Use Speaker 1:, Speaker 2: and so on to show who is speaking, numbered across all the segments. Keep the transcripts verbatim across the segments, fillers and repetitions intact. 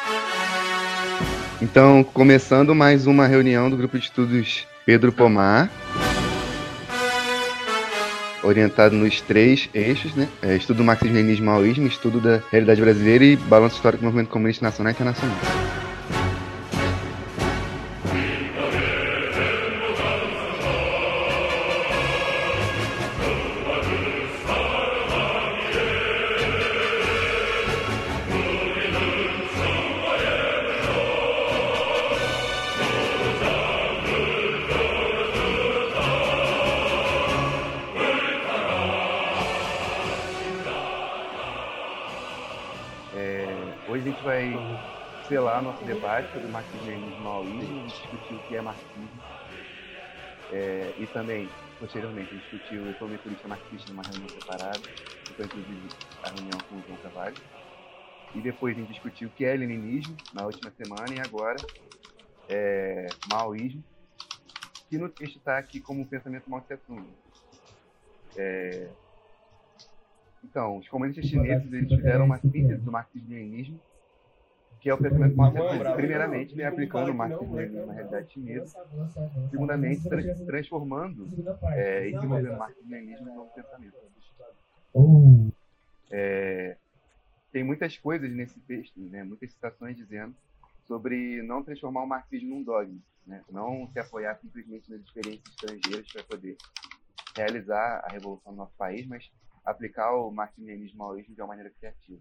Speaker 1: Então, começando mais uma reunião do Grupo de Estudos Pedro Pomar, orientado nos três eixos, né? É, estudo do marxismo-leninismo e maoísmo, estudo da realidade brasileira e balanço histórico do movimento comunista nacional e internacional. Hoje a gente vai selar nosso debate sobre marxismo-leninismo e maoísmo, discutir o que é marxismo é, e também, posteriormente, discutir o economia política marxista numa reunião separada, que foi inclusive a reunião com o João Carvalho. E depois a gente discutiu o que é leninismo na última semana e agora é, maoísmo, que no texto está aqui como um pensamento Mao Tse-tung. É, então, os comunistas chineses eles fizeram uma síntese do marxismo-leninismo, que é o pensamento Mao Tse-tung. Primeiramente, vem aplicando o marxismo-leninismo na realidade chinesa. Segundamente, tra transformando é, e desenvolvendo o marxismo-leninismo no novo pensamento. É, tem muitas coisas nesse texto, né, muitas citações dizendo sobre não transformar o marxismo num dogma, né, não se apoiar simplesmente nas experiências estrangeiras para poder realizar a revolução do nosso país, mas aplicar o marxismo-leninismo e maoísmo de uma maneira criativa.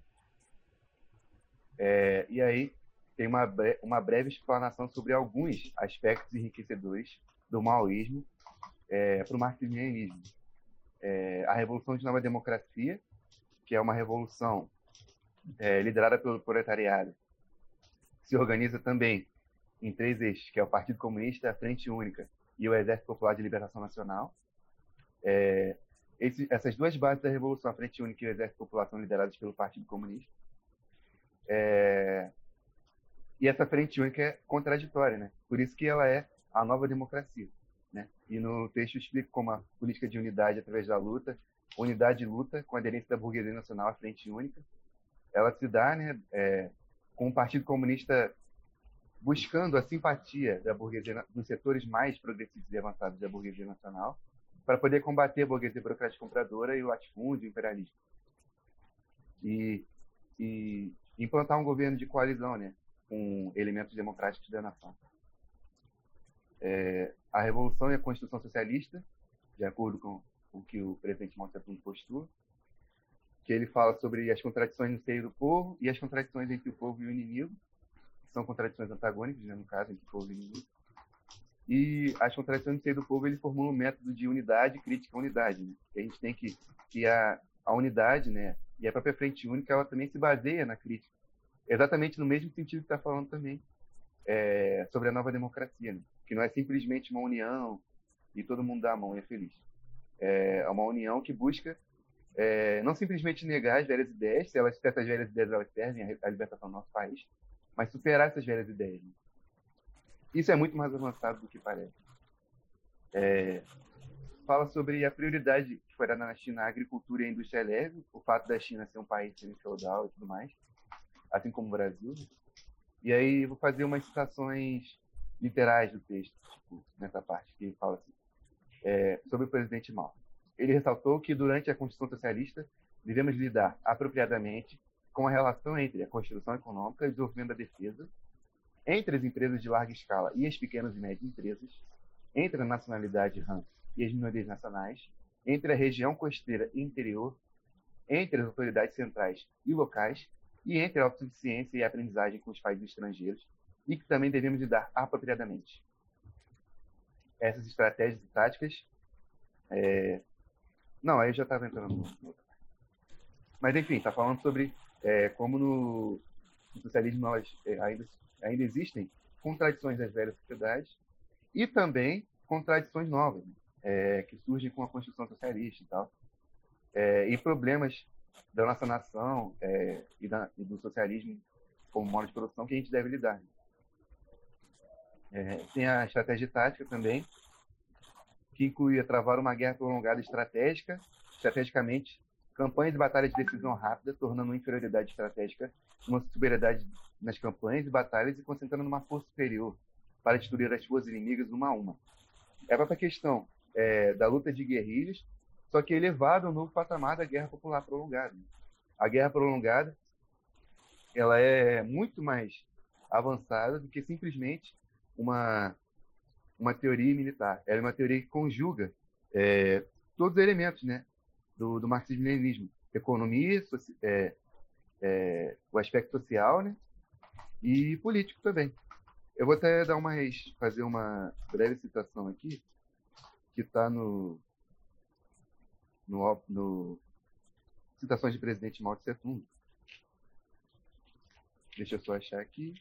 Speaker 1: É, e aí tem uma, bre uma breve explanação sobre alguns aspectos enriquecedores do maoísmo é, para o marxismo-leninismo. É, a Revolução de Nova Democracia, que é uma revolução é, liderada pelo proletariado, se organiza também em três eixos, que é o Partido Comunista, a Frente Única e o Exército Popular de Libertação Nacional. É, esse, essas duas bases da Revolução, a Frente Única e o Exército Popular, são lideradas pelo Partido Comunista. É, e essa Frente Única é contraditória, né? Por isso que ela é a nova democracia, né? E no texto explica como a política de unidade através da luta, unidade e luta com a aderência da burguesia nacional à Frente Única, ela se dá, né, é, com o Partido Comunista buscando a simpatia da burguesia, dos setores mais progressistas e avançados da burguesia nacional, para poder combater a burguesia burocrática compradora e o latifúndio e o imperialismo. E, e implantar um governo de coalizão, né, com elementos democráticos da nação. É, a Revolução e a Constituição Socialista, de acordo com o que o presidente Mao Tse-tung postura, que ele fala sobre as contradições no seio do povo e as contradições entre o povo e o inimigo, que são contradições antagônicas, né, no caso, entre o povo e o inimigo. E as contradições no seio do povo, ele formula um método de unidade, crítica à unidade, né? Que a gente tem que, que a, a unidade, né, e a própria Frente Única, ela também se baseia na crítica, exatamente no mesmo sentido que está falando também é, sobre a nova democracia, né? Que não é simplesmente uma união e todo mundo dá a mão e é feliz. É uma união que busca É, não simplesmente negar as velhas ideias, se, elas, se essas velhas ideias elas servem à libertação do nosso país, mas superar essas velhas ideias. Né? Isso é muito mais avançado do que parece. É, fala sobre a prioridade que foi dada na China à agricultura e à indústria leve, o fato da China ser um país semi-feudal e tudo mais, assim como o Brasil. E aí vou fazer umas citações literais do texto, tipo, nessa parte, que fala assim, é, sobre o presidente Mao. Ele ressaltou que, durante a Constituição Socialista, devemos lidar apropriadamente com a relação entre a construção econômica e o desenvolvimento da defesa, entre as empresas de larga escala e as pequenas e médias empresas, entre a nacionalidade Han e as minorias nacionais, entre a região costeira e interior, entre as autoridades centrais e locais, e entre a autossuficiência e a aprendizagem com os países estrangeiros, e que também devemos lidar apropriadamente. Essas estratégias e táticas... É, Não, aí eu já estava entrando no outro. Mas, enfim, está falando sobre é, como no, no socialismo nós, é, ainda, ainda existem contradições das velhas sociedades e também contradições novas, né, é, que surgem com a Constituição Socialista e tal. É, e problemas da nossa nação é, e, da, e do socialismo como modo de produção que a gente deve lidar. É, tem a estratégia tática também, que incluía travar uma guerra prolongada estratégica, estrategicamente, campanhas e batalhas de decisão rápida, tornando uma inferioridade estratégica uma superioridade nas campanhas e batalhas e concentrando uma força superior para destruir as forças inimigas uma a uma. É a própria questão é, da luta de guerrilhas, só que elevado ao novo patamar da guerra popular prolongada. A guerra prolongada ela é muito mais avançada do que simplesmente uma, uma teoria militar. Ela é uma teoria que conjuga é, todos os elementos, né, do, do marxismo-leninismo. Economia, soci, é, é, o aspecto social, né, e político também. Eu vou até dar umas, fazer uma breve citação aqui, que está no, no, no Citações de Presidente Mao Tse Tung. Deixa eu só achar aqui.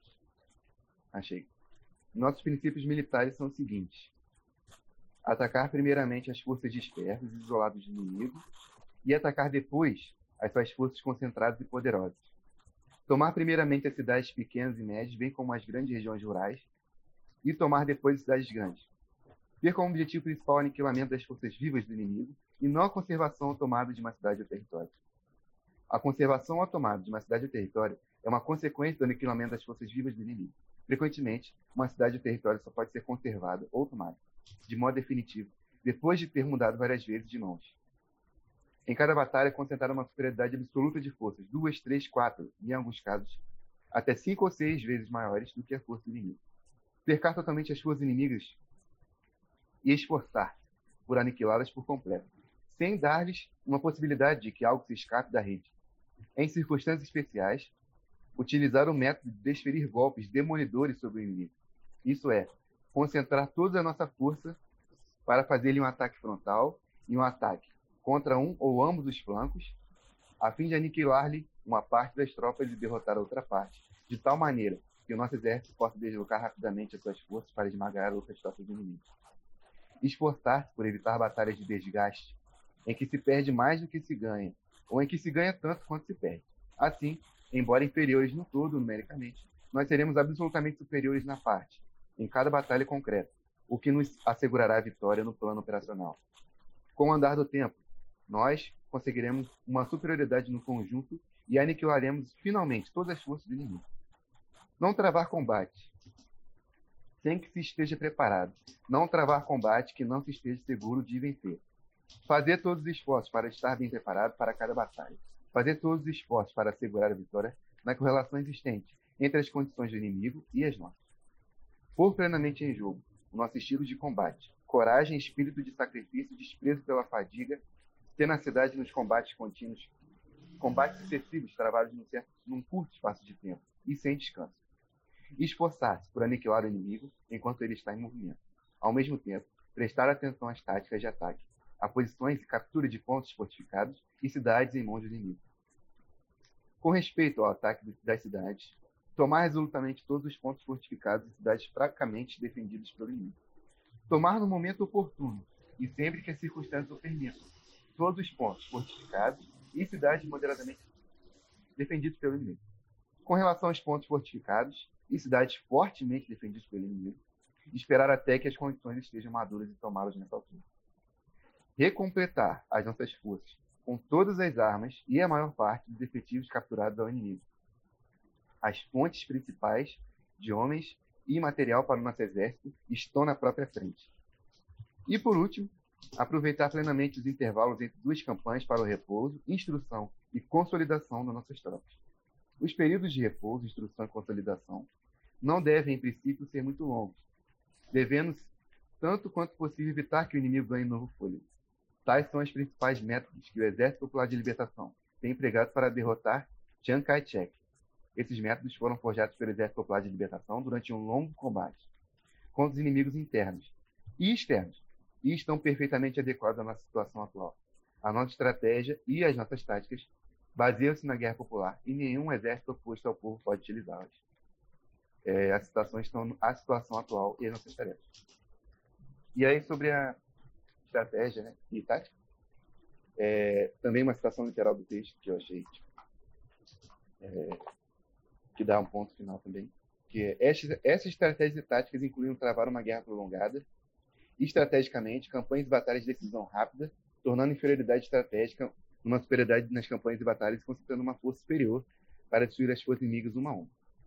Speaker 1: Achei. Nossos princípios militares são os seguintes: atacar primeiramente as forças dispersas e isoladas do inimigo e atacar depois as suas forças concentradas e poderosas. Tomar primeiramente as cidades pequenas e médias, bem como as grandes regiões rurais, e tomar depois as cidades grandes. Ter como objetivo principal o aniquilamento das forças vivas do inimigo e não a conservação ou tomada de uma cidade ou território. A conservação ou tomada de uma cidade ou território é uma consequência do aniquilamento das forças vivas do inimigo. Frequentemente, uma cidade ou território só pode ser conservada ou tomada, de modo definitivo, depois de ter mudado várias vezes de mãos. Em cada batalha é concentrada uma superioridade absoluta de forças, duas, três, quatro, e em alguns casos, até cinco ou seis vezes maiores do que a força do inimigo. Cercar totalmente as forças inimigas e esforçar por aniquilá-las por completo, sem dar-lhes uma possibilidade de que algo se escape da rede. Em circunstâncias especiais, utilizar o método de desferir golpes demolidores sobre o inimigo. Isso é, concentrar toda a nossa força para fazer-lhe um ataque frontal e um ataque contra um ou ambos os flancos, a fim de aniquilar-lhe uma parte das tropas e derrotar a outra parte, de tal maneira que o nosso exército possa deslocar rapidamente as suas forças para esmagar outras tropas do inimigo. Esforçar-se por evitar batalhas de desgaste, em que se perde mais do que se ganha, ou em que se ganha tanto quanto se perde. Assim, embora inferiores no todo, numericamente, nós seremos absolutamente superiores na parte, em cada batalha concreta, o que nos assegurará a vitória no plano operacional. Com o andar do tempo, nós conseguiremos uma superioridade no conjunto e aniquilaremos finalmente todas as forças do inimigo. Não travar combate sem que se esteja preparado. Não travar combate que não se esteja seguro de vencer. Fazer todos os esforços para estar bem preparado para cada batalha. Fazer todos os esforços para assegurar a vitória na correlação existente entre as condições do inimigo e as nossas. Pôr plenamente em jogo o nosso estilo de combate, coragem, espírito de sacrifício, desprezo pela fadiga, tenacidade nos combates contínuos, combates excessivos travados num, certo, num curto espaço de tempo e sem descanso. Esforçar-se por aniquilar o inimigo enquanto ele está em movimento. Ao mesmo tempo, prestar atenção às táticas de ataque, a posições e captura de pontos fortificados e cidades em mãos do inimigo. Com respeito ao ataque das cidades, tomar resolutamente todos os pontos fortificados e cidades fracamente defendidas pelo inimigo. Tomar no momento oportuno, e sempre que as circunstâncias o permitam, todos os pontos fortificados e cidades moderadamente defendidos pelo inimigo. Com relação aos pontos fortificados e cidades fortemente defendidos pelo inimigo, esperar até que as condições estejam maduras e tomá-los nessa altura. Recompletar as nossas forças com todas as armas e a maior parte dos efetivos capturados ao inimigo. As fontes principais de homens e material para o nosso exército estão na própria frente. E, por último, aproveitar plenamente os intervalos entre duas campanhas para o repouso, instrução e consolidação das nossas tropas. Os períodos de repouso, instrução e consolidação não devem, em princípio, ser muito longos, devendo, tanto quanto possível, evitar que o inimigo ganhe novo fôlego. Tais são os principais métodos que o Exército Popular de Libertação tem empregado para derrotar Chiang Kai-shek. Esses métodos foram forjados pelo Exército Popular de Libertação durante um longo combate contra os inimigos internos e externos, e estão perfeitamente adequados à nossa situação atual. A nossa estratégia e as nossas táticas baseiam-se na guerra popular e nenhum exército oposto ao povo pode utilizá-las. É, as citações estão à situação atual e as nossas tarefas. E aí, sobre a estratégia, né, e tática, é, também uma citação literal do texto que eu achei tipo, é, que dá um ponto final também, que é, essas, essas estratégias e táticas incluíam travar uma guerra prolongada, estrategicamente, campanhas e batalhas de decisão rápida, tornando a inferioridade estratégica uma superioridade nas campanhas e batalhas, concentrando uma força superior para destruir as forças inimigas uma a uma.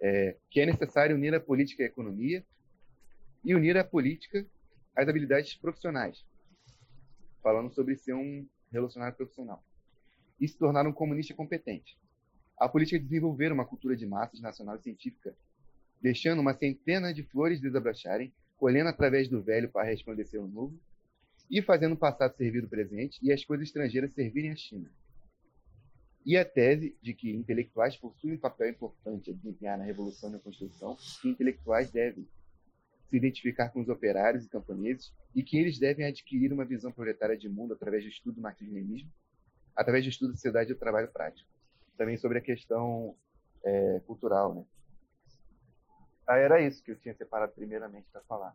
Speaker 1: é, que é necessário unir a política à economia e unir a política às habilidades profissionais, falando sobre ser um relacionário profissional, e se tornar um comunista competente. A política é desenvolver uma cultura de massas nacional e científica, deixando uma centena de flores desabrocharem, colhendo através do velho para resplandecer o novo, e fazendo o passado servir do presente e as coisas estrangeiras servirem à China. E a tese de que intelectuais possuem um papel importante a desempenhar na revolução e na construção, que intelectuais devem se identificar com os operários e camponeses e que eles devem adquirir uma visão proletária de mundo através do estudo do marxismo-leninismo, através do estudo da sociedade e do trabalho prático. Também sobre a questão é, cultural, né? Ah, era isso que eu tinha separado primeiramente para falar.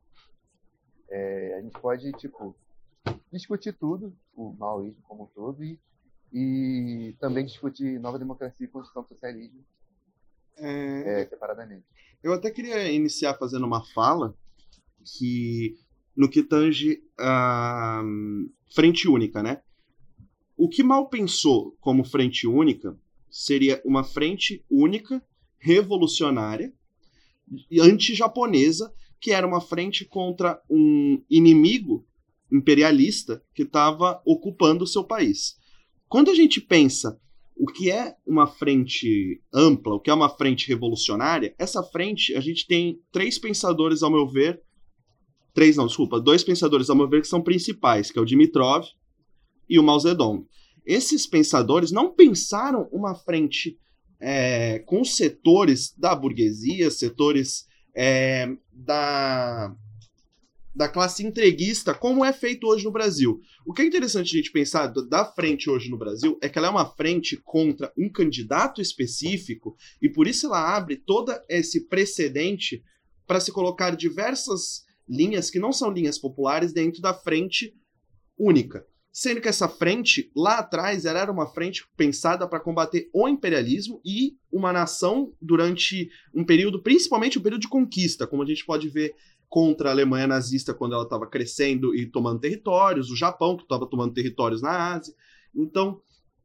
Speaker 1: É, a gente pode, tipo, discutir tudo, o maoísmo como um todo, e, e também discutir nova democracia e construção do socialismo é, é, separadamente.
Speaker 2: Eu até queria iniciar fazendo uma fala que, no que tange a frente única, né? O que Mao pensou como frente única seria uma frente única, revolucionária, anti-japonesa, que era uma frente contra um inimigo imperialista que estava ocupando o seu país. Quando a gente pensa o que é uma frente ampla, o que é uma frente revolucionária, essa frente, a gente tem três pensadores, ao meu ver, três não, desculpa, dois pensadores, ao meu ver, que são principais, que é o Dimitrov e o Mao Zedong. Esses pensadores não pensaram uma frente é, com setores da burguesia, setores é, da, da classe entreguista, como é feito hoje no Brasil. O que é interessante a gente pensar da frente hoje no Brasil é que ela é uma frente contra um candidato específico e por isso ela abre todo esse precedente para se colocar diversas linhas que não são linhas populares dentro da frente única. Sendo que essa frente, lá atrás, ela era uma frente pensada para combater o imperialismo e uma nação durante um período, principalmente um período de conquista, como a gente pode ver contra a Alemanha nazista quando ela estava crescendo e tomando territórios, o Japão que estava tomando territórios na Ásia. Então,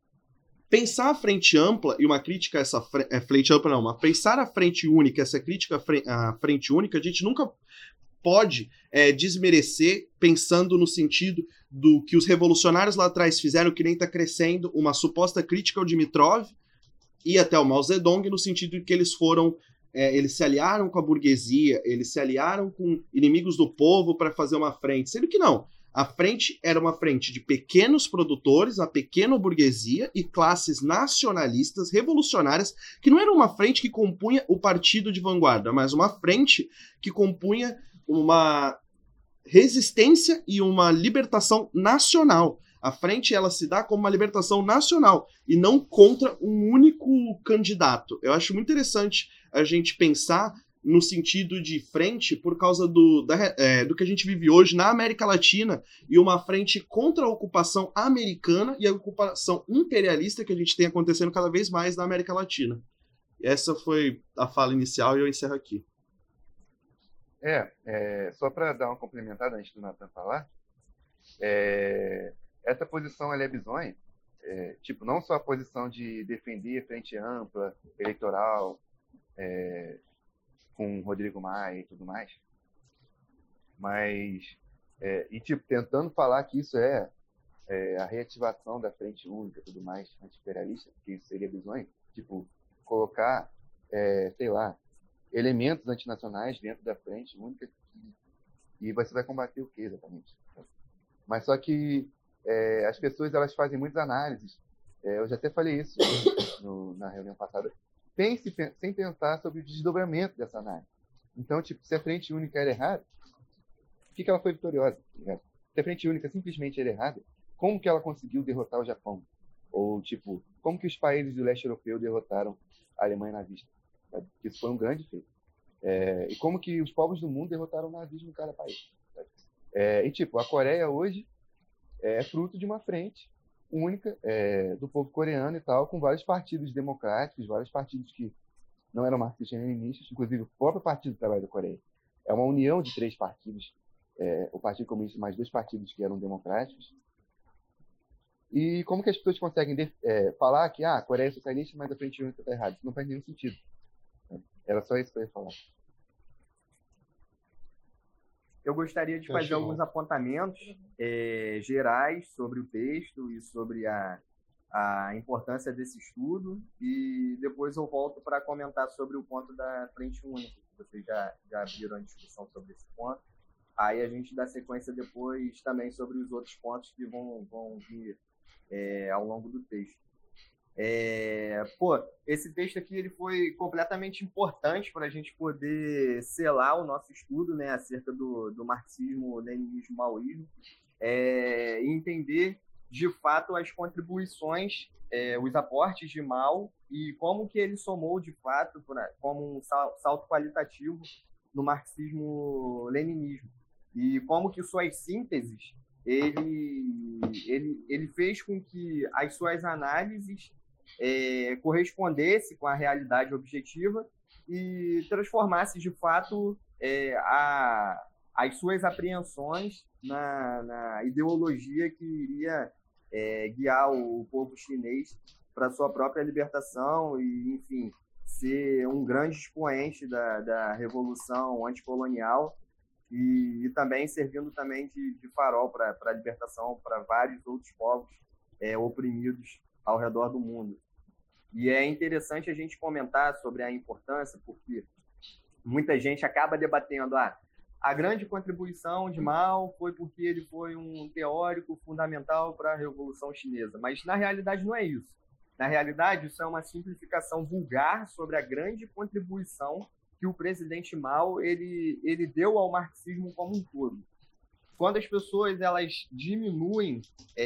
Speaker 2: pensar a frente ampla e uma crítica a essa frente, é, frente ampla não, mas pensar a frente única, essa crítica à frente única, a gente nunca pode é, desmerecer pensando no sentido do que os revolucionários lá atrás fizeram, que nem está crescendo, uma suposta crítica ao Dimitrov e até ao Mao Zedong, no sentido de que eles foram, é, eles se aliaram com a burguesia, eles se aliaram com inimigos do povo para fazer uma frente, sendo que não. A frente era uma frente de pequenos produtores, a pequena burguesia e classes nacionalistas revolucionárias, que não era uma frente que compunha o partido de vanguarda, mas uma frente que compunha uma resistência e uma libertação nacional. A frente ela se dá como uma libertação nacional e não contra um único candidato. Eu acho muito interessante a gente pensar no sentido de frente por causa do, da, é, do que a gente vive hoje na América Latina e uma frente contra a ocupação americana e a ocupação imperialista que a gente tem acontecendo cada vez mais na América Latina. Essa foi a fala inicial e eu encerro aqui.
Speaker 1: É, é só para dar uma complementada antes do Nathan falar, é, essa posição ela é bizonha, é, tipo, não só a posição de defender frente ampla, eleitoral, é, com Rodrigo Maia e tudo mais, mas, é, e tipo, tentando falar que isso é, é a reativação da frente única e tudo mais, anti-imperialista, que isso seria bizonho, tipo, colocar, é, sei lá, elementos antinacionais dentro da frente única e você vai combater o que exatamente? Mas só que é, as pessoas elas fazem muitas análises, é, eu já até falei isso no, na reunião passada, sem, se, sem pensar sobre o desdobramento dessa análise. Então, tipo, se a frente única era errada, por que, que ela foi vitoriosa? Tá? Se a frente única simplesmente era errada, como que ela conseguiu derrotar o Japão? Ou, tipo, como que os países do leste europeu derrotaram a Alemanha nazista? Sabe? Isso foi um grande feito. É, e como que os povos do mundo derrotaram o nazismo em cada país. É, e, tipo, a Coreia hoje é fruto de uma frente única é, do povo coreano e tal, com vários partidos democráticos, vários partidos que não eram marxistas-leninistas, inclusive o próprio Partido do Trabalho da Coreia. É uma união de três partidos, é, o Partido Comunista mais dois partidos que eram democráticos. E como que as pessoas conseguem é, falar que ah, a Coreia é socialista, mas a frente única está errada? Isso não faz nenhum sentido. Era só isso que eu ia falar.
Speaker 3: Eu gostaria de fazer alguns apontamentos é, gerais sobre o texto e sobre a, a importância desse estudo, e depois eu volto para comentar sobre o ponto da Frente Única, que vocês já, já abriram a discussão sobre esse ponto. Aí a gente dá sequência depois também sobre os outros pontos que vão, vão vir é, ao longo do texto. É, pô, esse texto aqui ele foi completamente importante para a gente poder selar o nosso estudo, né, acerca do, do marxismo, leninismo, maoísmo, é, e entender de fato as contribuições, é, os aportes de Mao e como que ele somou de fato pra, como um salto qualitativo no marxismo-leninismo, e como que suas sínteses ele, ele, ele fez com que as suas análises É, correspondesse com a realidade objetiva e transformasse, de fato, é, a, as suas apreensões na, na ideologia que iria é, guiar o povo chinês para sua própria libertação e, enfim, ser um grande expoente da, da revolução anticolonial e, e também servindo também de, de farol para a libertação para vários outros povos é, oprimidos ao redor do mundo. E é interessante a gente comentar sobre a importância, porque muita gente acaba debatendo ah, a grande contribuição de Mao foi porque ele foi um teórico fundamental para a Revolução Chinesa. Mas, na realidade, não é isso. Na realidade, isso é uma simplificação vulgar sobre a grande contribuição que o presidente Mao ele, ele deu ao marxismo como um todo. Quando as pessoas elas diminuem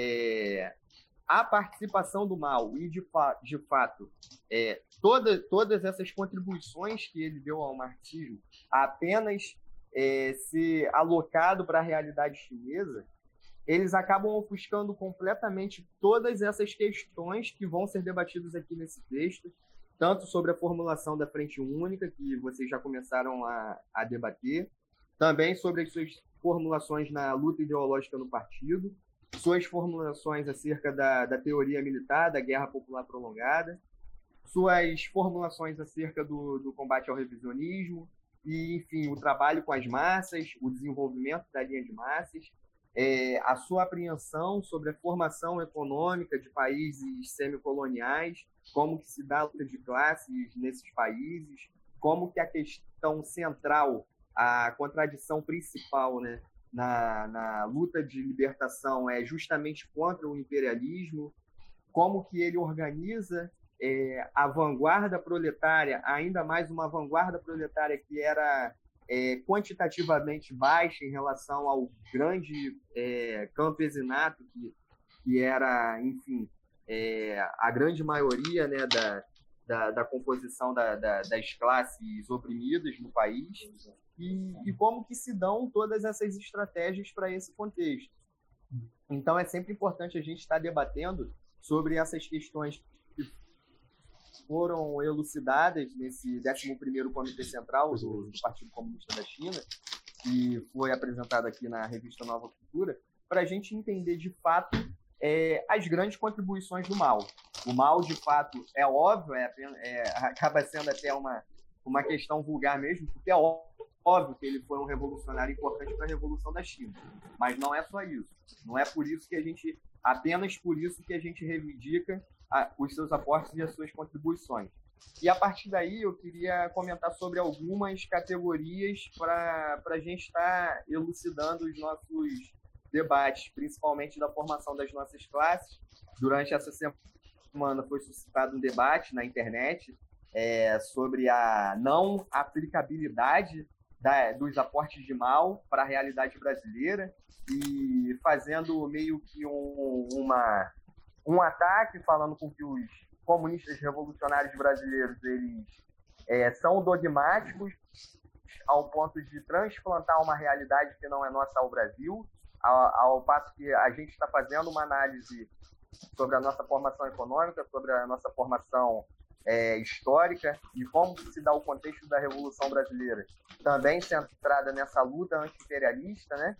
Speaker 3: é, a participação do Mao e, de, fa de fato, é, toda, todas essas contribuições que ele deu ao marxismo apenas é, ser alocado para a realidade chinesa, eles acabam ofuscando completamente todas essas questões que vão ser debatidas aqui nesse texto, tanto sobre a formulação da Frente Única, que vocês já começaram a, a debater, também sobre as suas formulações na luta ideológica no partido, suas formulações acerca da, da teoria militar, da guerra popular prolongada, suas formulações acerca do, do combate ao revisionismo, e, enfim, o trabalho com as massas, o desenvolvimento da linha de massas, é, a sua apreensão sobre a formação econômica de países semicoloniais, como que se dá a luta de classes nesses países, como que a questão central, a contradição principal, né, na, na luta de libertação é justamente contra o imperialismo, como que ele organiza é, a vanguarda proletária, ainda mais uma vanguarda proletária que era é, quantitativamente baixa em relação ao grande é, campesinato, que, que era, enfim, é, a grande maioria, né, da, da, da composição da, da, das classes oprimidas no país, e, e como que se dão todas essas estratégias para esse contexto. Então, é sempre importante a gente estar debatendo sobre essas questões que foram elucidadas nesse décimo primeiro Comitê Central do, do Partido Comunista da China, que foi apresentado aqui na revista Nova Cultura, para a gente entender, de fato, é, as grandes contribuições do Mao. O Mao, de fato, é óbvio, é, é, acaba sendo até uma, uma questão vulgar mesmo, porque é óbvio, óbvio que ele foi um revolucionário importante para a Revolução da China. Mas não é só isso. Não é por isso que a gente, apenas por isso que a gente reivindica a, os seus aportes e as suas contribuições. E a partir daí eu queria comentar sobre algumas categorias para a gente estar elucidando os nossos debates, principalmente da formação das nossas classes. Durante essa semana foi suscitado um debate na internet é, sobre a não aplicabilidade da, dos aportes de Mao para a realidade brasileira e fazendo meio que um, uma, um ataque, falando com que os comunistas revolucionários brasileiros eles, é, são dogmáticos ao ponto de transplantar uma realidade que não é nossa ao Brasil, ao, ao passo que a gente está fazendo uma análise sobre a nossa formação econômica, sobre a nossa formação é, histórica e como se dá o contexto da Revolução Brasileira, também centrada nessa luta anti-imperialista, né?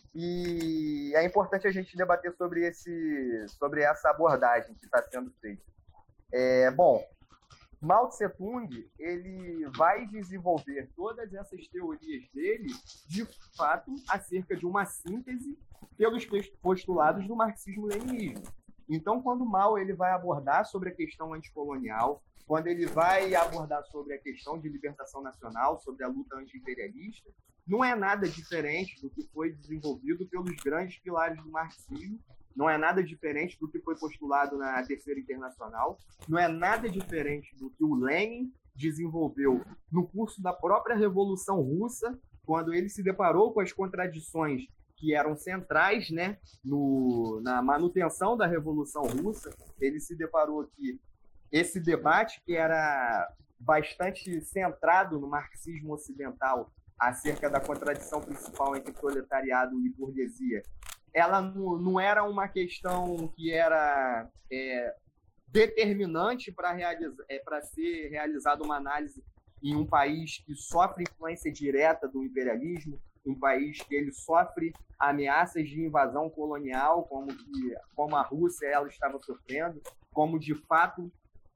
Speaker 3: E é importante a gente debater sobre, esse, sobre essa abordagem que está sendo feita. É, bom, Mao Tse-tung, ele vai desenvolver todas essas teorias dele, de fato, acerca de uma síntese pelos postulados do marxismo-leninismo. Então, quando Mao ele vai abordar sobre a questão anticolonial, quando ele vai abordar sobre a questão de libertação nacional, sobre a luta anti-imperialista, não é nada diferente do que foi desenvolvido pelos grandes pilares do marxismo, não é nada diferente do que foi postulado na Terceira Internacional, não é nada diferente do que o Lenin desenvolveu no curso da própria Revolução Russa, quando ele se deparou com as contradições que eram centrais, né, no, na manutenção da Revolução Russa. Ele se deparou que esse debate, que era bastante centrado no marxismo ocidental, acerca da contradição principal entre proletariado e burguesia, ela não, não era uma questão que era é, determinante para realizar, é, para ser realizada uma análise em um país que sofre influência direta do imperialismo, um país que ele sofre ameaças de invasão colonial, como, que, como a Rússia ela estava sofrendo, como de fato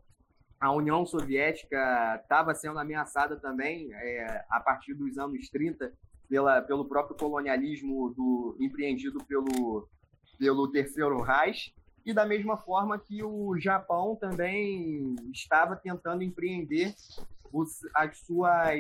Speaker 3: a União Soviética estava sendo ameaçada também é, a partir dos anos trinta pela, pelo próprio colonialismo do, empreendido pelo, pelo Terceiro Reich, e da mesma forma que o Japão também estava tentando empreender os, as suas,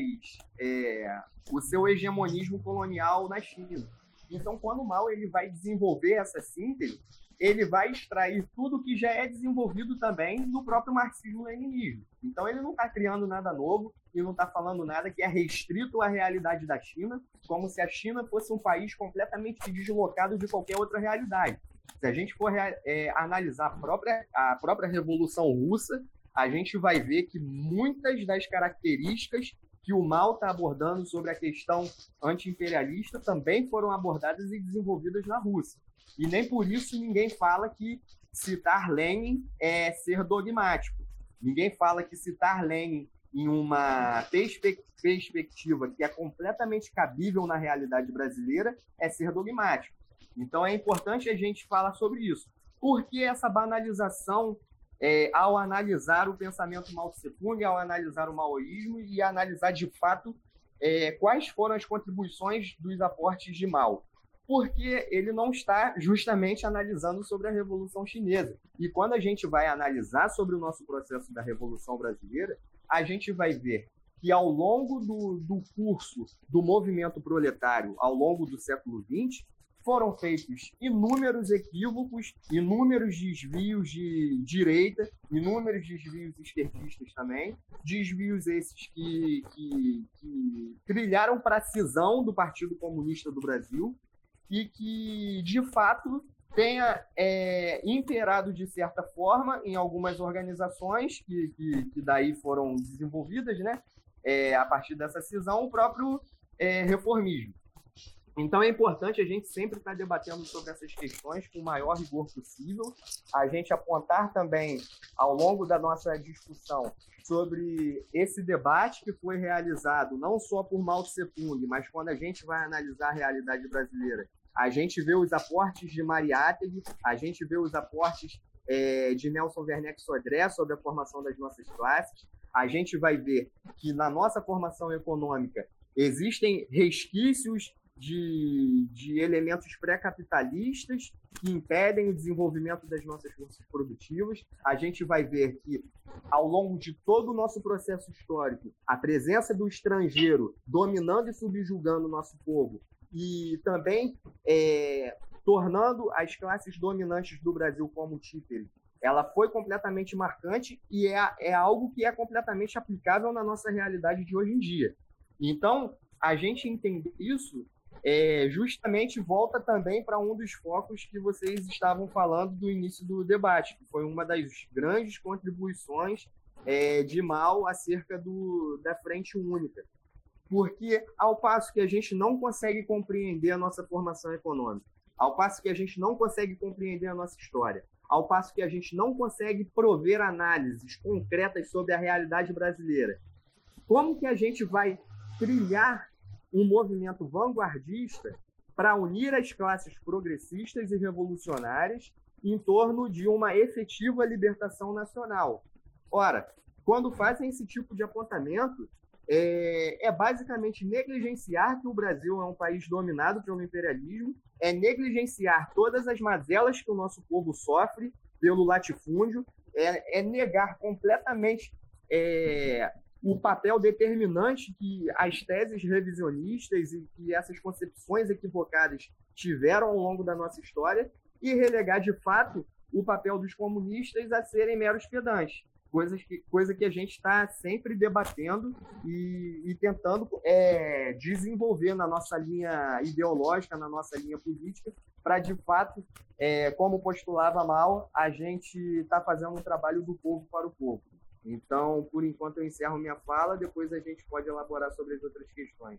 Speaker 3: é, o seu hegemonismo colonial na China. Então, quando o Mao ele vai desenvolver essa síntese, ele vai extrair tudo que já é desenvolvido também no próprio marxismo-leninismo. Então, ele não está criando nada novo, ele não está falando nada que é restrito à realidade da China, como se a China fosse um país completamente deslocado de qualquer outra realidade. Se a gente for é, analisar a própria, a própria Revolução Russa, a gente vai ver que muitas das características que o Mao está abordando sobre a questão anti-imperialista também foram abordadas e desenvolvidas na Rússia. E nem por isso ninguém fala que citar Lenin é ser dogmático. Ninguém fala que citar Lenin em uma perspe- perspectiva que é completamente cabível na realidade brasileira é ser dogmático. Então é importante a gente falar sobre isso. Por que essa banalização é, ao analisar o pensamento Mao Tse-tung, ao analisar o maoísmo e analisar de fato é, quais foram as contribuições dos aportes de Mao? Porque ele não está justamente analisando sobre a Revolução Chinesa. E quando a gente vai analisar sobre o nosso processo da Revolução Brasileira, a gente vai ver que ao longo do, do curso do movimento proletário, ao longo do século vinte, foram feitos inúmeros equívocos, inúmeros desvios de direita, inúmeros desvios esquerdistas também, desvios esses que, que, que trilharam para a cisão do Partido Comunista do Brasil, e que, de fato, tenha é, imperado, de certa forma, em algumas organizações que, que, que daí foram desenvolvidas, né, é, a partir dessa cisão, o próprio é, reformismo. Então, é importante a gente sempre estar debatendo sobre essas questões com o maior rigor possível, a gente apontar também, ao longo da nossa discussão, sobre esse debate que foi realizado não só por Mao Tse-tung, mas quando a gente vai analisar a realidade brasileira, a gente vê os aportes de Mariátegui, a gente vê os aportes é, de Nelson Werneck Sodré sobre a formação das nossas classes, a gente vai ver que na nossa formação econômica existem resquícios de, de elementos pré-capitalistas que impedem o desenvolvimento das nossas forças produtivas. A gente vai ver que, ao longo de todo o nosso processo histórico, a presença do estrangeiro dominando e subjugando o nosso povo e também é, tornando as classes dominantes do Brasil como títere, ela foi completamente marcante e é, é algo que é completamente aplicável na nossa realidade de hoje em dia. Então, a gente entender isso É, justamente volta também para um dos focos que vocês estavam falando do início do debate, que foi uma das grandes contribuições é, de Mao acerca do, da Frente Única. Porque, ao passo que a gente não consegue compreender a nossa formação econômica, ao passo que a gente não consegue compreender a nossa história, ao passo que a gente não consegue prover análises concretas sobre a realidade brasileira, como que a gente vai trilhar um movimento vanguardista para unir as classes progressistas e revolucionárias em torno de uma efetiva libertação nacional? Ora, quando fazem esse tipo de apontamento, é, é basicamente negligenciar que o Brasil é um país dominado pelo imperialismo, é negligenciar todas as mazelas que o nosso povo sofre pelo latifúndio, é, é negar completamente é, o papel determinante que as teses revisionistas e que essas concepções equivocadas tiveram ao longo da nossa história e relegar, de fato, o papel dos comunistas a serem meros pedantes. Coisas que, coisa que a gente está sempre debatendo e, e tentando é, desenvolver na nossa linha ideológica, na nossa linha política, para, de fato, é, como postulava Mao, a gente está fazendo um trabalho do povo para o povo. Então, por enquanto, eu encerro minha fala, depois a gente pode elaborar sobre as outras questões.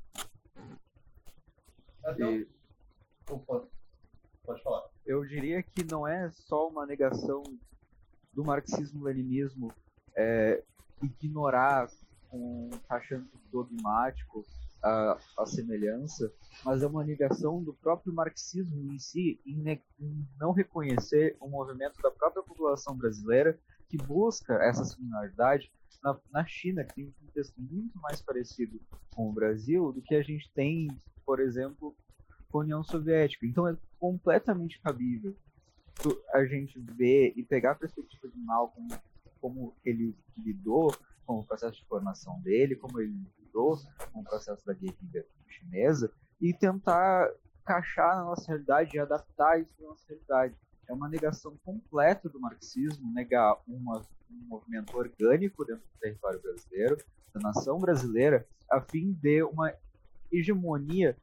Speaker 2: Então, e... pode, pode falar.
Speaker 4: Eu diria que não é só uma negação do marxismo-leninismo, é, ignorar, um, achando dogmático a, a semelhança, mas é uma negação do próprio marxismo em si, em, ne- em não reconhecer o movimento da própria população brasileira que busca essa similaridade na, na China, que tem um contexto muito mais parecido com o Brasil do que a gente tem, por exemplo, com a União Soviética. Então é completamente cabível a gente ver e pegar a perspectiva de Mao como, como ele lidou com o processo de formação dele, como ele lidou com o processo da guerrilha chinesa e tentar encaixar na nossa realidade e adaptar isso à nossa realidade. É uma negação completa do marxismo, negar uma, um movimento orgânico dentro do território brasileiro, da nação brasileira, a fim de uma hegemonia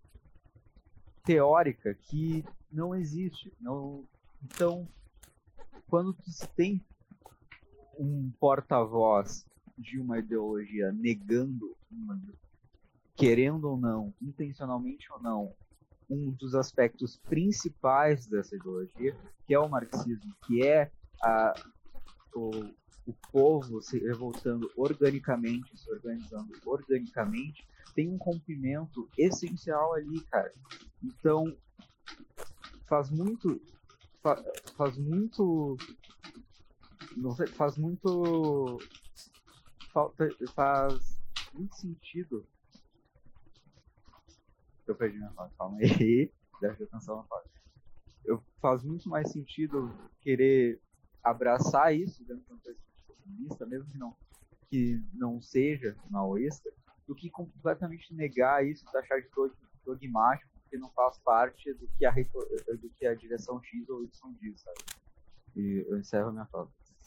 Speaker 4: teórica que não existe. Não... Então, quando se tem um porta-voz de uma ideologia negando, uma, querendo ou não, intencionalmente ou não, um dos aspectos principais dessa ideologia, que é o marxismo, que é a, o, o povo se revoltando organicamente, se organizando organicamente, tem um rompimento essencial ali, cara. Então, faz muito... Fa, faz muito... Não sei, faz muito... Falta, faz muito sentido. Eu perdi minha fala, calma aí. Deve atenção na fala. Eu, faz muito mais sentido querer abraçar isso dentro de uma perspectiva comunista, mesmo que não, que não seja maoísta, do que completamente negar isso, achar de dogmático, que não faz parte do que a, do que a direção X ou Y diz, sabe? E eu encerro a minha fala.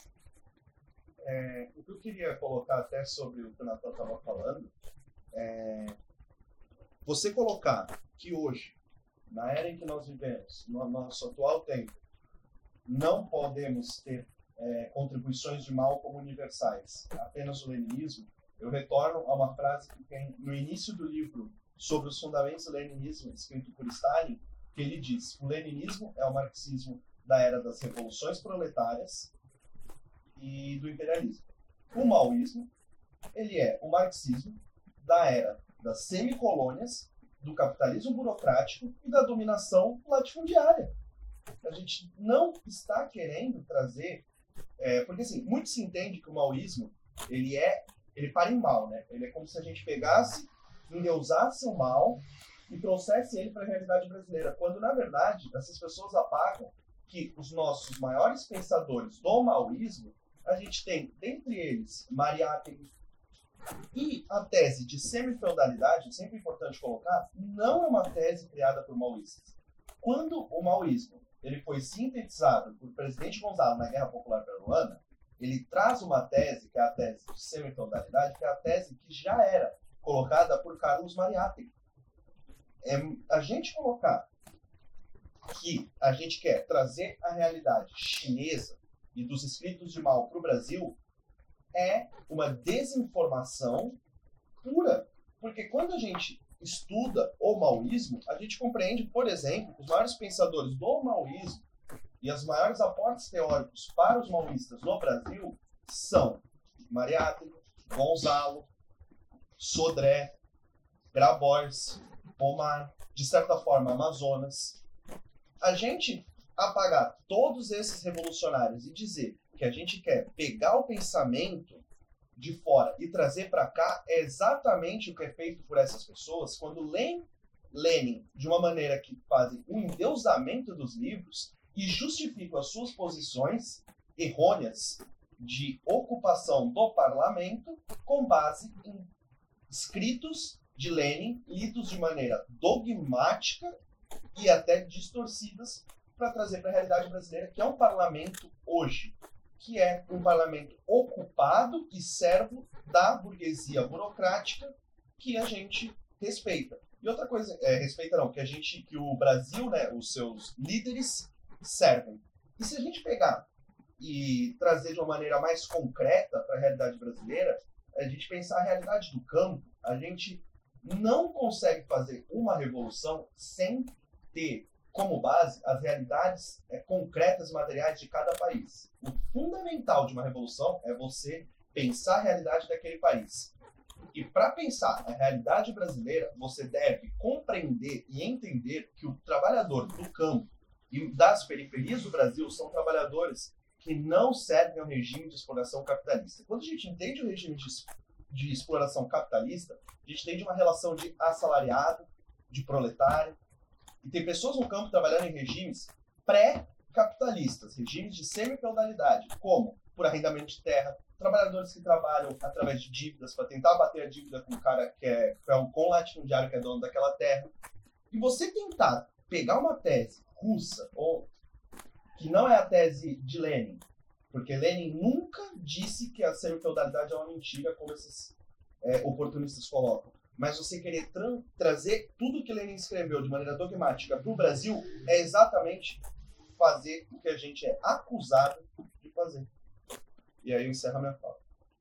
Speaker 2: É, o que eu queria colocar até sobre o que o Natan estava falando é você colocar que hoje, na era em que nós vivemos, no nosso atual tempo, não podemos ter é, contribuições de Mao como universais, apenas o leninismo. Eu retorno a uma frase que tem no início do livro sobre os fundamentos do leninismo, escrito por Stalin, que ele diz: o leninismo é o marxismo da era das revoluções proletárias e do imperialismo. O maoísmo, ele é o marxismo da era das semicolônias, do capitalismo burocrático e da dominação latifundiária. A gente não está querendo trazer... É, porque, assim, muito se entende que o maoísmo, ele é... Ele para em Mao, né? Ele é como se a gente pegasse, endeusasse o Mao e trouxesse ele para a realidade brasileira. Quando, na verdade, essas pessoas apagam que os nossos maiores pensadores do maoísmo, a gente tem, dentre eles, Mariátegui, e a tese de semifeudalidade, sempre importante colocar, não é uma tese criada por maoístas. Quando o maoísmo ele foi sintetizado por presidente Gonzalo na Guerra Popular Peruana, ele traz uma tese, que é a tese de semifeudalidade, que é a tese que já era colocada por Carlos Mariátegui. É a gente colocar que a gente quer trazer a realidade chinesa e dos escritos de Mao para o Brasil é uma desinformação pura. Porque quando a gente estuda o maoísmo, a gente compreende, por exemplo, que os maiores pensadores do maoísmo e os maiores aportes teóricos para os maoístas no Brasil são Mariátegui, Gonzalo, Sodré, Grabois, Pomar, de certa forma, Amazonas. A gente apagar todos esses revolucionários e dizer que a gente quer pegar o pensamento de fora e trazer para cá é exatamente o que é feito por essas pessoas quando leem Lenin de uma maneira que fazem o endeusamento dos livros e justificam as suas posições errôneas de ocupação do parlamento com base em escritos de Lenin, lidos de maneira dogmática e até distorcidas para trazer para a realidade brasileira, que é um parlamento hoje, que é um parlamento ocupado e servo da burguesia burocrática que a gente respeita. E outra coisa, é, respeita não, que a gente, que o Brasil, né, os seus líderes servem. E se a gente pegar e trazer de uma maneira mais concreta para a realidade brasileira, a gente pensar a realidade do campo, a gente não consegue fazer uma revolução sem ter como base as realidades é, concretas e materiais de cada país. O fundamental de uma revolução é você pensar a realidade daquele país. E para pensar a realidade brasileira, você deve compreender e entender que o trabalhador do campo e das periferias do Brasil são trabalhadores que não servem ao regime de exploração capitalista. Quando a gente entende o regime de, de exploração capitalista, a gente entende uma relação de assalariado, de proletário, e tem pessoas no campo trabalhando em regimes pré-capitalistas, regimes de semi-feudalidade, como por arrendamento de terra, trabalhadores que trabalham através de dívidas para tentar bater a dívida com o cara que é, que é um, com o latifundiário que é dono daquela terra. E você tentar pegar uma tese russa, ou que não é a tese de Lenin, porque Lenin nunca disse que a semi-feudalidade é uma mentira, como esses é, oportunistas colocam. Mas você querer tra- trazer tudo que Lenin escreveu de maneira dogmática para o Brasil é exatamente fazer o que a gente é acusado de fazer. E aí eu encerro a minha fala.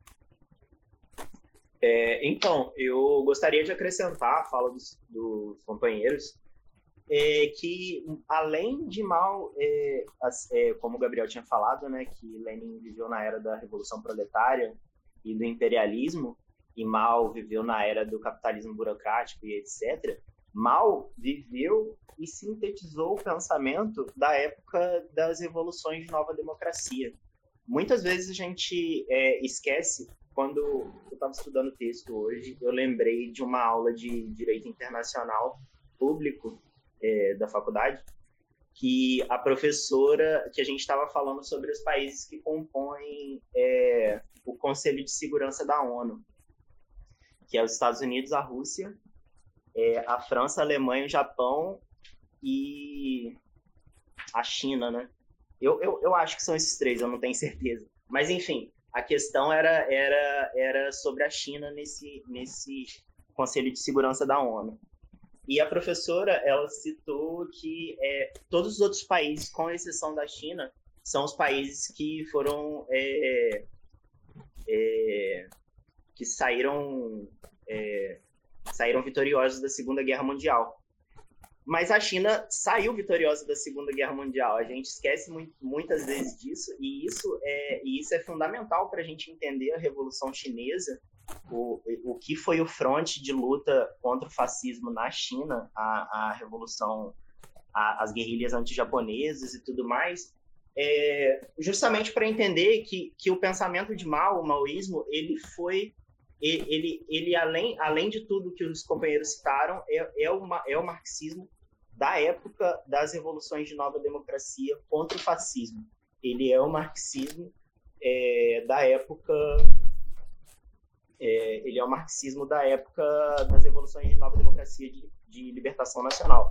Speaker 5: É, então, eu gostaria de acrescentar a fala dos, dos companheiros é, que, além de Mao, é, as, é, como o Gabriel tinha falado, né, que Lenin viveu na era da Revolução Proletária e do imperialismo, e Mao viveu na era do capitalismo burocrático e etcétera, Mao viveu e sintetizou o pensamento da época das revoluções de nova democracia. Muitas vezes a gente é, esquece, quando eu estava estudando texto hoje, eu lembrei de uma aula de Direito Internacional Público é, da faculdade, que a professora, que a gente estava falando sobre os países que compõem é, o Conselho de Segurança da ONU, que é os Estados Unidos, a Rússia, é, a França, a Alemanha, o Japão e a China, né? Eu, eu, eu acho que são esses três, eu não tenho certeza. Mas, enfim, a questão era, era, era sobre a China nesse, nesse Conselho de Segurança da ONU. E a professora, ela citou que é, todos os outros países, com exceção da China, são os países que foram... É, é, que saíram, é, saíram vitoriosos da Segunda Guerra Mundial. Mas a China saiu vitoriosa da Segunda Guerra Mundial. A gente esquece muito, muitas vezes disso, e isso é, e isso é fundamental para a gente entender a Revolução Chinesa, o, o que foi o fronte de luta contra o fascismo na China, a, a Revolução, a, as guerrilhas anti-japonesas e tudo mais, é, justamente para entender que, que o pensamento de Mao, o maoísmo, ele foi... Ele, ele além, além de tudo que os companheiros citaram, é, é, uma, é o marxismo da época das revoluções de nova democracia contra o fascismo. Ele é o marxismo é, da época... É, ele é o marxismo da época das revoluções de nova democracia de, de libertação nacional.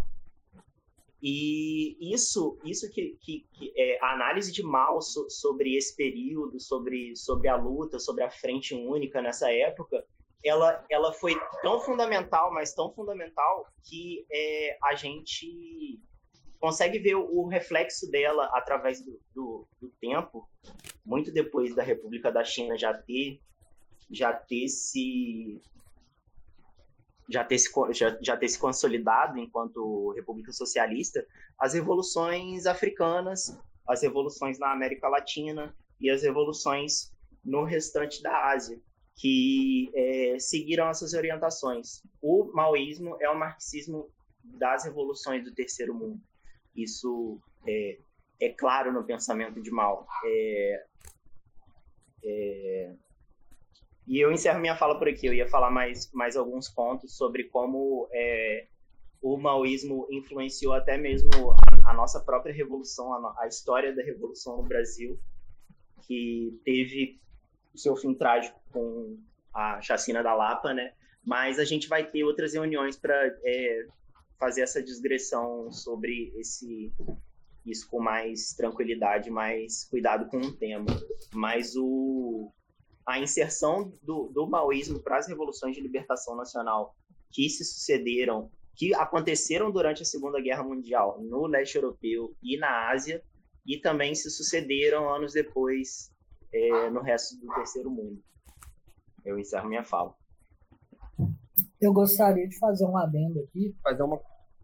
Speaker 5: E isso, isso que, que, que é a análise de Mao so, sobre esse período, sobre, sobre a luta, sobre a frente única nessa época, ela, ela foi tão fundamental, mas tão fundamental, que é, a gente consegue ver o reflexo dela através do, do, do tempo, muito depois da República da China já ter, já ter se... Já ter, se, já, já ter se consolidado enquanto República Socialista, as revoluções africanas, as revoluções na América Latina e as revoluções no restante da Ásia, que é, seguiram essas orientações. O maoísmo é o marxismo das revoluções do terceiro mundo. Isso é, é claro no pensamento de Mao. É, é, E eu encerro minha fala por aqui. Eu ia falar mais, mais alguns pontos sobre como é, o maoísmo influenciou até mesmo a, a nossa própria revolução, a, a história da revolução no Brasil, que teve o seu fim trágico com a chacina da Lapa, né? Mas a gente vai ter outras reuniões para é, fazer essa digressão sobre esse, isso com mais tranquilidade, mais cuidado com o tema. Mas o, a inserção do, do maoísmo para as revoluções de libertação nacional que se sucederam, que aconteceram durante a Segunda Guerra Mundial no leste europeu e na Ásia, e também se sucederam anos depois é, no resto do terceiro mundo. Eu encerro minha fala.
Speaker 6: Eu gostaria de fazer um adendo aqui.
Speaker 3: Fazer uma...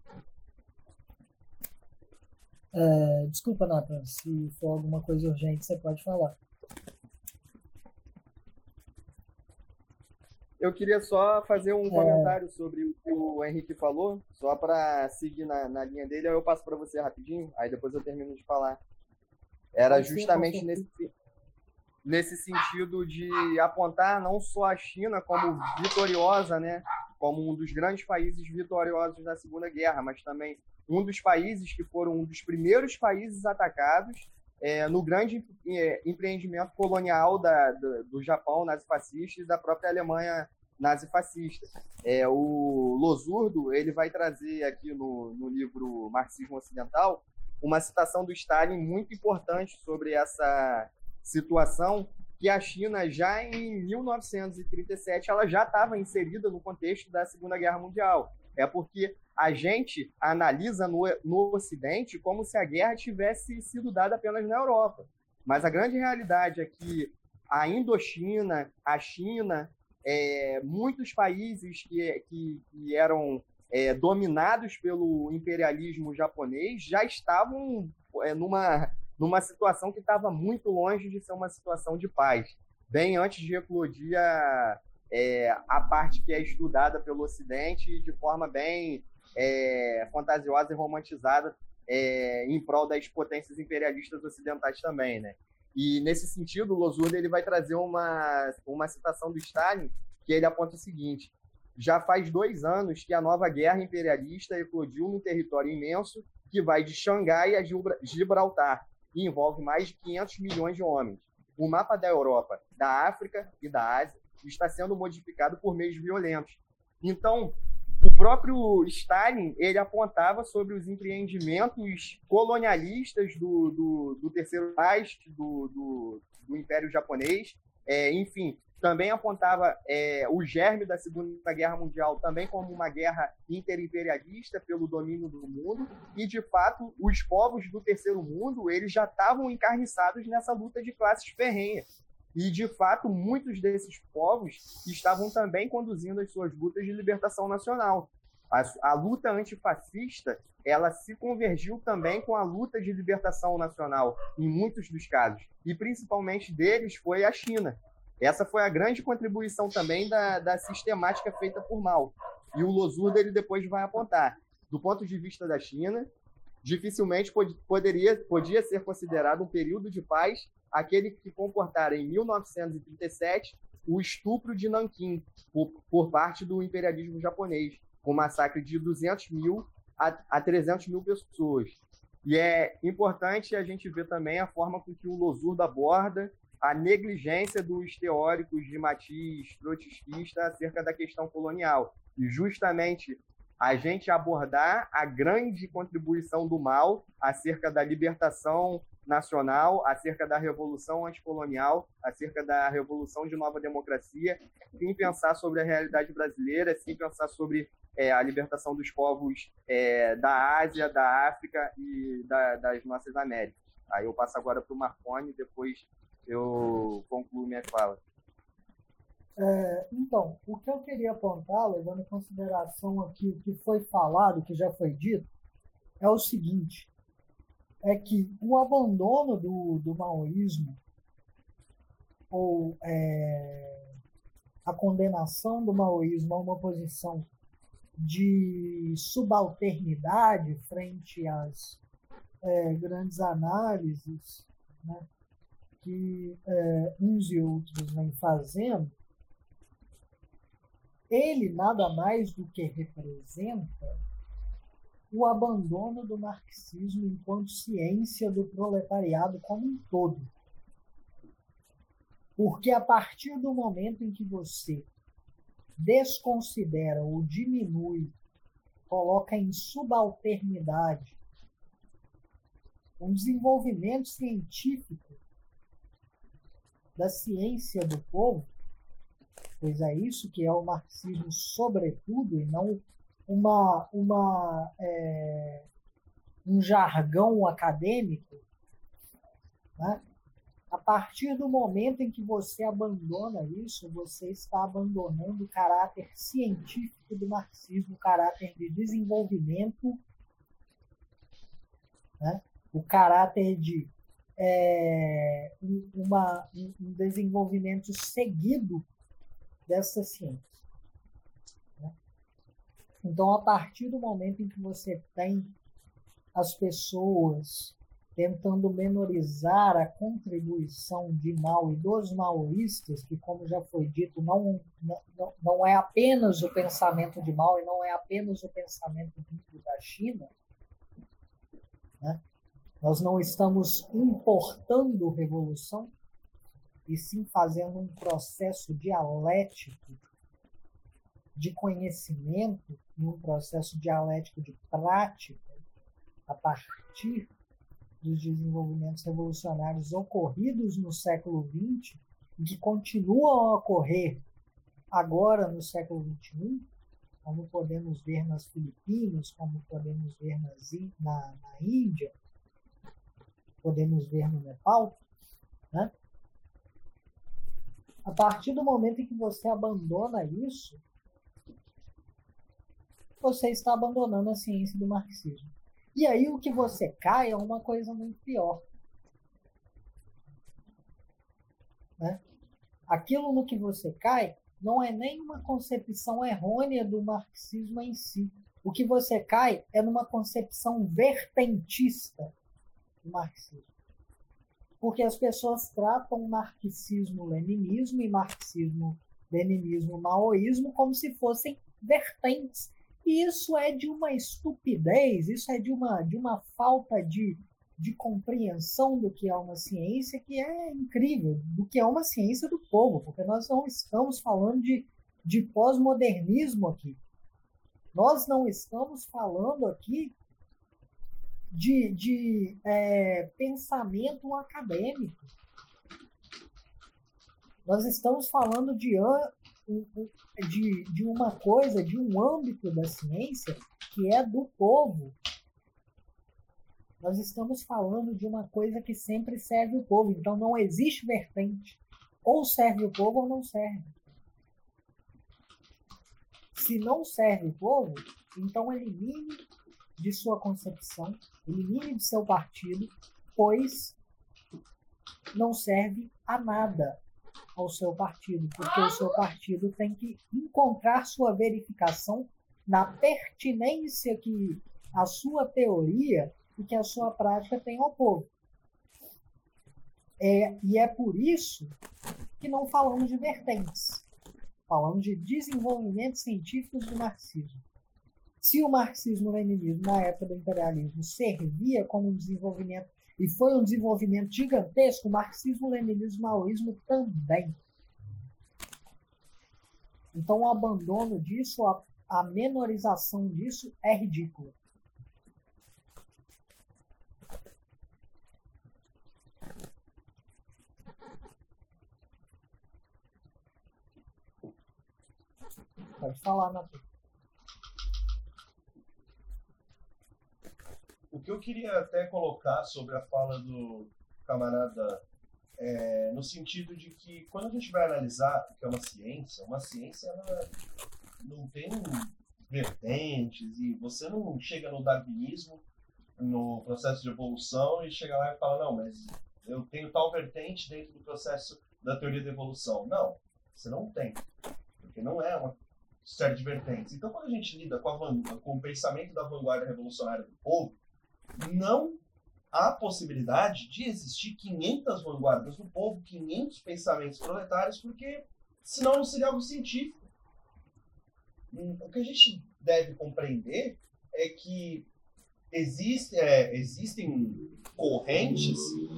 Speaker 6: É, desculpa, Nathan, se for alguma coisa urgente, você pode falar.
Speaker 3: Eu queria só fazer um
Speaker 6: É...
Speaker 3: comentário sobre o que o Henrique falou, só para seguir na, na linha dele, aí eu passo para você rapidinho, aí depois eu termino de falar. Era justamente nesse, nesse sentido de apontar não só a China como vitoriosa, né, como um dos grandes países vitoriosos da Segunda Guerra, mas também um dos países que foram um dos primeiros países atacados é, no grande é, empreendimento colonial da, do, do Japão nazifascista e da própria Alemanha nazifascista. É, o Losurdo ele vai trazer aqui no, no livro Marxismo Ocidental uma citação do Stalin muito importante sobre essa situação, que a China já em mil novecentos e trinta e sete ela já estava inserida no contexto da Segunda Guerra Mundial. É porque a gente analisa no, no Ocidente como se a guerra tivesse sido dada apenas na Europa. Mas a grande realidade é que a Indochina, a China, é, muitos países que, que, que eram é, dominados pelo imperialismo japonês já estavam é, numa, numa situação que estava muito longe de ser uma situação de paz. Bem antes de eclodir a, é, a parte que é estudada pelo Ocidente de forma bem é, fantasiosa e romantizada é, em prol das potências imperialistas ocidentais também, né? E, nesse sentido, o Losurdo ele vai trazer uma, uma citação do Stalin, que ele aponta o seguinte: já faz dois anos que a nova guerra imperialista eclodiu num território imenso que vai de Xangai a Gibraltar e envolve mais de quinhentos milhões de homens. O mapa da Europa, da África e da Ásia está sendo modificado por meios violentos. Então, o próprio Stalin ele apontava sobre os empreendimentos colonialistas do, do, do Terceiro Reich, do, do, do Império Japonês, é, enfim, também apontava é, o germe da Segunda Guerra Mundial também como uma guerra interimperialista pelo domínio do mundo, e, de fato, os povos do Terceiro Mundo eles já estavam encarniçados nessa luta de classes ferrenha. E, de fato, muitos desses povos estavam também conduzindo as suas lutas de libertação nacional. A, a luta antifascista ela se convergiu também com a luta de libertação nacional, em muitos dos casos. E, principalmente deles, foi a China. Essa foi a grande contribuição também da, da sistemática feita por Mao. E o Losurdo ele depois vai apontar. Do ponto de vista da China, dificilmente pod, poderia, podia ser considerado um período de paz aquele que comportara em mil novecentos e trinta e sete o estupro de Nanquim por, por parte do imperialismo japonês, com massacre de duzentos mil a, a trezentos mil pessoas. E é importante a gente ver também a forma com que o Losurdo aborda a negligência dos teóricos de matiz trotskista acerca da questão colonial. E justamente a gente abordar a grande contribuição do Mao acerca da libertação nacional, acerca da revolução anticolonial, acerca da revolução de nova democracia, sem pensar sobre a realidade brasileira, sem pensar sobre é, a libertação dos povos é, da Ásia, da África e da, das nossas Américas. Aí eu passo agora para o Marconi, depois eu concluo minha fala.
Speaker 6: É, então, o que eu queria apontar, levando em consideração aqui o que foi falado, o que já foi dito, é o seguinte: é que o abandono do, do maoísmo, ou é, a condenação do maoísmo a uma posição de subalternidade frente às é, grandes análises, né, que é, uns e outros vêm fazendo, ele nada mais do que representa o abandono do marxismo enquanto ciência do proletariado como um todo. Porque a partir do momento em que você desconsidera ou diminui, coloca em subalternidade um desenvolvimento científico da ciência do povo, pois é isso que é o marxismo sobretudo, e não uma, uma, é, um jargão acadêmico, né? A partir do momento em que você abandona isso, você está abandonando o caráter científico do marxismo, o caráter de desenvolvimento, né? O caráter de é, uma, um desenvolvimento seguido dessa ciência. Né? Então, a partir do momento em que você tem as pessoas tentando menorizar a contribuição de Mao e dos maoístas, que, como já foi dito, não, não, não é apenas o pensamento de Mao e não é apenas o pensamento vindo da China, né? Nós não estamos importando revolução, e sim fazendo um processo dialético de conhecimento e um processo dialético de prática a partir dos desenvolvimentos revolucionários ocorridos no século vinte e que continuam a ocorrer agora no século vinte e um, como podemos ver nas Filipinas, como podemos ver nas, na, na Índia, podemos ver no Nepal, né? A partir do momento em que você abandona isso, você está abandonando a ciência do marxismo. E aí o que você cai é uma coisa muito pior. Né? Aquilo no que você cai não é nem uma concepção errônea do marxismo em si. O que você cai é numa concepção vertentista do marxismo. Porque as pessoas tratam marxismo-leninismo e marxismo-leninismo-maoísmo como se fossem vertentes. E isso é de uma estupidez, isso é de uma, de uma falta de, de compreensão do que é uma ciência que é incrível, do que é uma ciência do povo, porque nós não estamos falando de, de pós-modernismo aqui. Nós não estamos falando aqui de, de é, pensamento acadêmico. Nós estamos falando de, de, de uma coisa, de um âmbito da ciência que é do povo. Nós estamos falando de uma coisa que sempre serve o povo. Então não existe vertente. Ou serve o povo ou não serve. Se não serve o povo, então elimine de sua concepção, elimine de seu partido, pois não serve a nada ao seu partido, porque o seu partido tem que encontrar sua verificação na pertinência que a sua teoria e que a sua prática tem ao povo. É, e é por isso que não falamos de vertentes, falamos de desenvolvimentos científicos do marxismo. Se o marxismo-leninismo, na época do imperialismo, servia como um desenvolvimento, e foi um desenvolvimento gigantesco, o marxismo-leninismo, maoísmo também. Então, o abandono disso, a, a menorização disso é ridícula. Pode falar, Nath.
Speaker 2: O que eu queria até colocar sobre a fala do camarada é no sentido de que quando a gente vai analisar o que é uma ciência, uma ciência ela não tem vertentes e você não chega no darwinismo, no processo de evolução e chega lá e fala, não, mas eu tenho tal vertente dentro do processo da teoria da evolução. Não, você não tem, porque não é uma série de vertentes. Então quando a gente lida com, a, com o pensamento da vanguarda revolucionária do povo, não há possibilidade de existir quinhentas vanguardas do povo, quinhentos pensamentos proletários, porque senão não seria algo científico. o que a gente deve compreender é que existe, é, existem correntes,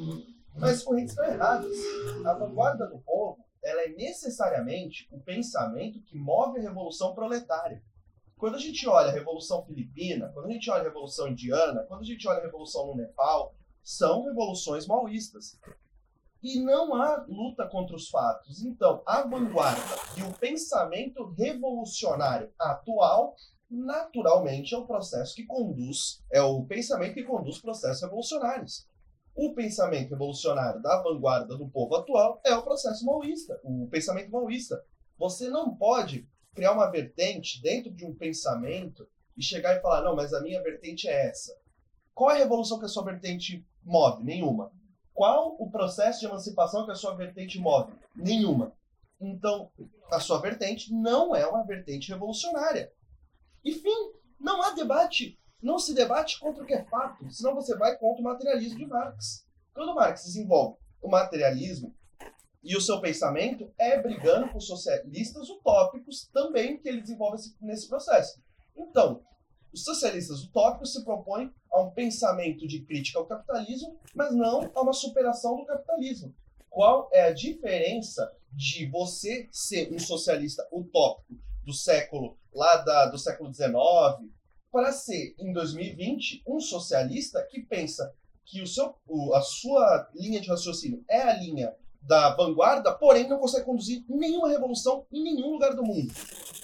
Speaker 2: mas correntes estão erradas. A vanguarda do povo, ela é necessariamente o pensamento que move a revolução proletária. Quando a gente olha a Revolução Filipina, quando a gente olha a Revolução Indiana, quando a gente olha a Revolução no Nepal, são revoluções maoístas. E não há luta contra os fatos. Então, a vanguarda e o pensamento revolucionário atual, naturalmente, é o processo que conduz, é o pensamento que conduz processos revolucionários. O pensamento revolucionário da vanguarda do povo atual é o processo maoísta, o pensamento maoísta. Você não pode criar uma vertente dentro de um pensamento e chegar e falar, não, mas a minha vertente é essa. Qual é a revolução que a sua vertente move? Nenhuma. Qual o processo de emancipação que a sua vertente move? Nenhuma. Então, a sua vertente não é uma vertente revolucionária. Enfim, não há debate. Não se debate contra o que é fato, senão você vai contra o materialismo de Marx. Quando Marx desenvolve o materialismo e o seu pensamento é brigando com socialistas utópicos também que ele desenvolve nesse processo. Então, os socialistas utópicos se propõem a um pensamento de crítica ao capitalismo, mas não a uma superação do capitalismo. Qual é a diferença de você ser um socialista utópico do século lá da, do século dezenove para ser, em dois mil e vinte, um socialista que pensa que o seu, o, a sua linha de raciocínio é a linha da vanguarda, porém não consegue conduzir nenhuma revolução em nenhum lugar do mundo?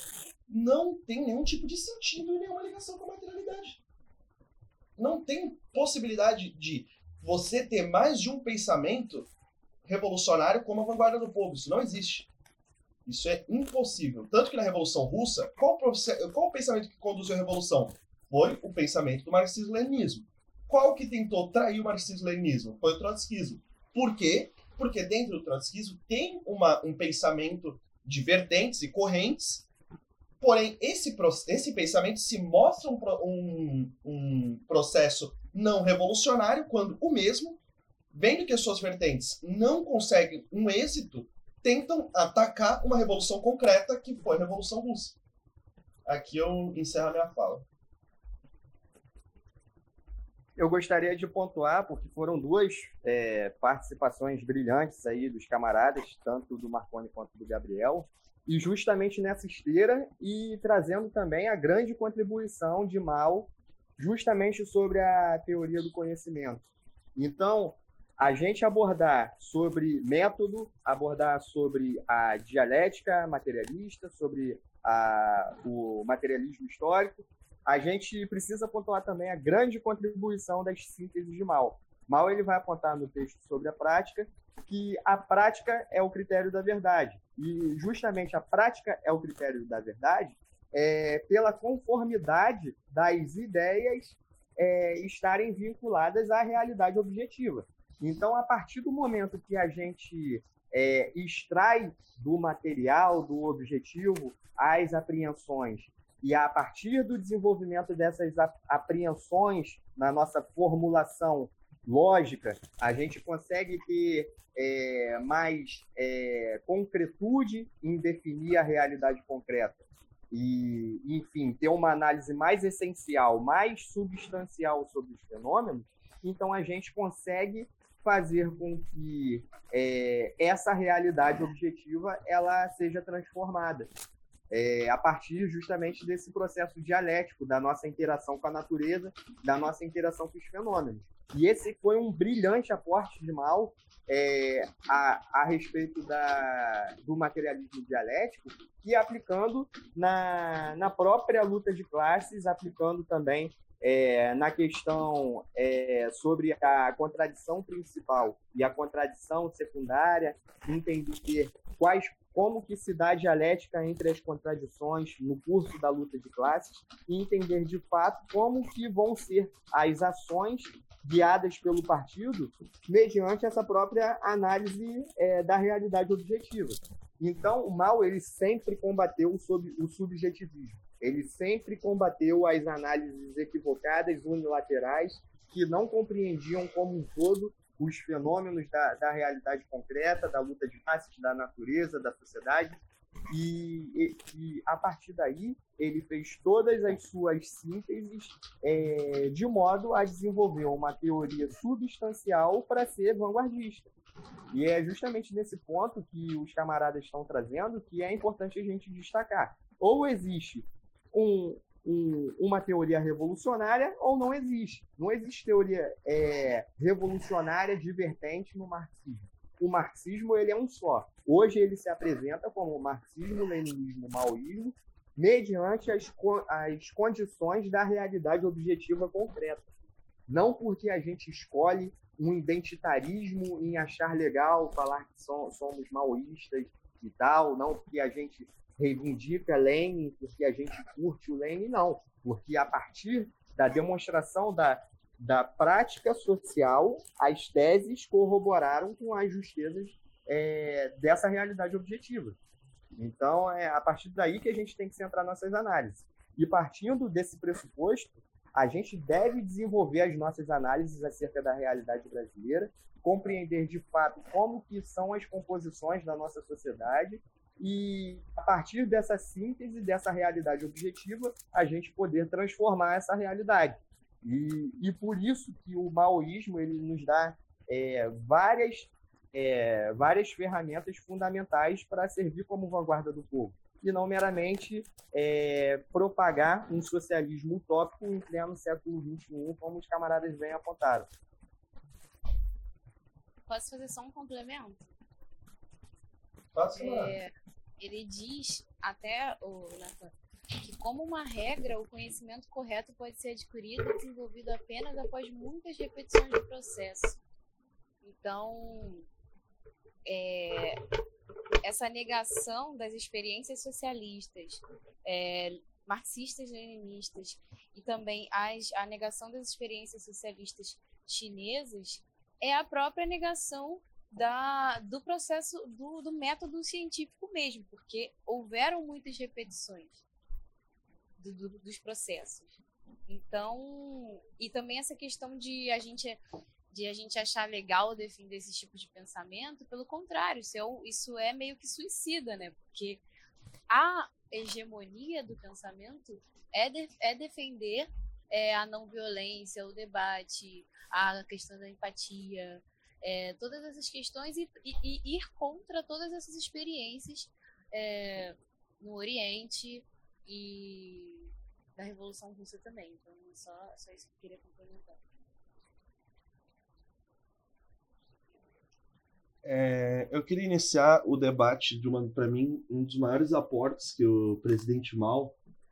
Speaker 2: Não tem nenhum tipo de sentido e nenhuma ligação com a materialidade. Não tem possibilidade de você ter mais de um pensamento revolucionário como a vanguarda do povo. Isso não existe. Isso é impossível. Tanto que na Revolução Russa, qual, qual o pensamento que conduziu a Revolução? Foi o pensamento do marxismo-leninismo. Qual que tentou trair o marxismo-leninismo? Foi o trotskismo. Por quê? Porque dentro do trotskismo tem uma, um pensamento de vertentes e correntes, porém esse, esse pensamento se mostra um, um, um processo não revolucionário quando o mesmo, vendo que as suas vertentes não conseguem um êxito, tentam atacar uma revolução concreta que foi a Revolução Russa. Aqui eu encerro a minha fala.
Speaker 3: Eu gostaria de pontuar, porque foram duas é, participações brilhantes aí dos camaradas, tanto do Marconi quanto do Gabriel, e justamente nessa esteira e trazendo também a grande contribuição de Mao justamente sobre a teoria do conhecimento. Então, a gente abordar sobre método, abordar sobre a dialética materialista, sobre a, o materialismo histórico, a gente precisa pontuar também a grande contribuição das sínteses de Mao. Mao ele vai apontar no texto sobre a prática que a prática é o critério da verdade. E justamente a prática é o critério da verdade é, pela conformidade das ideias é, estarem vinculadas à realidade objetiva. Então, a partir do momento que a gente é, extrai do material, do objetivo, as apreensões, e a partir do desenvolvimento dessas apreensões na nossa formulação lógica, a gente consegue ter é, mais é, concretude em definir a realidade concreta. E, enfim, ter uma análise mais essencial, mais substancial sobre os fenômenos, então a gente consegue fazer com que é, essa realidade objetiva ela seja transformada. É, a partir justamente desse processo dialético da nossa interação com a natureza, da nossa interação com os fenômenos. E esse foi um brilhante aporte de Mao é, a, a respeito da, do materialismo dialético, que aplicando na, na própria luta de classes, aplicando também é, na questão é, sobre a contradição principal e a contradição secundária, entender quais como que se dá a dialética entre as contradições no curso da luta de classes e entender, de fato, como que vão ser as ações guiadas pelo partido mediante essa própria análise é, da realidade objetiva. Então, o Mao ele sempre combateu o, sub, o subjetivismo. Ele sempre combateu as análises equivocadas, unilaterais, que não compreendiam como um todo os fenômenos da, da realidade concreta, da luta de classes, da natureza, da sociedade, E, e, e a partir daí, ele fez todas as suas sínteses é, de modo a desenvolver uma teoria substancial para ser vanguardista. E é justamente nesse ponto que os camaradas estão trazendo que é importante a gente destacar. Ou existe um, um, uma teoria revolucionária ou não existe. Não existe teoria é, revolucionária divertente no marxismo. O marxismo ele é um só. Hoje ele se apresenta como marxismo, leninismo, maoísmo, mediante as, as condições da realidade objetiva concreta. Não porque a gente escolhe um identitarismo em achar legal falar que somos maoístas e tal, não porque a gente reivindica Lenin, porque a gente curte o Lenin, não. Porque a partir da demonstração da da prática social, as teses corroboraram com as justezas é, dessa realidade objetiva. Então, é a partir daí que a gente tem que centrar nossas análises. E partindo desse pressuposto, a gente deve desenvolver as nossas análises acerca da realidade brasileira, compreender de fato como que são as composições da nossa sociedade e, a partir dessa síntese, dessa realidade objetiva, a gente poder transformar essa realidade. E, e por isso que o maoísmo ele nos dá é, várias, é, várias ferramentas fundamentais para servir como vanguarda do povo, e não meramente é, propagar um socialismo utópico em pleno século vinte e um, como os camaradas bem apontaram.
Speaker 7: Posso fazer só um complemento?
Speaker 2: Passa lá.
Speaker 7: É, ele diz, até o Nathan, que, como uma regra, o conhecimento correto pode ser adquirido e desenvolvido apenas após muitas repetições do processo. Então, é, essa negação das experiências socialistas, é, marxistas, leninistas, e também as, a negação das experiências socialistas chinesas é a própria negação da, do processo, do, do método científico mesmo, porque houveram muitas repetições Do, do, dos processos. Então, e também essa questão de a gente, de a gente achar legal defender esse tipo de pensamento, pelo contrário, isso é, isso é meio que suicida, né? Porque a hegemonia do pensamento é, de, é defender é, a não violência, o debate, a questão da empatia, é, todas essas questões e, e, e ir contra todas essas experiências é, no Oriente e da Revolução Russa também. Então, só, só isso que eu queria complementar.
Speaker 2: É, eu queria iniciar o debate de uma, para mim, um dos maiores aportes que o presidente Mao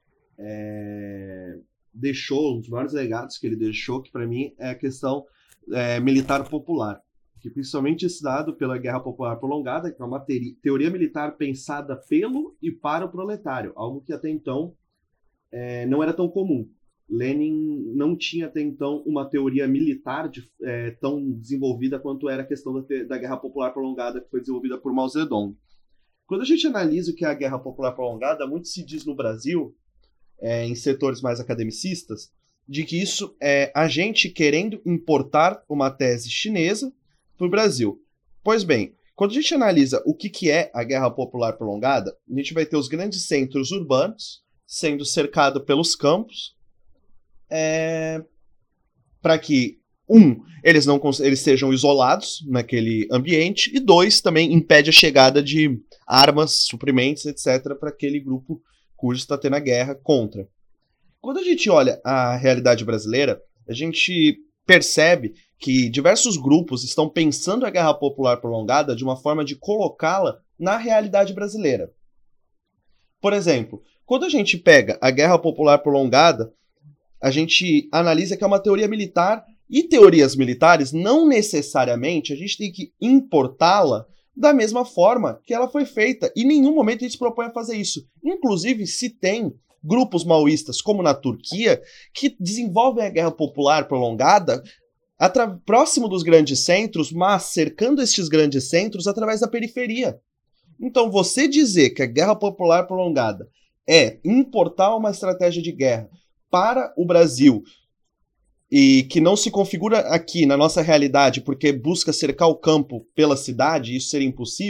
Speaker 2: é, deixou, um dos maiores legados que ele deixou, que para mim é a questão é, militar popular. Que principalmente esse dado pela Guerra Popular Prolongada, que é uma teoria militar pensada pelo e para o proletário, algo que até então é, não era tão comum. Lenin não tinha até então uma teoria militar de, é, tão desenvolvida quanto era a questão da, da Guerra Popular Prolongada, que foi desenvolvida por Mao Zedong. Quando a gente analisa o que é a Guerra Popular Prolongada, muito se diz no Brasil, é, em setores mais academicistas, de que isso é a gente querendo importar uma tese chinesa para o Brasil. Pois bem, quando a gente analisa o que, que é a Guerra Popular Prolongada, a gente vai ter os grandes centros urbanos sendo cercados pelos campos, é, para que, um, eles, não, eles sejam isolados naquele ambiente, e dois, também impede a chegada de armas, suprimentos, etcétera, para aquele grupo cujo está tendo a guerra contra. Quando a gente olha a realidade brasileira, a gente percebe que diversos grupos estão pensando a Guerra Popular Prolongada de uma forma de colocá-la na realidade brasileira. Por exemplo, quando a gente pega a Guerra Popular Prolongada, a gente analisa que é uma teoria militar, e teorias militares, não necessariamente, a gente tem que importá-la da mesma forma que ela foi feita. Em nenhum momento a gente se propõe a fazer isso. Inclusive, se tem grupos maoístas, como na Turquia, que desenvolvem a Guerra Popular Prolongada próximo dos grandes centros, mas cercando estes grandes centros através da periferia. Então, você dizer que a Guerra Popular Prolongada é importar uma estratégia de guerra para o Brasil e que não se configura aqui na nossa realidade porque busca cercar o campo pela cidade, e isso seria impossível,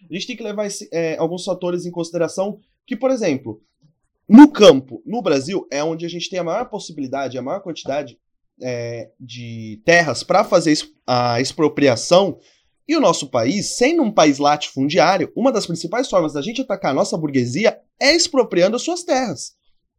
Speaker 2: A gente tem que levar esse, é, alguns fatores em consideração que, por exemplo, no campo, no Brasil, é onde a gente tem a maior possibilidade, a maior quantidade é, de terras para fazer a expropriação. E o nosso país, sendo um país latifundiário, uma das principais formas da gente atacar a nossa burguesia é expropriando as suas terras.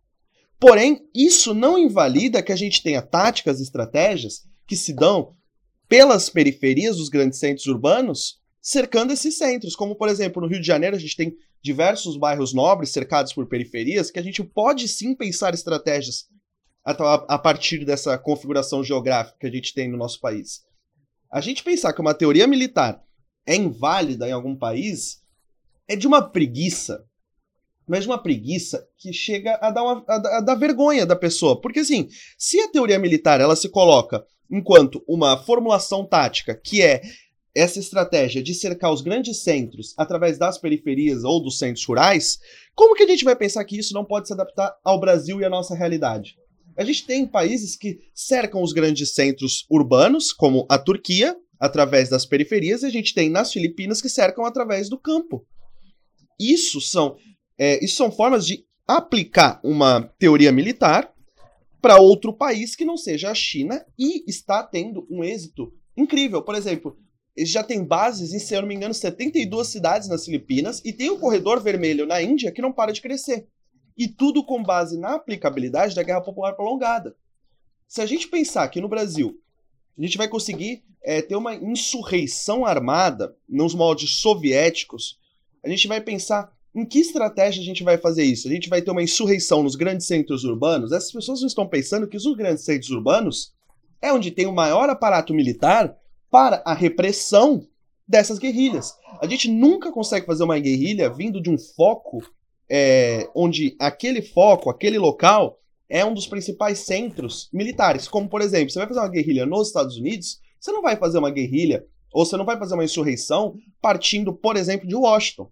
Speaker 2: Porém, isso não invalida que a gente tenha táticas e estratégias que se dão pelas periferias dos grandes centros urbanos, cercando esses centros. Como, por exemplo, no Rio de Janeiro, a gente tem diversos bairros nobres cercados por periferias, que a gente pode sim pensar estratégias a, a partir dessa configuração geográfica que a gente tem no nosso país. A gente pensar que uma teoria militar é inválida em algum país é de uma preguiça, mas de uma preguiça que chega a dar, uma, a, a dar vergonha da pessoa. Porque, assim, se a teoria militar ela se coloca enquanto uma formulação tática, que é essa estratégia de cercar os grandes centros através das periferias ou dos centros rurais, como que a gente vai pensar que isso não pode se adaptar ao Brasil e à nossa realidade? A gente tem países que cercam os grandes centros urbanos, como a Turquia, através das periferias, e a gente tem nas Filipinas que cercam através do campo. Isso são, é, isso são formas de aplicar uma teoria militar para outro país que não seja a China e está tendo um êxito incrível. Por exemplo, eles já têm bases em, se eu não me engano, setenta e duas cidades nas Filipinas e tem o Corredor Vermelho na Índia que não para de crescer. E tudo com base na aplicabilidade da Guerra Popular Prolongada. Se a gente pensar que no Brasil a gente vai conseguir é, ter uma insurreição armada nos moldes soviéticos, a gente vai pensar em que estratégia a gente vai fazer isso. A gente vai ter uma insurreição nos grandes centros urbanos. Essas pessoas não estão pensando que os grandes centros urbanos é onde tem o maior aparato militar para a repressão dessas guerrilhas. A gente nunca consegue fazer uma guerrilha vindo de um foco É, onde aquele foco, aquele local, é um dos principais centros militares. Como, por exemplo, você vai fazer uma guerrilha nos Estados Unidos, você não vai fazer uma guerrilha, ou você não vai fazer uma insurreição partindo, por exemplo, de Washington.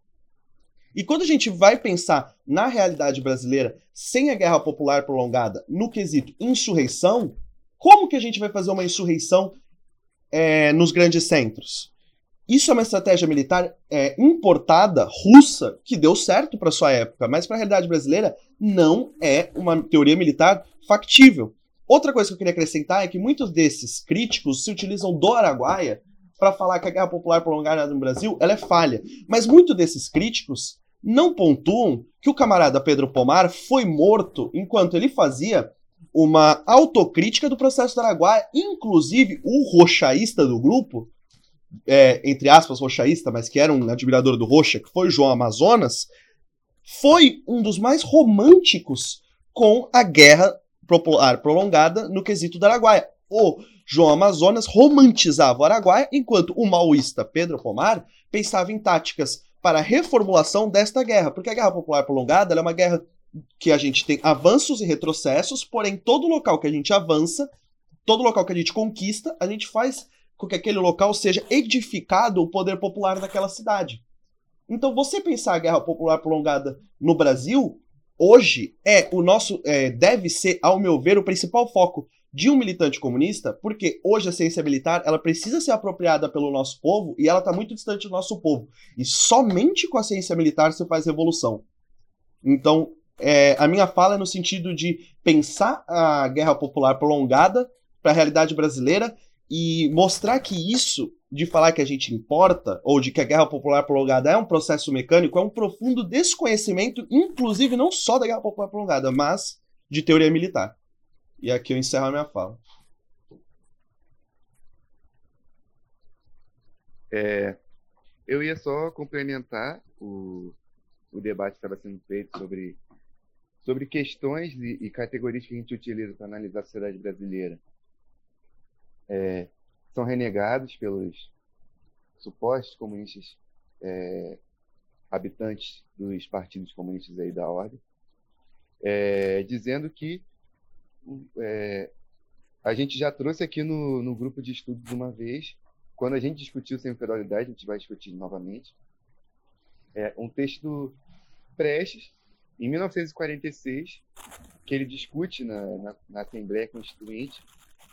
Speaker 2: E quando a gente vai pensar na realidade brasileira, sem a Guerra Popular Prolongada, no quesito insurreição, como que a gente vai fazer uma insurreição é, nos grandes centros? Isso é uma estratégia militar é, importada, russa, que deu certo para sua época, mas para a realidade brasileira não é uma teoria militar factível. Outra coisa que eu queria acrescentar é que muitos desses críticos se utilizam do Araguaia para falar que a Guerra Popular Prolongada no Brasil ela é falha. Mas muitos desses críticos não pontuam que o camarada Pedro Pomar foi morto enquanto ele fazia uma autocrítica do processo do Araguaia. Inclusive, o rochaísta do grupo, É, entre aspas, rochaísta, mas que era um admirador do Rocha, que foi o João Amazonas, foi um dos mais românticos com a Guerra Popular Prolongada no quesito do Araguaia. O João Amazonas romantizava o Araguaia, enquanto o maoísta Pedro Pomar pensava em táticas para a reformulação desta guerra, porque a Guerra Popular Prolongada ela é uma guerra que a gente tem avanços e retrocessos, porém todo local que a gente avança, todo local que a gente conquista, a gente faz com que aquele local seja edificado o poder popular daquela cidade. Então, você pensar a Guerra Popular Prolongada no Brasil, hoje, é o nosso é, deve ser, ao meu ver, o principal foco de um militante comunista, porque hoje a ciência militar ela precisa ser apropriada pelo nosso povo e ela está muito distante do nosso povo. E somente com a ciência militar se faz revolução. Então, é, a minha fala é no sentido de pensar a Guerra Popular Prolongada para a realidade brasileira e mostrar que isso, de falar que a gente importa, ou de que a Guerra Popular Prolongada é um processo mecânico, é um profundo desconhecimento, inclusive não só da Guerra Popular Prolongada, mas de teoria militar. E aqui eu encerro a minha fala.
Speaker 1: É, eu ia só complementar o, o debate que estava sendo feito sobre, sobre questões e, e categorias que a gente utiliza para analisar a sociedade brasileira. É, são renegados pelos supostos comunistas é, habitantes dos partidos comunistas aí da ordem, é, dizendo que é, a gente já trouxe aqui no, no grupo de estudos uma vez, quando a gente discutiu semi-feudalidade, a gente vai discutir novamente, é, um texto do Prestes, em mil novecentos e quarenta e seis, que ele discute na, na, na Assembleia Constituinte,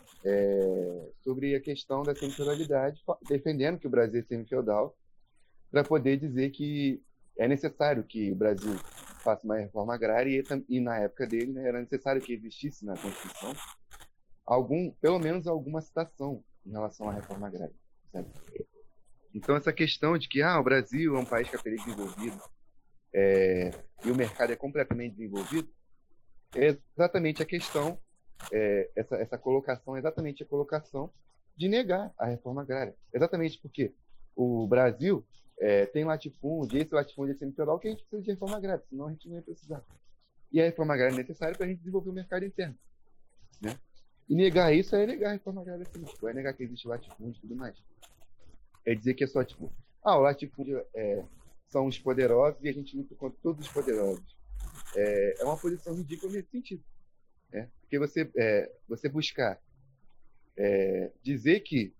Speaker 1: É, sobre a questão da semi-feudalidade, defendendo que o Brasil é semi-feudal, para poder dizer que é necessário que o Brasil faça uma reforma agrária e, e na época dele, né, era necessário que existisse na Constituição algum, pelo menos alguma citação em relação à reforma agrária. Sabe? Então essa questão de que ah, o Brasil é um país capitalista desenvolvido é, e o mercado é completamente desenvolvido é exatamente a questão, é, essa, essa colocação, é exatamente a colocação de negar a reforma agrária. Exatamente porque o Brasil é, tem latifúndio, esse latifúndio é semi-feudal, que a gente precisa de reforma agrária, senão a gente não ia precisar. E a reforma agrária é necessária para a gente desenvolver o mercado interno. Né? E negar isso é negar a reforma agrária, assim, tipo, é negar que existe latifúndio e tudo mais. É dizer que é só, tipo, ah, o latifúndio é, são os poderosos e a gente luta contra todos os poderosos. É, é uma posição ridícula nesse sentido. Né? Porque você, é, você buscar é, dizer que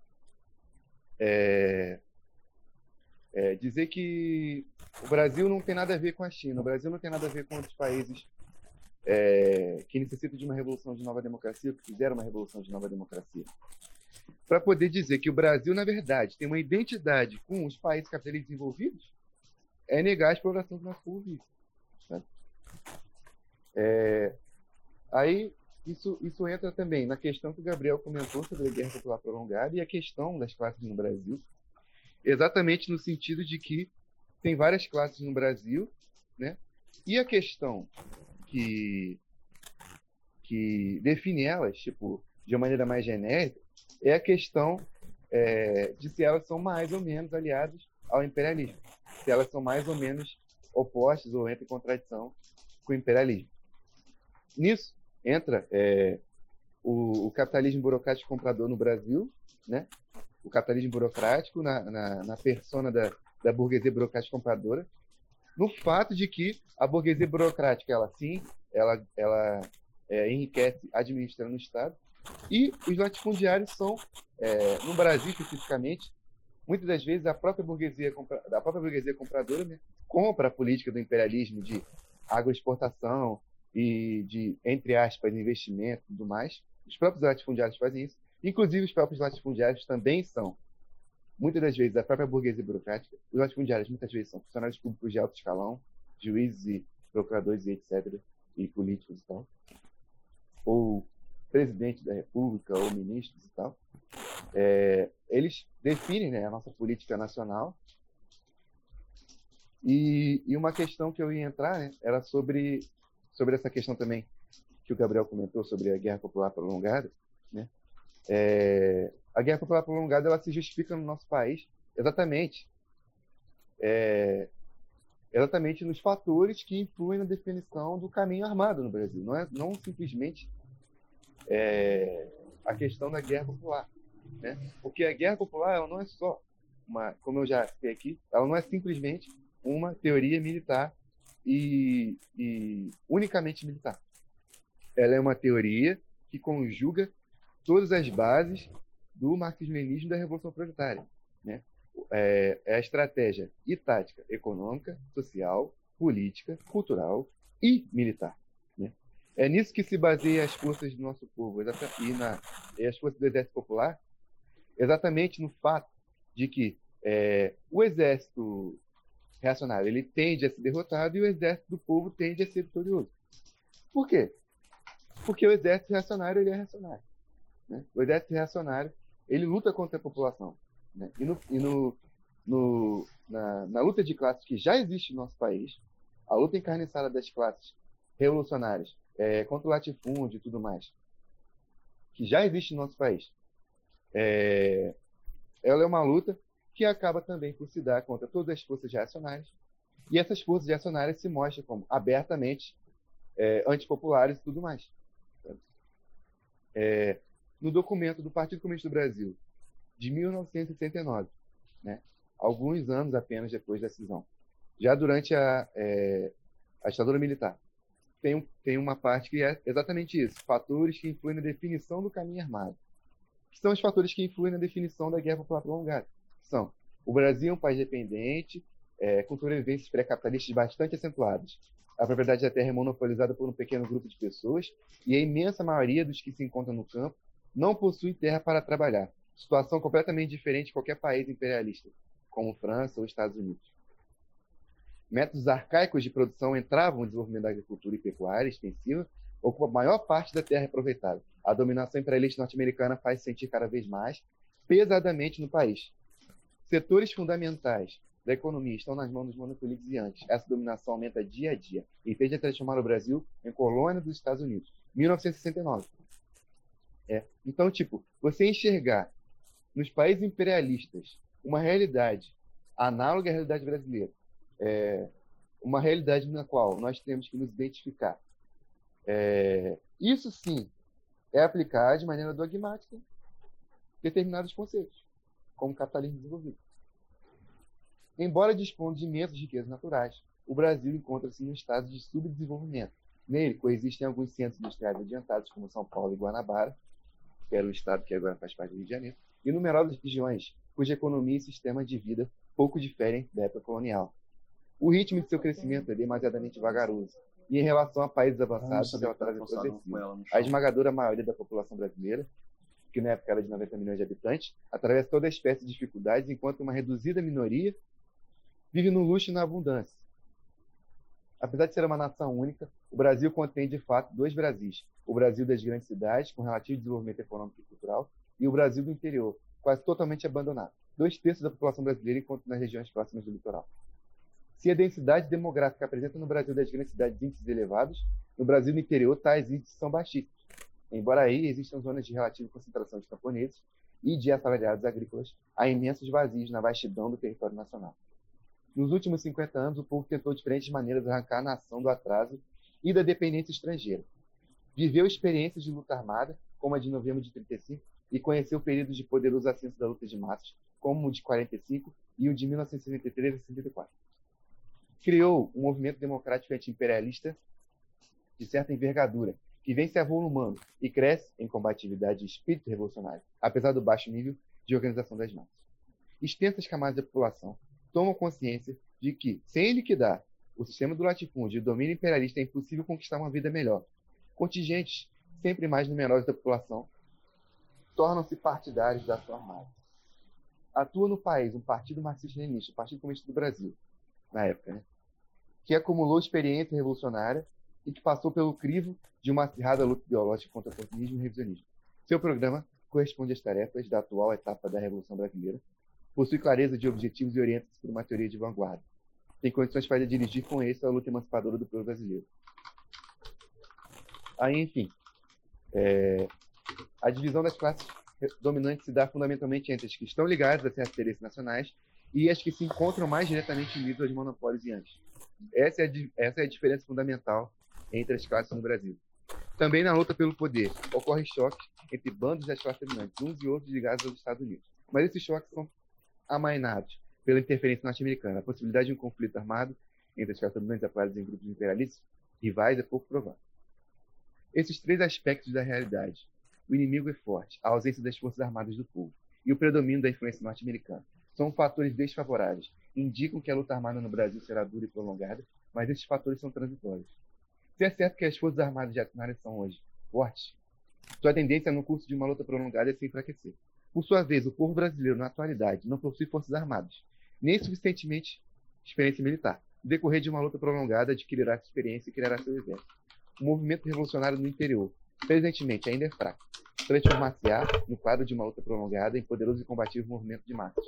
Speaker 1: é, é, dizer que o Brasil não tem nada a ver com a China, o Brasil não tem nada a ver com outros países é, que necessitam de uma revolução de nova democracia, que fizeram uma revolução de nova democracia. Para poder dizer que o Brasil, na verdade, tem uma identidade com os países capitalistas desenvolvidos, é negar a exploração do nosso povo vivo. Sabe? É, aí, isso, isso entra também na questão que o Gabriel comentou sobre a guerra popular prolongada e a questão das classes no Brasil, exatamente no sentido de que tem várias classes no Brasil, né? E a questão que, que define elas, tipo, de uma maneira mais genérica, é a questão é, de se elas são mais ou menos aliadas ao imperialismo, se elas são mais ou menos opostas ou entram em contradição com o imperialismo. Nisso entra é, o, o capitalismo burocrático comprador no Brasil, né? O capitalismo burocrático na, na, na persona da, da burguesia burocrática compradora, no fato de que a burguesia burocrática, ela sim, ela, ela é, enriquece administrando o Estado, e os latifundiários são, é, no Brasil especificamente, muitas das vezes a própria burguesia, compra, a própria burguesia compradora, né, compra a política do imperialismo de agroexportação e de, entre aspas, investimento e tudo mais. Os próprios latifundiários fazem isso. Inclusive, os próprios latifundiários também são, muitas das vezes, a própria burguesia burocrática. Os latifundiários, muitas vezes, são funcionários públicos de alto escalão, juízes e procuradores e etcétera, e políticos e tal. Ou presidente da República, ou ministros e tal. É, eles definem, né, a nossa política nacional. E, e uma questão que eu ia entrar, né, era sobre, sobre essa questão também que o Gabriel comentou sobre a guerra popular prolongada, né? É, a guerra popular prolongada, ela se justifica no nosso país exatamente é, exatamente nos fatores que influem na definição do caminho armado no Brasil. Não é não simplesmente é, a questão da guerra popular, né? Porque a guerra popular, ela não é só uma, como eu já citei aqui, ela não é simplesmente uma teoria militar e, e unicamente militar. Ela é uma teoria que conjuga todas as bases do marxismo-leninismo da Revolução Proletária, né? É, é a estratégia e tática econômica, social, política, cultural e militar, né? É nisso que se baseia as forças do nosso povo e, na, e as forças do Exército Popular, exatamente no fato de que é, o Exército reacionário ele tende a ser derrotado e o Exército do Povo tende a ser vitorioso. Por quê? Porque o Exército reacionário ele é reacionário. Né? O exército reacionário ele luta contra a população, né? E, no, e no, no, na, na luta de classes que já existe no nosso país, a luta encarniçada das classes revolucionárias é, contra o latifúndio e tudo mais, que já existe no nosso país, é, ela é uma luta que acaba também por se dar contra todas as forças reacionárias, e essas forças reacionárias se mostram como abertamente é, antipopulares e tudo mais. É, no documento do Partido Comunista do Brasil, de mil novecentos e setenta e nove, né, alguns anos apenas depois da cisão, já durante a, é, a ditadura militar, tem, um, tem uma parte que é exatamente isso, fatores que influem na definição do caminho armado, que são os fatores que influem na definição da guerra popular prolongada. São, o Brasil é um país dependente, é, com sobrevivências pré-capitalistas bastante acentuadas. A propriedade da terra é monopolizada por um pequeno grupo de pessoas e a imensa maioria dos que se encontram no campo não possui terra para trabalhar. Situação completamente diferente de qualquer país imperialista, como França ou Estados Unidos. Métodos arcaicos de produção entravam no desenvolvimento da agricultura e pecuária extensiva, ocupa a maior parte da terra aproveitada. A dominação imperialista norte-americana faz se sentir cada vez mais pesadamente no país. Setores fundamentais da economia estão nas mãos dos monopolizantes. Essa dominação aumenta dia a dia e fez de transformar o Brasil em colônia dos Estados Unidos. mil novecentos e sessenta e nove. É. Então, tipo, você enxergar nos países imperialistas uma realidade análoga à realidade brasileira, é, uma realidade na qual nós temos que nos identificar. É, isso sim é aplicar de maneira dogmática determinados conceitos, como capitalismo desenvolvido. Embora disponha de imensas riquezas naturais, o Brasil encontra-se em um estado de subdesenvolvimento. Nele coexistem alguns centros industriais adiantados, como São Paulo e Guanabara, que era o estado que agora faz parte do Rio de Janeiro, e numerosas regiões cuja economia e sistema de vida pouco diferem da época colonial. O ritmo de seu crescimento é demasiadamente vagaroso, e em relação a países avançados, seu atraso é progressivo. A esmagadora maioria da população brasileira, que na época era de noventa milhões de habitantes, atravessa toda espécie de dificuldades, enquanto uma reduzida minoria vive no luxo e na abundância. Apesar de ser uma nação única, o Brasil contém, de fato, dois Brasis. O Brasil das grandes cidades, com relativo desenvolvimento econômico e cultural, e o Brasil do interior, quase totalmente abandonado. Dois terços da população brasileira encontram nas regiões próximas do litoral. Se a densidade demográfica apresenta no Brasil das grandes cidades índices elevados, no Brasil do interior tais índices são baixíssimos. Embora aí existam zonas de relativa concentração de camponeses e de assalariados agrícolas, há imensos vazios na vastidão do território nacional. Nos últimos cinquenta anos, o povo tentou diferentes maneiras de arrancar a nação do atraso e da dependência estrangeira. Viveu experiências de luta armada, como a de novembro de trinta e cinco, e conheceu períodos de poderoso ascenso da luta de massas, como o de quarenta e cinco e o de mil novecentos e sessenta e três a sessenta e quatro. Criou um movimento democrático anti-imperialista de certa envergadura, que vem se avolumando e cresce em combatividade e espírito revolucionário, apesar do baixo nível de organização das massas. Extensas camadas da população tomam consciência de que, sem liquidar o sistema do latifúndio e o domínio imperialista, é impossível conquistar uma vida melhor. Contingentes sempre mais numerosos da população tornam-se partidários da ação armada. Atua no país um partido marxista-leninista, o Partido Comunista do Brasil, na época, né? Que acumulou experiência revolucionária e que passou pelo crivo de uma acirrada luta ideológica contra o oportunismo e o revisionismo. Seu programa corresponde às tarefas da atual etapa da Revolução Brasileira, possui clareza de objetivos e orienta-se por uma teoria de vanguarda. Tem condições para dirigir com êxito a luta emancipadora do povo brasileiro. Aí, enfim, é, a divisão das classes dominantes se dá fundamentalmente entre as que estão ligadas a certos interesses nacionais e as que se encontram mais diretamente unidas aos monopólios e antes. Essa é, a, essa é a diferença fundamental entre as classes no Brasil. Também na luta pelo poder, ocorre choque entre bandos das classes dominantes, uns e outros ligados aos Estados Unidos. Mas esses choques são amainados pela interferência norte-americana. A possibilidade de um conflito armado entre as classes dominantes apoiadas em grupos imperialistas rivais é pouco provável. Esses três aspectos da realidade, o inimigo é forte, a ausência das forças armadas do povo e o predomínio da influência norte-americana, são fatores desfavoráveis, indicam que a luta armada no Brasil será dura e prolongada, mas esses fatores são transitórios. Se é certo que as forças armadas reacionárias são hoje fortes, sua tendência no curso de uma luta prolongada é se enfraquecer. Por sua vez, o povo brasileiro, na atualidade, não possui forças armadas, nem suficientemente experiência militar. No decorrer de uma luta prolongada, adquirirá essa experiência e criará seu exército. O movimento revolucionário no interior, presentemente, ainda é fraco. Transformar-se-á, no quadro de uma luta prolongada, em poderoso e combativo movimento de massas.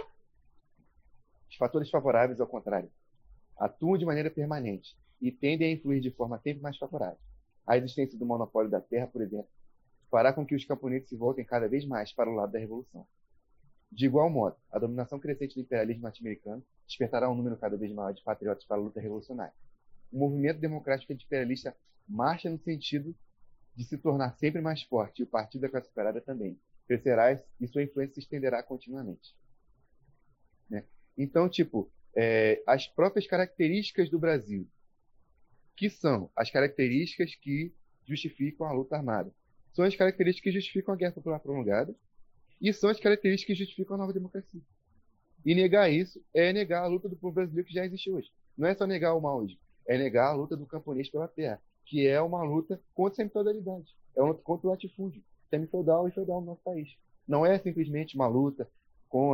Speaker 1: Os fatores favoráveis, ao contrário, atuam de maneira permanente e tendem a influir de forma sempre mais favorável. A existência do monopólio da terra, por exemplo, fará com que os camponeses se voltem cada vez mais para o lado da revolução. De igual modo, a dominação crescente do imperialismo norte-americano despertará um número cada vez maior de patriotas para a luta revolucionária. O movimento democrático anti-imperialista marcha no sentido de se tornar sempre mais forte, e o Partido da Classe Operária também. Crescerá e sua influência se estenderá continuamente. Né? Então, tipo, é, as próprias características do Brasil, que são as características que justificam a luta armada, são as características que justificam a guerra popular prolongada e são as características que justificam a nova democracia. E negar isso é negar a luta do povo brasileiro que já existe hoje. Não é só negar o maoísmo, é negar a luta do camponês pela terra, que é uma luta contra a semifeudalidade, é uma luta contra o latifúndio, semifeudal e feudal no nosso país. Não é simplesmente uma luta contra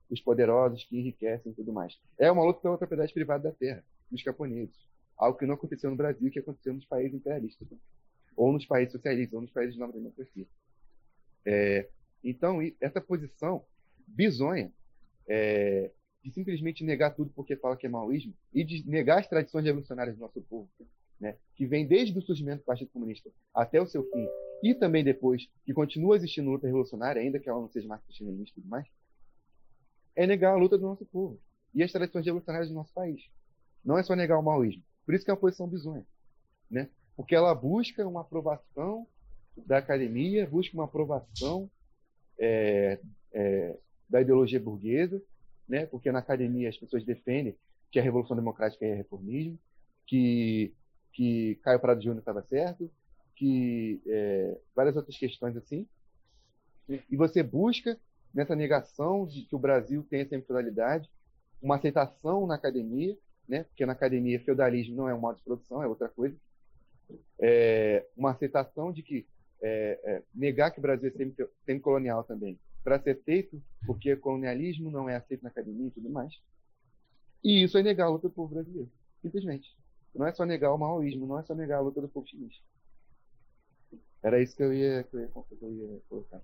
Speaker 1: os poderosos que enriquecem e tudo mais. É uma luta pela propriedade privada da terra, dos camponeses. Algo que não aconteceu no Brasil, que aconteceu nos países imperialistas, ou nos países socialistas, ou nos países de nova democracia. É, então, essa posição bizonha é, de simplesmente negar tudo porque fala que é maoísmo e de negar as tradições revolucionárias do nosso povo, né, que vem desde o surgimento do Partido Comunista até o seu fim, e também depois, que continua existindo luta revolucionária, ainda que ela não seja marxista-leninista e tudo mais, é negar a luta do nosso povo e as tradições revolucionárias do nosso país. Não é só negar o maoísmo. Por isso que é uma posição bizonha, né? Porque ela busca uma aprovação da academia, busca uma aprovação é, é, da ideologia burguesa, né? Porque na academia as pessoas defendem que a Revolução Democrática é reformismo, que, que Caio Prado Júnior estava certo, que é, várias outras questões assim. E você busca, nessa negação de que o Brasil tem essa imperialidade, uma aceitação na academia, né? Porque na academia feudalismo não é um modo de produção, é outra coisa. É, uma aceitação de que é, é, negar que o Brasil é semicolonial também, para ser feito, porque colonialismo não é aceito na academia e tudo mais. E isso é negar a luta do povo brasileiro, simplesmente. Não é só negar o maoísmo, não é só negar a luta do povo chinês. Era isso que eu ia, que eu ia, que eu ia colocar.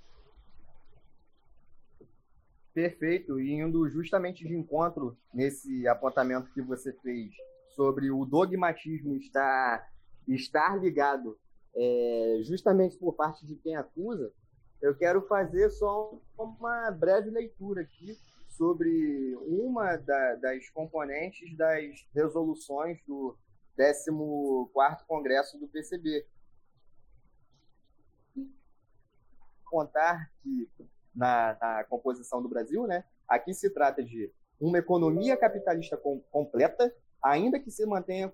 Speaker 3: Perfeito, e indo justamente de encontro nesse apontamento que você fez sobre o dogmatismo estar, estar ligado é, justamente por parte de quem acusa, eu quero fazer só uma breve leitura aqui sobre uma da, das componentes das resoluções do décimo quarto Congresso do P C B. Contar que Na, na composição do Brasil, né? Aqui se trata de uma economia capitalista com, completa, ainda que se mantenha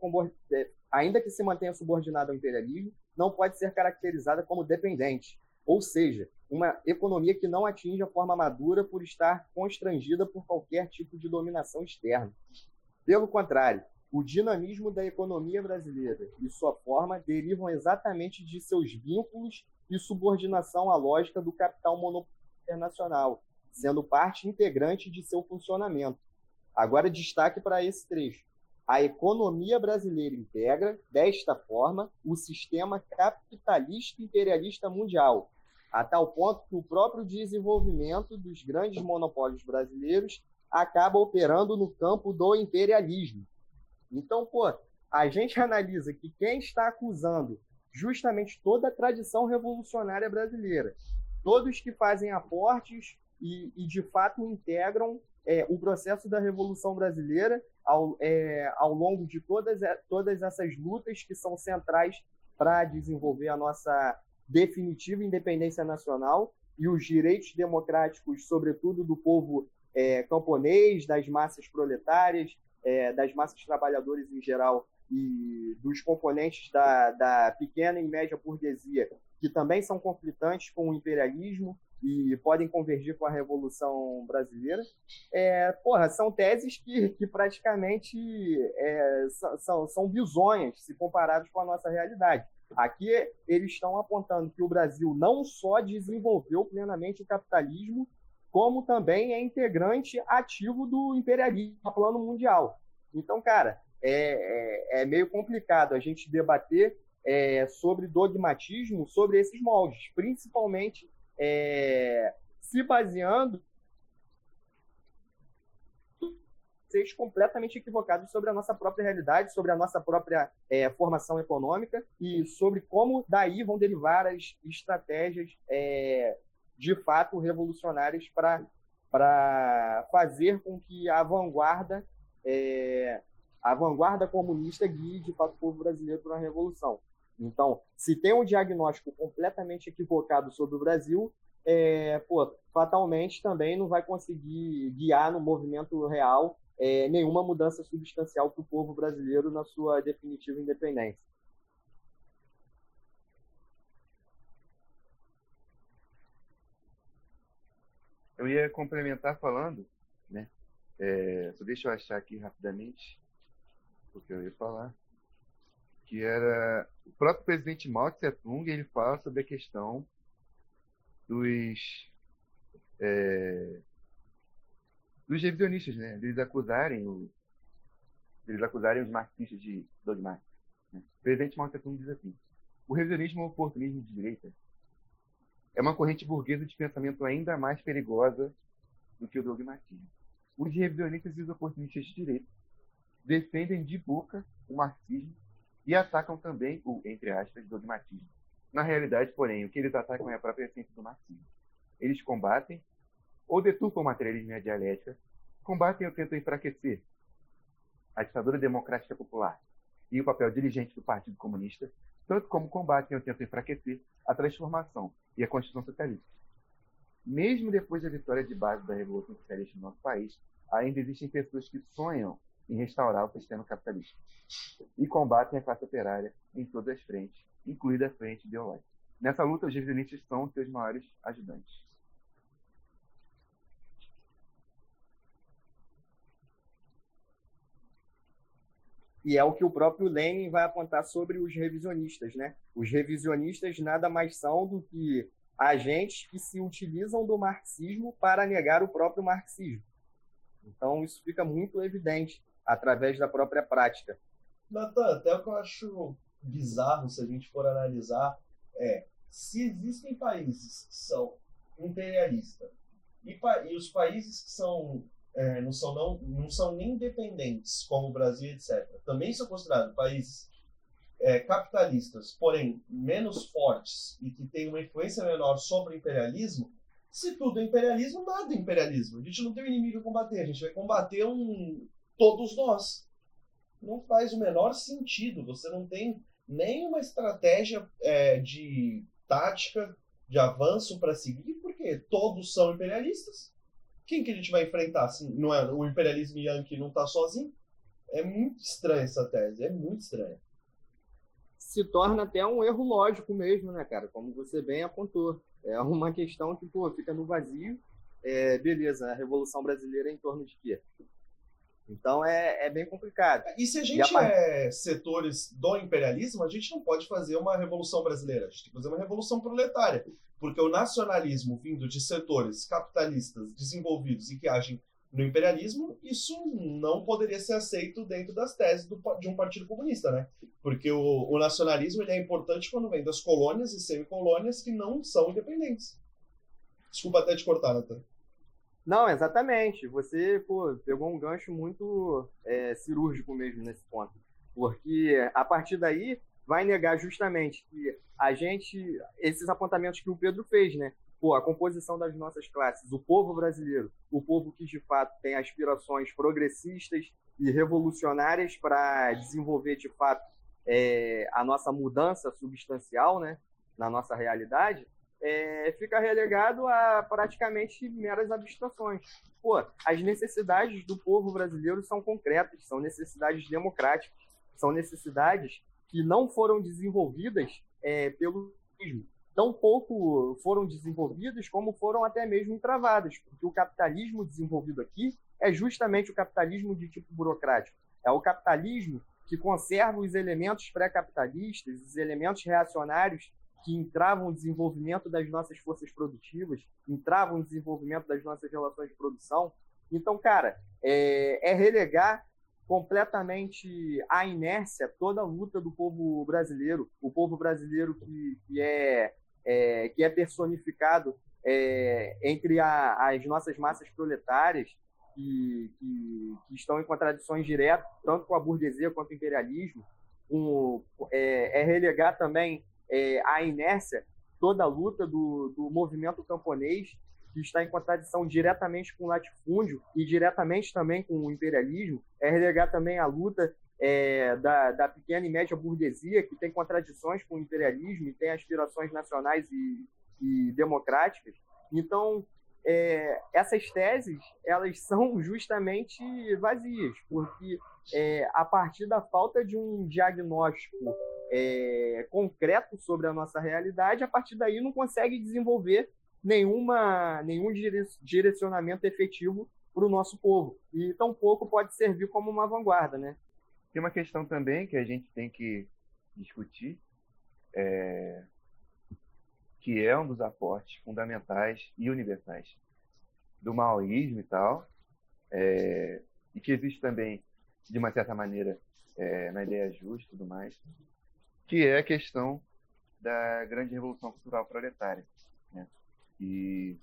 Speaker 3: ainda que se mantenha subordinada ao imperialismo, não pode ser caracterizada como dependente, ou seja, uma economia que não atinge a forma madura por estar constrangida por qualquer tipo de dominação externa. Pelo contrário, o dinamismo da economia brasileira e sua forma derivam exatamente de seus vínculos e subordinação à lógica do capital monopolista internacional, sendo parte integrante de seu funcionamento. Agora, destaque para esse trecho. A economia brasileira integra, desta forma, o sistema capitalista imperialista mundial, a tal ponto que o próprio desenvolvimento dos grandes monopólios brasileiros acaba operando no campo do imperialismo. Então, pô, a gente analisa que quem está acusando justamente toda a tradição revolucionária brasileira, todos que fazem aportes e, e de fato, integram é, o processo da Revolução Brasileira ao, é, ao longo de todas, todas essas lutas que são centrais para desenvolver a nossa definitiva independência nacional e os direitos democráticos, sobretudo do povo é, camponês, das massas proletárias, é, das massas trabalhadoras em geral e dos componentes da, da pequena e média burguesia, que também são conflitantes com o imperialismo e podem convergir com a Revolução Brasileira. É, porra, são teses que, que praticamente é, são, são bizonhas se comparadas com a nossa realidade. Aqui eles estão apontando que o Brasil não só desenvolveu plenamente o capitalismo, como também é integrante ativo do imperialismo a plano mundial. Então, cara, é, é, é meio complicado a gente debater É, sobre dogmatismo, sobre esses moldes, principalmente é, se baseando vocês completamente equivocados sobre a nossa própria realidade, sobre a nossa própria é, formação econômica e sobre como daí vão derivar as estratégias é, de fato revolucionárias para fazer com que a vanguarda é, a vanguarda comunista guie de fato o povo brasileiro para a revolução. Então, se tem um diagnóstico completamente equivocado sobre o Brasil, é, pô, fatalmente também não vai conseguir guiar no movimento real é, nenhuma mudança substancial para o povo brasileiro na sua definitiva independência.
Speaker 1: Eu ia complementar falando, né? É, só deixa eu achar aqui rapidamente o que eu ia falar. Que era o próprio presidente Mao Tse-tung, ele fala sobre a questão dos é, dos revisionistas, né? Eles acusarem, o, eles acusarem os marxistas de dogmáticos. Né? O presidente Mao Tse-tung diz assim: o revisionismo ou oportunismo de direita é uma corrente burguesa de pensamento ainda mais perigosa do que o dogmatismo. Os revisionistas e os oportunistas de direita defendem de boca o marxismo e atacam também o, entre aspas, dogmatismo. Na realidade, porém, o que eles atacam é a própria essência do marxismo. Eles combatem ou deturpam o materialismo e a dialética, combatem ou tentam enfraquecer a ditadura democrática popular e o papel dirigente do Partido Comunista, tanto como combatem ou tentam enfraquecer a transformação e a Constituição Socialista. Mesmo depois da vitória de base da Revolução Socialista no nosso país, ainda existem pessoas que sonham em restaurar o sistema capitalista e combatem a classe operária em todas as frentes, incluída a frente ideológica. Nessa luta, os revisionistas são os seus maiores ajudantes.
Speaker 3: E é o que o próprio Lenin vai apontar sobre os revisionistas, né? Os revisionistas nada mais são do que agentes que se utilizam do marxismo para negar o próprio marxismo. Então, isso fica muito evidente através da própria prática.
Speaker 2: Natan, até o que eu acho bizarro, se a gente for analisar, é se existem países que são imperialistas e, pa e os países que são, é, não, são não, não são nem independentes, como o Brasil, etcétera, também são considerados países é, capitalistas, porém menos fortes e que têm uma influência menor sobre o imperialismo. Se tudo é imperialismo, nada é imperialismo. A gente não tem um inimigo a combater, a gente vai combater um, todos nós. Não faz o menor sentido. Você não tem nenhuma estratégia é, de tática, de avanço para seguir, porque todos são imperialistas. Quem que a gente vai enfrentar? Assim, não é, o imperialismo yankee não está sozinho? É muito estranha essa tese, é muito estranha.
Speaker 3: Se torna até um erro lógico mesmo, né, cara? Como você bem apontou. É uma questão que, pô, fica no vazio. É, beleza, a Revolução Brasileira é em torno de quê? Então é, é bem complicado.
Speaker 2: E se a gente a part... é setores do imperialismo, a gente não pode fazer uma Revolução Brasileira. A gente tem que fazer uma Revolução Proletária. Porque o nacionalismo vindo de setores capitalistas desenvolvidos e que agem no imperialismo, isso não poderia ser aceito dentro das teses do, de um partido comunista, né? Porque o, o nacionalismo ele é importante quando vem das colônias e semicolônias que não são independentes. Desculpa até te cortar, Natan.
Speaker 3: Não, exatamente. Você pô, pegou um gancho muito é, cirúrgico mesmo nesse ponto. Porque a partir daí vai negar justamente que a gente, esses apontamentos que o Pedro fez, né? Pô, a composição das nossas classes, o povo brasileiro, o povo que de fato tem aspirações progressistas e revolucionárias para desenvolver de fato é, a nossa mudança substancial, né, na nossa realidade, é, fica relegado a praticamente meras abstrações. Pô, as necessidades do povo brasileiro são concretas, são necessidades democráticas, são necessidades que não foram desenvolvidas é, pelo comunismo. Tão pouco foram desenvolvidas como foram até mesmo travadas, porque o capitalismo desenvolvido aqui é justamente o capitalismo de tipo burocrático. É o capitalismo que conserva os elementos pré-capitalistas, os elementos reacionários que entravam o desenvolvimento das nossas forças produtivas, entravam o desenvolvimento das nossas relações de produção. Então, cara, é, é relegar completamente à inércia toda a luta do povo brasileiro, o povo brasileiro que, que, é, é, que é personificado é, entre a, as nossas massas proletárias, que, que, que estão em contradições diretas, tanto com a burguesia quanto com o imperialismo. Um, é, é relegar também é, à inércia toda a luta do, do movimento camponês, que está em contradição diretamente com o latifúndio e diretamente também com o imperialismo. É relegar também a luta é, da, da pequena e média burguesia, que tem contradições com o imperialismo e tem aspirações nacionais e, e democráticas. Então, é, essas teses, elas são justamente vazias, porque é, a partir da falta de um diagnóstico é, concreto sobre a nossa realidade, a partir daí não consegue desenvolver nenhuma, nenhum direcionamento efetivo para o nosso povo. E tampouco pode servir como uma vanguarda, né?
Speaker 1: Tem uma questão também que a gente tem que discutir, é... que é um dos aportes fundamentais e universais do maoísmo e tal, é, e que existe também, de uma certa maneira, é, na ideia justa e tudo mais, que é a questão da grande revolução cultural proletária, né? E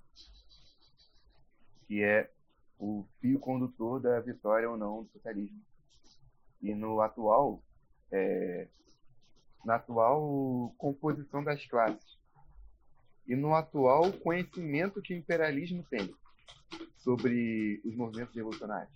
Speaker 1: que é o fio condutor da vitória ou não do socialismo. E no atual, é, na atual composição das classes e no atual conhecimento que o imperialismo tem sobre os movimentos revolucionários.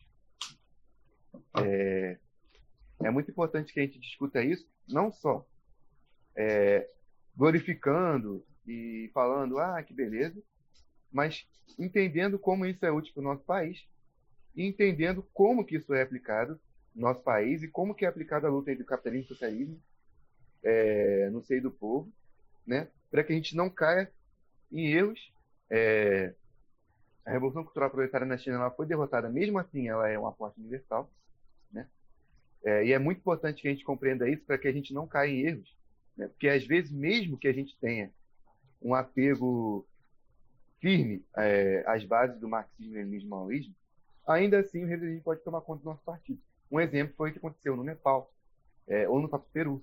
Speaker 1: É, é muito importante que a gente discuta isso, não só é, glorificando e falando, ah, que beleza, mas entendendo como isso é útil para o nosso país e entendendo como que isso é aplicado no nosso país e como que é aplicada a luta entre o capitalismo e o socialismo é, no seio do povo, né? Para que a gente não caia em erros. É, a Revolução Cultural Proletária na China ela foi derrotada, mesmo assim ela é um aporte universal, né? É, e é muito importante que a gente compreenda isso para que a gente não caia em erros, né? Porque às vezes, mesmo que a gente tenha um apego firme é, às bases do marxismo, leninismo e maoísmo, ainda assim o revisionismo pode tomar conta do nosso partido. Um exemplo foi o que aconteceu no Nepal, é, ou no próprio Peru.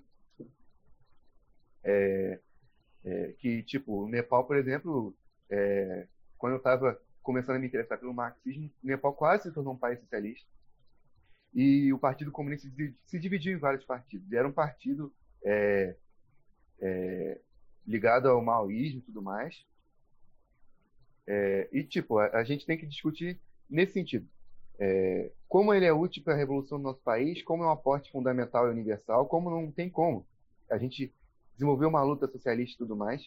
Speaker 1: É, é, que, tipo, o Nepal, por exemplo, é, quando eu estava começando a me interessar pelo marxismo, o Nepal quase se tornou um país socialista. E o Partido Comunista se dividiu em vários partidos. E era um partido é, é, ligado ao maoísmo e tudo mais. É, e, tipo, a, a gente tem que discutir nesse sentido. É, como ele é útil para a revolução do nosso país, como é um aporte fundamental e universal, como não tem como a gente desenvolver uma luta socialista e tudo mais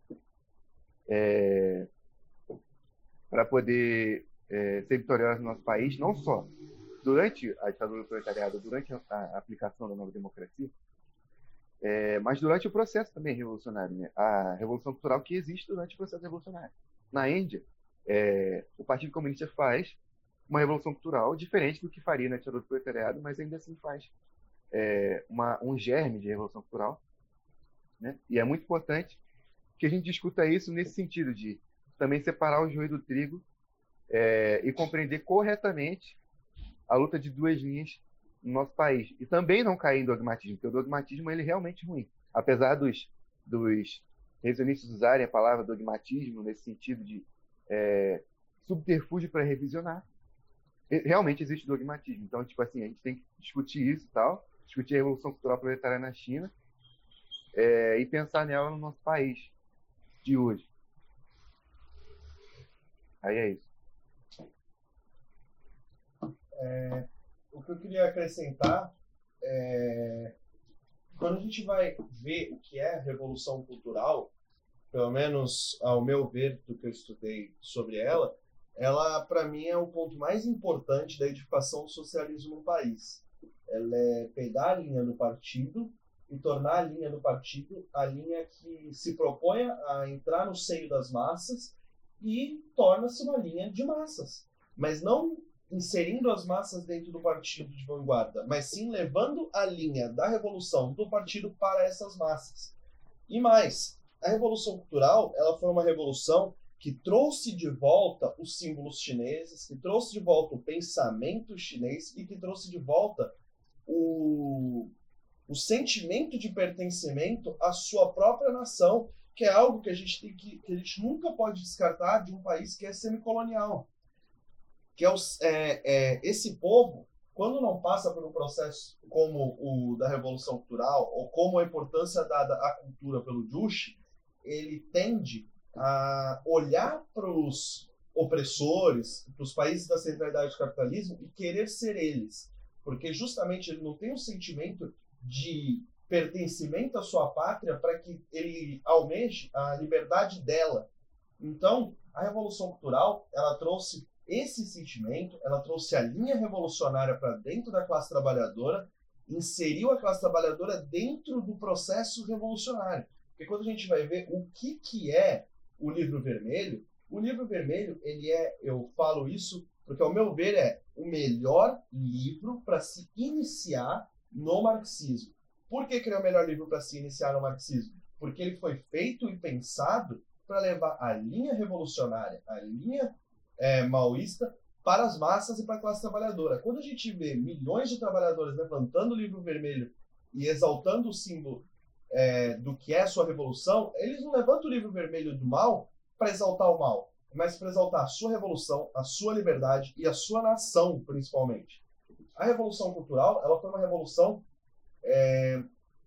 Speaker 1: é, para poder é, ser vitorioso no nosso país, não só durante a ditadura do proletariado, durante a, a aplicação da nova democracia, é, mas durante o processo também revolucionário, né? A revolução cultural que existe durante o processo revolucionário. Na Índia, é, o Partido Comunista faz uma revolução cultural diferente do que faria na ditadura do proletariado, mas ainda assim faz é, uma, um germe de revolução cultural, né? E é muito importante que a gente discuta isso nesse sentido de também separar o joio do trigo é, e compreender corretamente a luta de duas linhas no nosso país. E também não cair em dogmatismo, porque o dogmatismo ele é realmente ruim. Apesar dos, dos revisionistas usarem a palavra dogmatismo nesse sentido de é, subterfúgio para revisionar, realmente existe dogmatismo. Então, tipo assim, a gente tem que discutir isso e tal, discutir a Revolução Cultural Proletária na China é, e pensar nela no nosso país de hoje. Aí é isso.
Speaker 2: É, o que eu queria acrescentar é quando a gente vai ver o que é Revolução Cultural, pelo menos ao meu ver do que eu estudei sobre ela, ela, para mim, é o ponto mais importante da edificação do socialismo no país. Ela é pegar a linha do partido e tornar a linha do partido a linha que se propõe a entrar no seio das massas e torna-se uma linha de massas. Mas não inserindo as massas dentro do partido de vanguarda, mas sim levando a linha da revolução do partido para essas massas. E mais, a Revolução Cultural ela foi uma revolução que trouxe de volta os símbolos chineses, que trouxe de volta o pensamento chinês e que trouxe de volta o, o sentimento de pertencimento à sua própria nação, que é algo que a gente tem que, que a gente nunca pode descartar de um país que é semicolonial. Que é, os, é, é esse povo, quando não passa por um processo como o da Revolução Cultural, ou como a importância dada à cultura pelo Juche, ele tende a olhar para os opressores, para os países da centralidade do capitalismo e querer ser eles. Porque justamente ele não tem um sentimento de pertencimento à sua pátria para que ele almeje a liberdade dela. Então, a Revolução Cultural, ela trouxe esse sentimento, ela trouxe a linha revolucionária para dentro da classe trabalhadora, inseriu a classe trabalhadora dentro do processo revolucionário. Porque quando a gente vai ver o que, que é o Livro Vermelho, o Livro Vermelho, ele é, eu falo isso porque, ao meu ver, é o melhor livro para se iniciar no marxismo. Por que, que ele é o melhor livro para se iniciar no marxismo? Porque ele foi feito e pensado para levar a linha revolucionária, a linha É, maoísta para as massas e para a classe trabalhadora. Quando a gente vê milhões de trabalhadores levantando o livro vermelho e exaltando o símbolo é, do que é a sua revolução, eles não levantam o livro vermelho do mal para exaltar o mal, mas para exaltar a sua revolução, a sua liberdade e a sua nação, principalmente. A Revolução Cultural, ela foi uma revolução... É,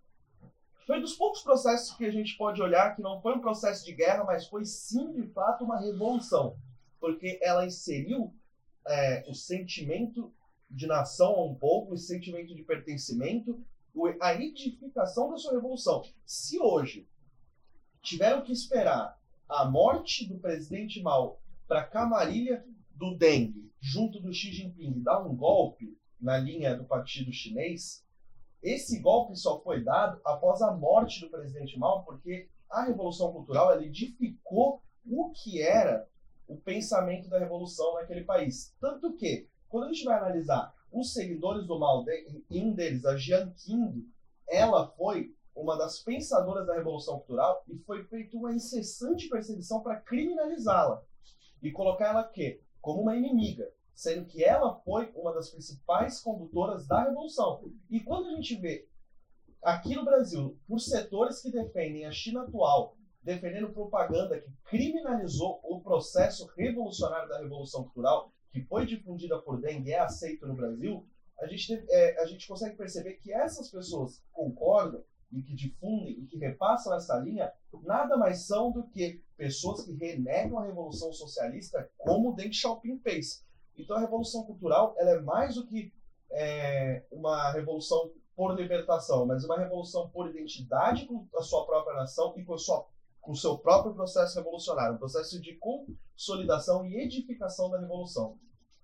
Speaker 2: foi dos poucos processos que a gente pode olhar que não foi um processo de guerra, mas foi sim, de fato, uma revolução. Porque ela inseriu é, o sentimento de nação a um povo, o sentimento de pertencimento, a edificação da sua revolução. Se hoje tiveram que esperar a morte do presidente Mao para a camarilha do Deng, junto do Xi Jinping, dar um golpe na linha do partido chinês, esse golpe só foi dado após a morte do presidente Mao, porque a Revolução Cultural ela edificou o que era o pensamento da revolução naquele país. Tanto que, quando a gente vai analisar os seguidores do Mao, e um deles, a Jiang Qing, ela foi uma das pensadoras da Revolução Cultural e foi feita uma incessante perseguição para criminalizá-la e colocar ela quê? Como uma inimiga, sendo que ela foi uma das principais condutoras da Revolução. E quando a gente vê aqui no Brasil, por setores que defendem a China atual, defendendo propaganda que criminalizou o processo revolucionário da Revolução Cultural, que foi difundida por Deng e é aceito no Brasil, a gente, é, a gente consegue perceber que essas pessoas que concordam e que difundem e que repassam essa linha, nada mais são do que pessoas que renegam a Revolução Socialista como Deng Xiaoping fez. Então a Revolução Cultural ela é mais do que é, uma revolução por libertação, mas uma revolução por identidade com a sua própria nação e com, a sua, com o seu próprio processo revolucionário, um processo de consolidação e edificação da revolução.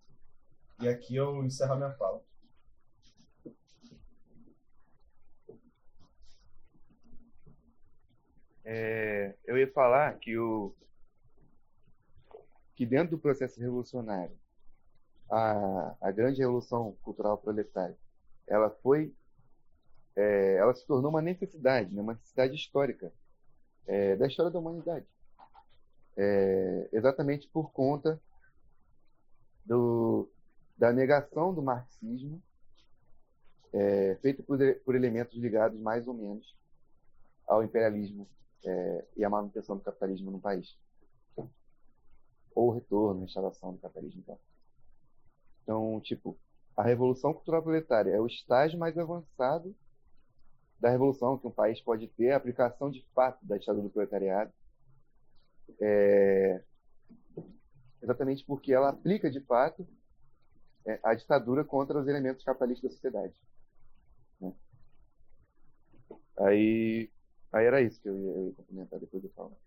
Speaker 2: E aqui eu encerro a minha fala.
Speaker 1: É, eu ia falar que, o, que dentro do processo revolucionário, a, a grande revolução cultural proletária, ela foi, é, ela se tornou uma necessidade, né, uma necessidade histórica é, da história da humanidade, é, exatamente por conta do, da negação do marxismo, é, feito por, por elementos ligados mais ou menos ao imperialismo é, e à manutenção do capitalismo no país, ou o retorno, a instalação do capitalismo. Então. Então, tipo, a Revolução Cultural Proletária é o estágio mais avançado da revolução que um país pode ter, a aplicação de fato da ditadura do proletariado, é, exatamente porque ela aplica de fato é, a ditadura contra os elementos capitalistas da sociedade. Né? Aí, aí era isso que eu ia, eu ia complementar, depois eu falo.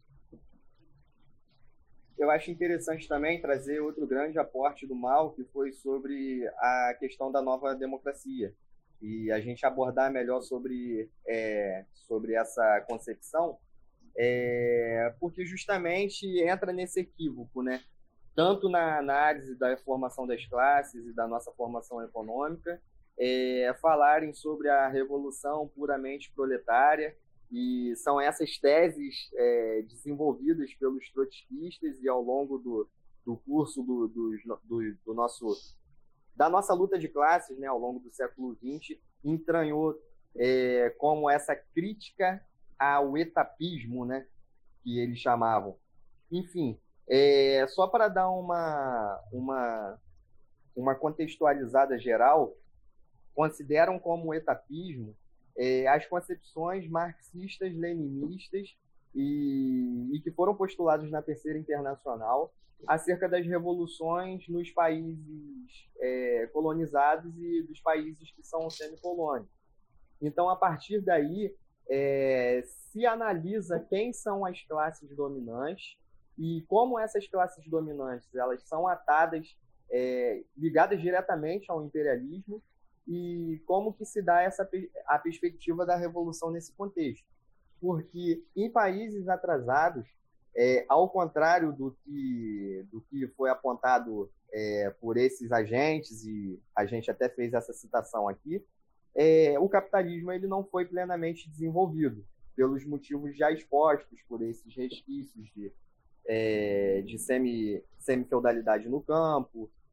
Speaker 3: Eu acho interessante também trazer outro grande aporte do Mao, que foi sobre a questão da nova democracia. E a gente abordar melhor sobre, é, sobre essa concepção, é, porque justamente entra nesse equívoco, né? Tanto na análise da formação das classes e da nossa formação econômica, é, falarem sobre a revolução puramente proletária. E são essas teses é, desenvolvidas pelos trotskistas e ao longo do, do curso do, do, do, do nosso, da nossa luta de classes, né, ao longo do século vinte, entranhou é, como essa crítica ao etapismo, né, que eles chamavam. Enfim, é, só para dar uma, uma, uma contextualizada geral, consideram como etapismo É, as concepções marxistas, leninistas e, e que foram postuladas na Terceira Internacional acerca das revoluções nos países é, colonizados e dos países que são semicolônios. Então, a partir daí, é, se analisa quem são as classes dominantes e como essas classes dominantes elas são atadas, é, ligadas diretamente ao imperialismo, e como que se dá essa, a perspectiva da revolução nesse contexto. Porque em países atrasados, é, ao contrário do que, do que foi apontado é, por esses agentes, e a gente até fez essa citação aqui, é, o capitalismo ele não foi plenamente desenvolvido, pelos motivos já expostos, por esses resquícios de, é, de semi, semi-feudalidade no campo,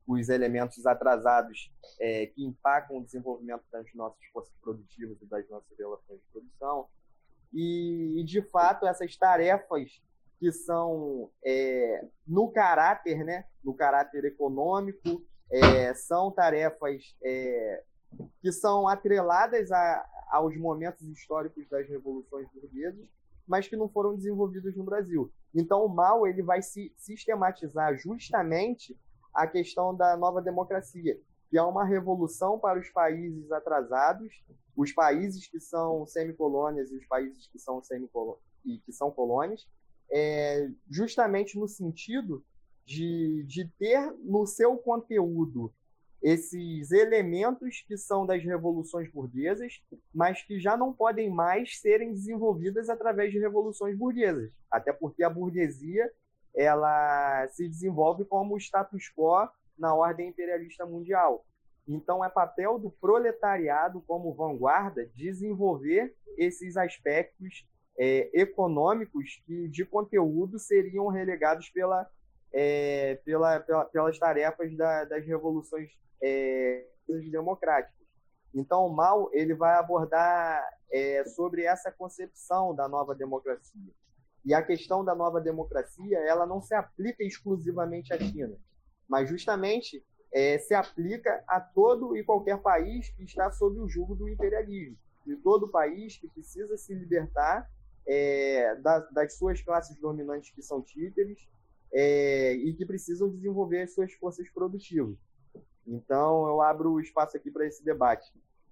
Speaker 3: os elementos atrasados é, que impactam o desenvolvimento das nossas forças produtivas e das nossas relações de produção. E, e de fato, essas tarefas que são é, no caráter, né, no caráter econômico, é, são tarefas é, que são atreladas a, aos momentos históricos das revoluções burguesas, mas que não foram desenvolvidas no Brasil. Então, o Mao ele vai se sistematizar justamente a questão da nova democracia, que é uma revolução para os países atrasados, os países que são semicolônias e os países que são, semicolo- e que são colônias, é, justamente no sentido de, de ter no seu conteúdo esses elementos que são das revoluções burguesas, mas que já não podem mais serem desenvolvidas através de revoluções burguesas, até porque a burguesia ela se desenvolve como status quo na ordem imperialista mundial. Então, é papel do proletariado, como vanguarda, desenvolver esses aspectos é, econômicos que, de conteúdo, seriam relegados pela, é, pela, pela, pelas tarefas da, das revoluções é, democráticas. Então, o Mao ele vai abordar é, sobre essa concepção da nova democracia. E a questão da nova democracia ela não se aplica exclusivamente à China, mas justamente é, se aplica a todo e qualquer país que está sob o jugo do imperialismo. E todo país que precisa se libertar é, da, das suas classes dominantes que são títeres é, e que precisam desenvolver as suas forças produtivas. Então, eu abro o espaço aqui para esse debate.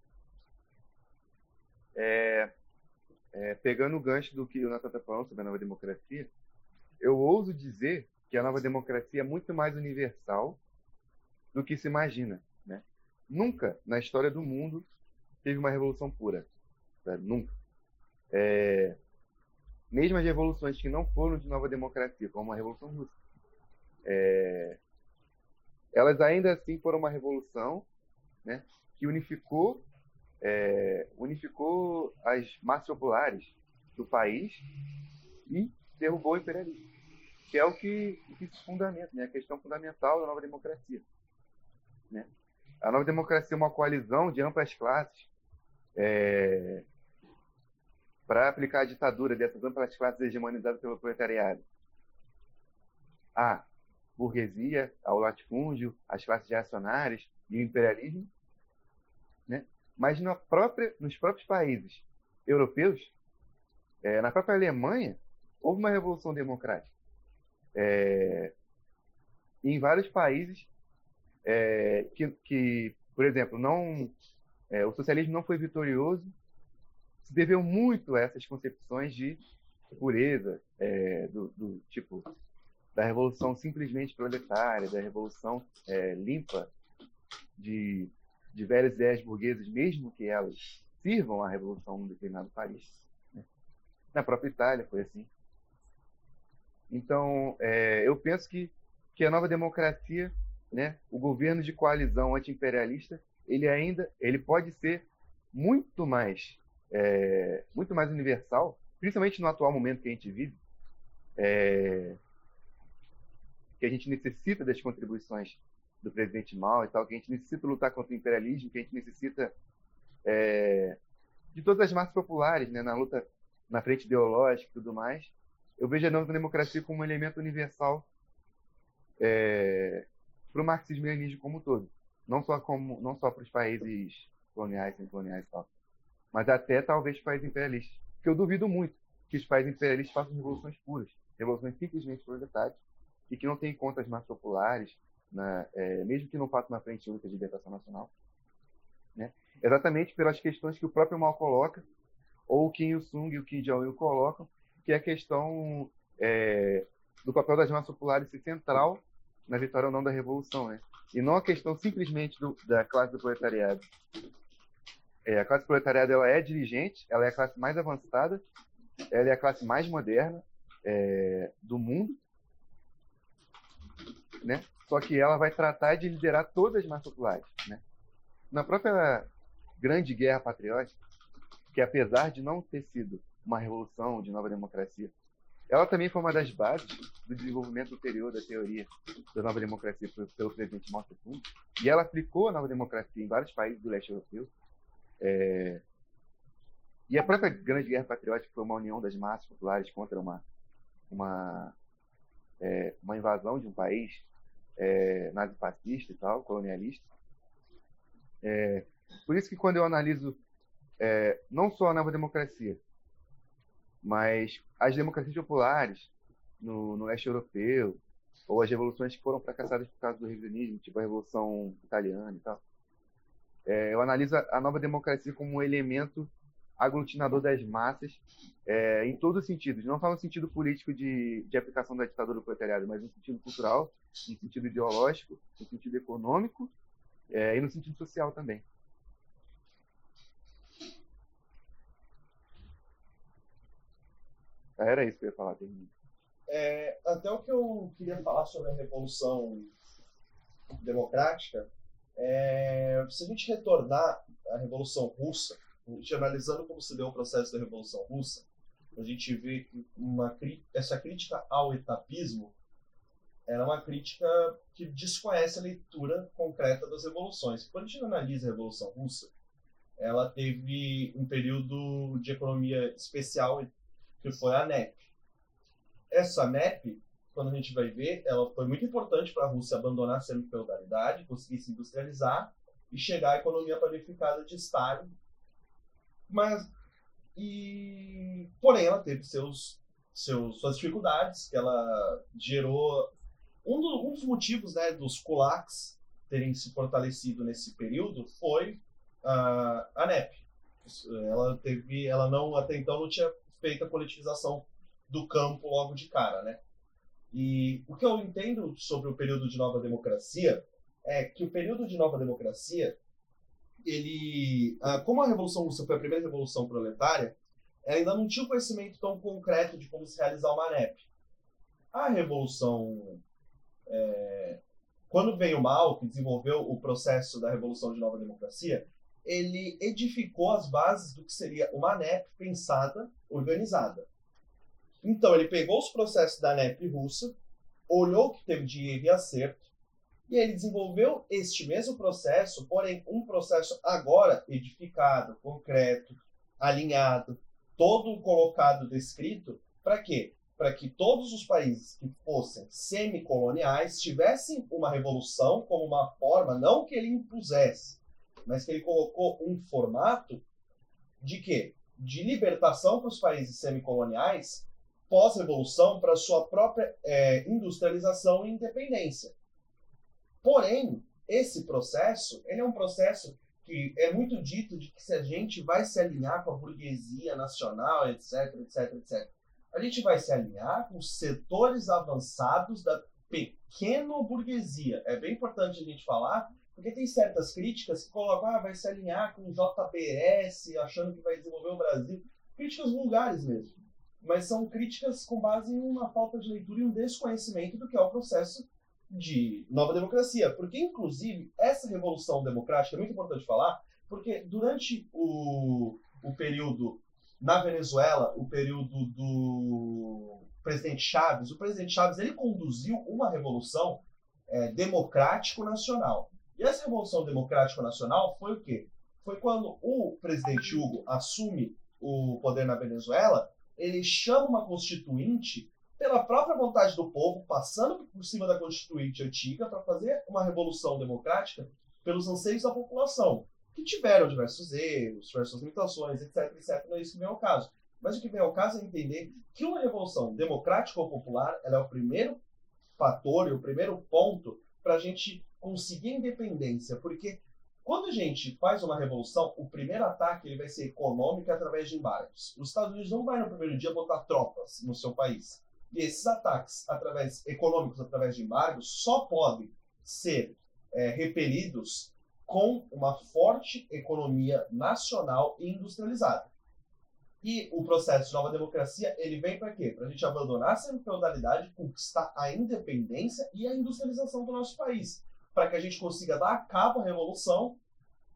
Speaker 1: É... É, pegando o gancho do que o Natan está falando sobre a nova democracia, eu ouso dizer que a nova democracia é muito mais universal do que se imagina, né? Nunca na história do mundo teve uma revolução pura, sabe? Nunca. É, mesmo as revoluções que não foram de nova democracia, como a Revolução Russa, é, elas ainda assim foram uma revolução, né, que unificou É, unificou as massas populares do país e derrubou o imperialismo, que é o que, o que se fundamenta, né? A questão fundamental da nova democracia, né? A nova democracia é uma coalizão de amplas classes é, para aplicar a ditadura dessas amplas classes hegemonizadas pelo proletariado. A burguesia, ao latifúndio, as classes reacionárias e o imperialismo, né? Mas na própria, nos próprios países europeus, é, na própria Alemanha, houve uma revolução democrática. É, em vários países é, que, que, por exemplo, não, é, o socialismo não foi vitorioso, se deveu muito a essas concepções de pureza, é, do, do tipo da revolução simplesmente proletária, da revolução é, limpa de de velhas ideias burguesas, mesmo que elas sirvam à revolução num determinado país, né? Na própria Itália foi assim. Então, é, eu penso que, que a nova democracia, né, o governo de coalizão anti-imperialista, ele ainda ele pode ser muito mais, é, muito mais universal, principalmente no atual momento que a gente vive, é, que a gente necessita das contribuições do presidente Mao e tal, que a gente necessita lutar contra o imperialismo, que a gente necessita é, de todas as massas populares, né, na luta na frente ideológica e tudo mais. Eu vejo a nova democracia como um elemento universal é, para o marxismo-leninismo como um todo. Não só, como, não só para os países coloniais, semi-coloniais e tal, mas até talvez os países imperialistas. Porque eu duvido muito que os países imperialistas façam revoluções puras, revoluções simplesmente proletárias, e que não tenham em conta as massas populares, Na, é, mesmo que não faça uma frente única de libertação nacional, né? Exatamente pelas questões que o próprio Mao coloca, ou o Kim Il-sung e o Kim Jong-il colocam, que é a questão é, do papel das massas populares ser central na vitória ou não da revolução, né? E não a questão simplesmente do, da classe do proletariado. É, a classe proletariada ela é dirigente, ela é a classe mais avançada, ela é a classe mais moderna é, do mundo, né? Só que ela vai tratar de liderar todas as massas populares, né? Na própria Grande Guerra Patriótica, que apesar de não ter sido uma revolução de nova democracia, ela também foi uma das bases do desenvolvimento ulterior da teoria da nova democracia pelo presidente Mao Tse-tung, e ela aplicou a nova democracia em vários países do leste europeu. É... E a própria Grande Guerra Patriótica foi uma união das massas populares contra uma, uma, é, uma invasão de um país é, nazifascista e tal, colonialista. É, por isso que quando eu analiso é, não só a nova democracia, mas as democracias populares no, no leste europeu, ou as revoluções que foram fracassadas por causa do revisionismo, tipo a Revolução Italiana e tal, é, eu analiso a, a nova democracia como um elemento aglutinador das massas é, em todos os sentidos, não só no sentido político de, de aplicação da ditadura do proletariado, mas no sentido cultural, no sentido ideológico, no sentido econômico é, e no sentido social também. Era isso que eu ia falar, termino.
Speaker 2: É, até o que eu queria falar sobre a Revolução Democrática, é, se a gente retornar à Revolução Russa, a gente analisando como se deu o processo da Revolução Russa, a gente vê que uma, essa crítica ao etapismo era uma crítica que desconhece a leitura concreta das revoluções. Quando a gente analisa a Revolução Russa, ela teve um período de economia especial, que foi a N E P. Essa N E P, quando a gente vai ver, ela foi muito importante para a Rússia abandonar a semi-feudalidade, conseguir se industrializar e chegar à economia planificada de Stalin. Mas, e, porém, ela teve seus, seus, suas dificuldades, que ela gerou... Um, do, um dos motivos, né, dos kulaks terem se fortalecido nesse período foi uh, a N E P. Ela, teve, ela não, até então não tinha feito a coletivização do campo logo de cara, né? E o que eu entendo sobre o período de nova democracia é que o período de nova democracia, ele, como a Revolução Russa foi a primeira revolução proletária, ainda não tinha um conhecimento tão concreto de como se realizar uma N E P. A Revolução... É, quando veio o Mao, que desenvolveu o processo da Revolução de Nova Democracia, ele edificou as bases do que seria uma N E P pensada, organizada. Então, ele pegou os processos da N E P russa, olhou o que teve de erro e acerto, e ele desenvolveu este mesmo processo, porém um processo agora edificado, concreto, alinhado, todo colocado, descrito, para quê? Para que todos os países que fossem semicoloniais tivessem uma revolução como uma forma, não que ele impusesse, mas que ele colocou um formato de quê? De libertação para os países semicoloniais pós-revolução para sua própria é, industrialização e independência. Porém, esse processo, ele é um processo que é muito dito de que se a gente vai se alinhar com a burguesia nacional, etc, etc, etcétera, a gente vai se alinhar com os setores avançados da pequena burguesia. É bem importante a gente falar, porque tem certas críticas que colocam, ah, vai se alinhar com o J B S, achando que vai desenvolver o Brasil. Críticas vulgares mesmo. Mas são críticas com base em uma falta de leitura e um desconhecimento do que é o processo de nova democracia. Porque, inclusive, essa revolução democrática é muito importante falar, porque durante o, o período na Venezuela, o período do presidente Chávez, o presidente Chávez ele conduziu uma revolução é, democrático-nacional. E essa revolução democrático-nacional foi o quê? Foi quando o presidente Hugo assume o poder na Venezuela, ele chama uma constituinte pela própria vontade do povo, passando por cima da constituinte antiga para fazer uma revolução democrática pelos anseios da população, que tiveram diversos erros, diversas limitações, etc, etcétera. Não é isso que vem ao caso. Mas o que vem ao caso é entender que uma revolução democrática ou popular ela é o primeiro fator e o primeiro ponto para a gente conseguir independência, porque quando a gente faz uma revolução, o primeiro ataque ele vai ser econômico através de embargos. Os Estados Unidos não vai no primeiro dia botar tropas no seu país. E esses ataques através, econômicos através de embargos só podem ser é, repelidos com uma forte economia nacional e industrializada. E o processo de nova democracia ele vem para quê? Para a gente abandonar essa feudalidade, conquistar a independência e a industrialização do nosso país, para que a gente consiga dar cabo à revolução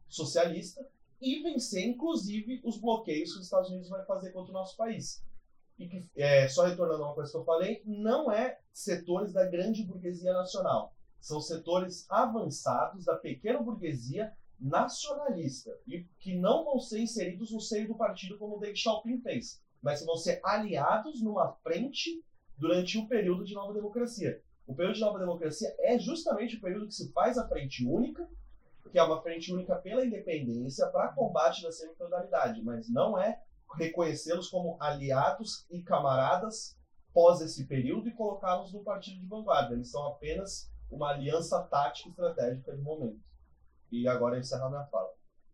Speaker 2: socialista e vencer, inclusive, os bloqueios que os Estados Unidos vai fazer contra o nosso país. e que, é, só retornando a uma coisa que eu falei, não é setores da grande burguesia nacional. São setores avançados da pequena burguesia nacionalista e que não vão ser inseridos no seio do partido como o Deng Xiaoping fez, mas vão ser aliados numa frente durante o período de nova democracia. O período de nova democracia é justamente o período que se faz a frente única, que é uma frente única pela independência para combate da semi-feudalidade, mas não é reconhecê-los como aliados e camaradas pós esse período e colocá-los no partido de vanguarda. Eles são apenas uma aliança tática e estratégica de momento. E agora encerrar minha fala.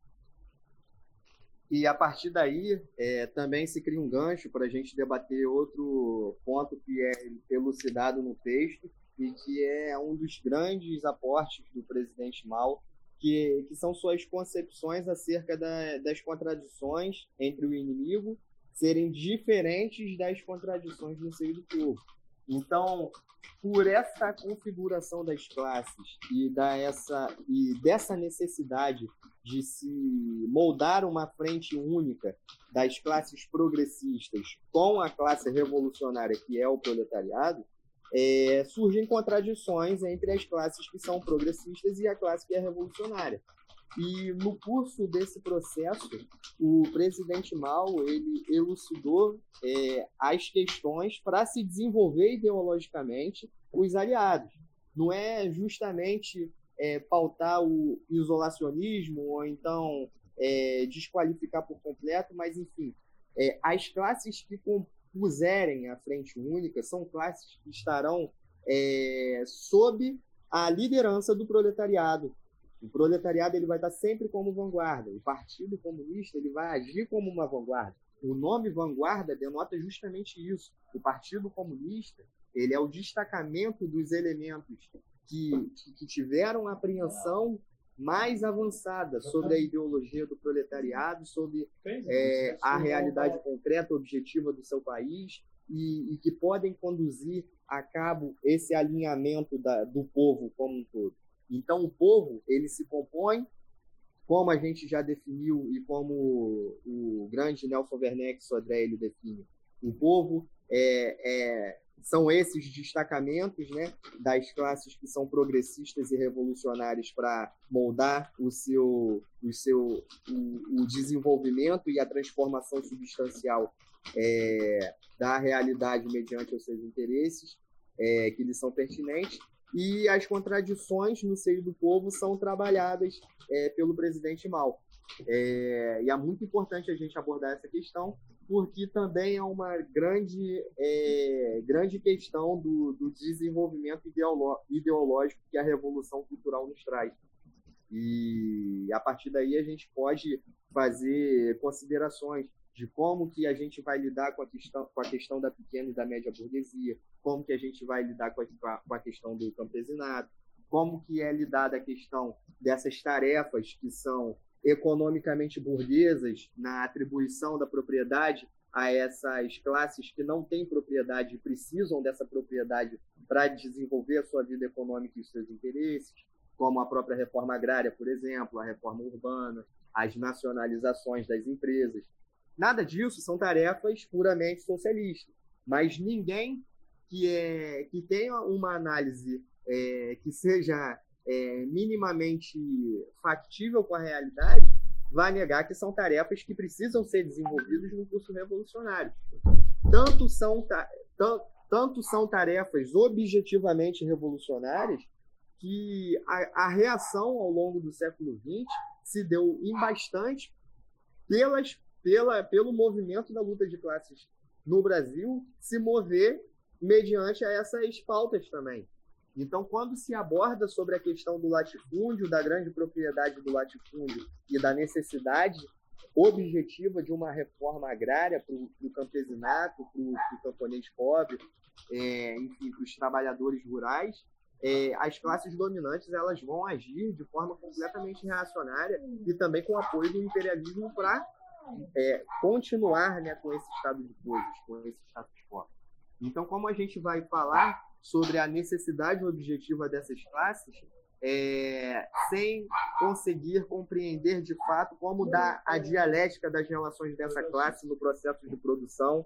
Speaker 3: E a partir daí, é, também se cria um gancho para a gente debater outro ponto que é elucidado no texto e que é um dos grandes aportes do presidente Mao, que, que são suas concepções acerca da, das contradições entre o inimigo serem diferentes das contradições no seio do povo. Então, por essa configuração das classes e, da essa, e dessa necessidade de se moldar uma frente única das classes progressistas com a classe revolucionária, que é o proletariado, é, surgem contradições entre as classes que são progressistas e a classe que é revolucionária. E no curso desse processo, o presidente Mao ele elucidou é, as questões para se desenvolver ideologicamente os aliados. Não é justamente é, pautar o isolacionismo ou então é, desqualificar por completo, mas, enfim, é, as classes que compuserem a Frente Única são classes que estarão é, sob a liderança do proletariado. O proletariado ele vai estar sempre como vanguarda. O Partido Comunista ele vai agir como uma vanguarda. O nome vanguarda denota justamente isso. O Partido Comunista ele é o destacamento dos elementos que, que tiveram apreensão mais avançada sobre a ideologia do proletariado, sobre é, a realidade concreta, objetiva do seu país e, e que podem conduzir a cabo esse alinhamento da, do povo como um todo. Então, o povo, ele se compõe, como a gente já definiu e como o grande Nelson Werneck Sodré ele define, o povo é, é, são esses destacamentos, né, das classes que são progressistas e revolucionárias para moldar o seu, o, seu o, o desenvolvimento e a transformação substancial é, da realidade mediante os seus interesses, é, que lhes são pertinentes. E as contradições no seio do povo são trabalhadas é, pelo presidente Mao. É, e é muito importante a gente abordar essa questão, porque também é uma grande, é, grande questão do, do desenvolvimento ideológico que a Revolução Cultural nos traz. E a partir daí a gente pode fazer considerações de como que a gente vai lidar com a questão, com a questão da pequena e da média burguesia, como que a gente vai lidar com a, com a questão do campesinato, como que é lidada a questão dessas tarefas que são economicamente burguesas na atribuição da propriedade a essas classes que não têm propriedade e precisam dessa propriedade para desenvolver a sua vida econômica e os seus interesses, como a própria reforma agrária, por exemplo, a reforma urbana, as nacionalizações das empresas. Nada disso são tarefas puramente socialistas, mas ninguém que, é, que tenha uma análise é, que seja é, minimamente factível com a realidade vai negar que são tarefas que precisam ser desenvolvidas no curso revolucionário. Tanto são, tanto, tanto são tarefas objetivamente revolucionárias que a, a reação ao longo do século vinte se deu em bastante pelas Pela, pelo movimento da luta de classes no Brasil se mover mediante a essas pautas também. Então, quando se aborda sobre a questão do latifúndio, da grande propriedade do latifúndio e da necessidade objetiva de uma reforma agrária para o campesinato, para o camponês pobre, é, enfim, para os trabalhadores rurais, é, as classes dominantes elas vão agir de forma completamente reacionária e também com apoio do imperialismo para É, continuar, né, com esse estado de coisas, com esse status quo. Então, como a gente vai falar sobre a necessidade objetiva dessas classes, é, sem conseguir compreender de fato como dá a dialética das relações dessa classe no processo de produção,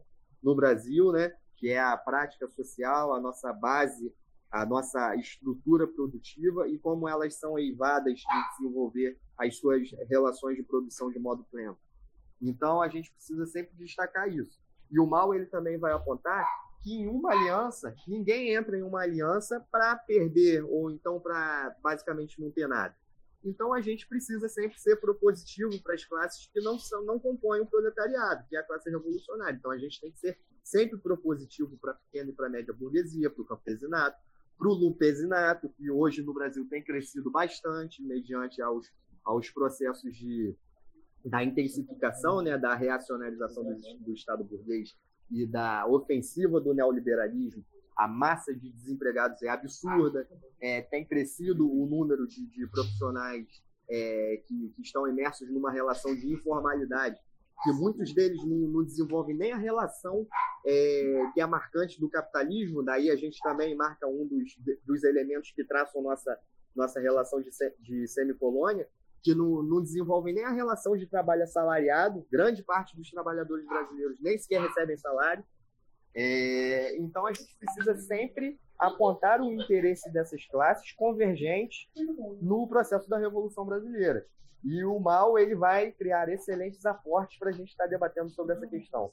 Speaker 3: no Brasil, né? Que é a prática social, a nossa base, a nossa estrutura produtiva e como elas são eivadas de desenvolver as suas relações de produção de modo pleno. Então, a gente precisa sempre destacar isso. E o Mao ele também vai apontar que em uma aliança, ninguém entra em uma aliança para perder ou então para basicamente não ter nada. Então, a gente precisa sempre ser propositivo para as classes que não, são, não compõem o proletariado, que é a classe revolucionária. Então, a gente tem que ser sempre propositivo para a pequena e para a média burguesia, para o campesinato, para o lumpesinato, que hoje no Brasil tem crescido bastante, mediante aos, aos processos de, da intensificação, né, da reacionalização do, do Estado burguês e da ofensiva do neoliberalismo. A massa de desempregados é absurda, é, tem crescido o número de, de profissionais é, que, que estão imersos numa relação de informalidade, que muitos deles não, não desenvolvem nem a relação é, que é marcante do capitalismo. Daí a gente também marca um dos, dos elementos que traçam nossa, nossa relação de, de semicolônia, que não, não desenvolvem nem a relação de trabalho assalariado. Grande parte dos trabalhadores brasileiros nem sequer recebem salário. É, então a gente precisa sempre apontar o interesse dessas classes convergentes no processo da Revolução Brasileira. E o Mao ele vai criar excelentes aportes para a gente estar debatendo sobre essa questão.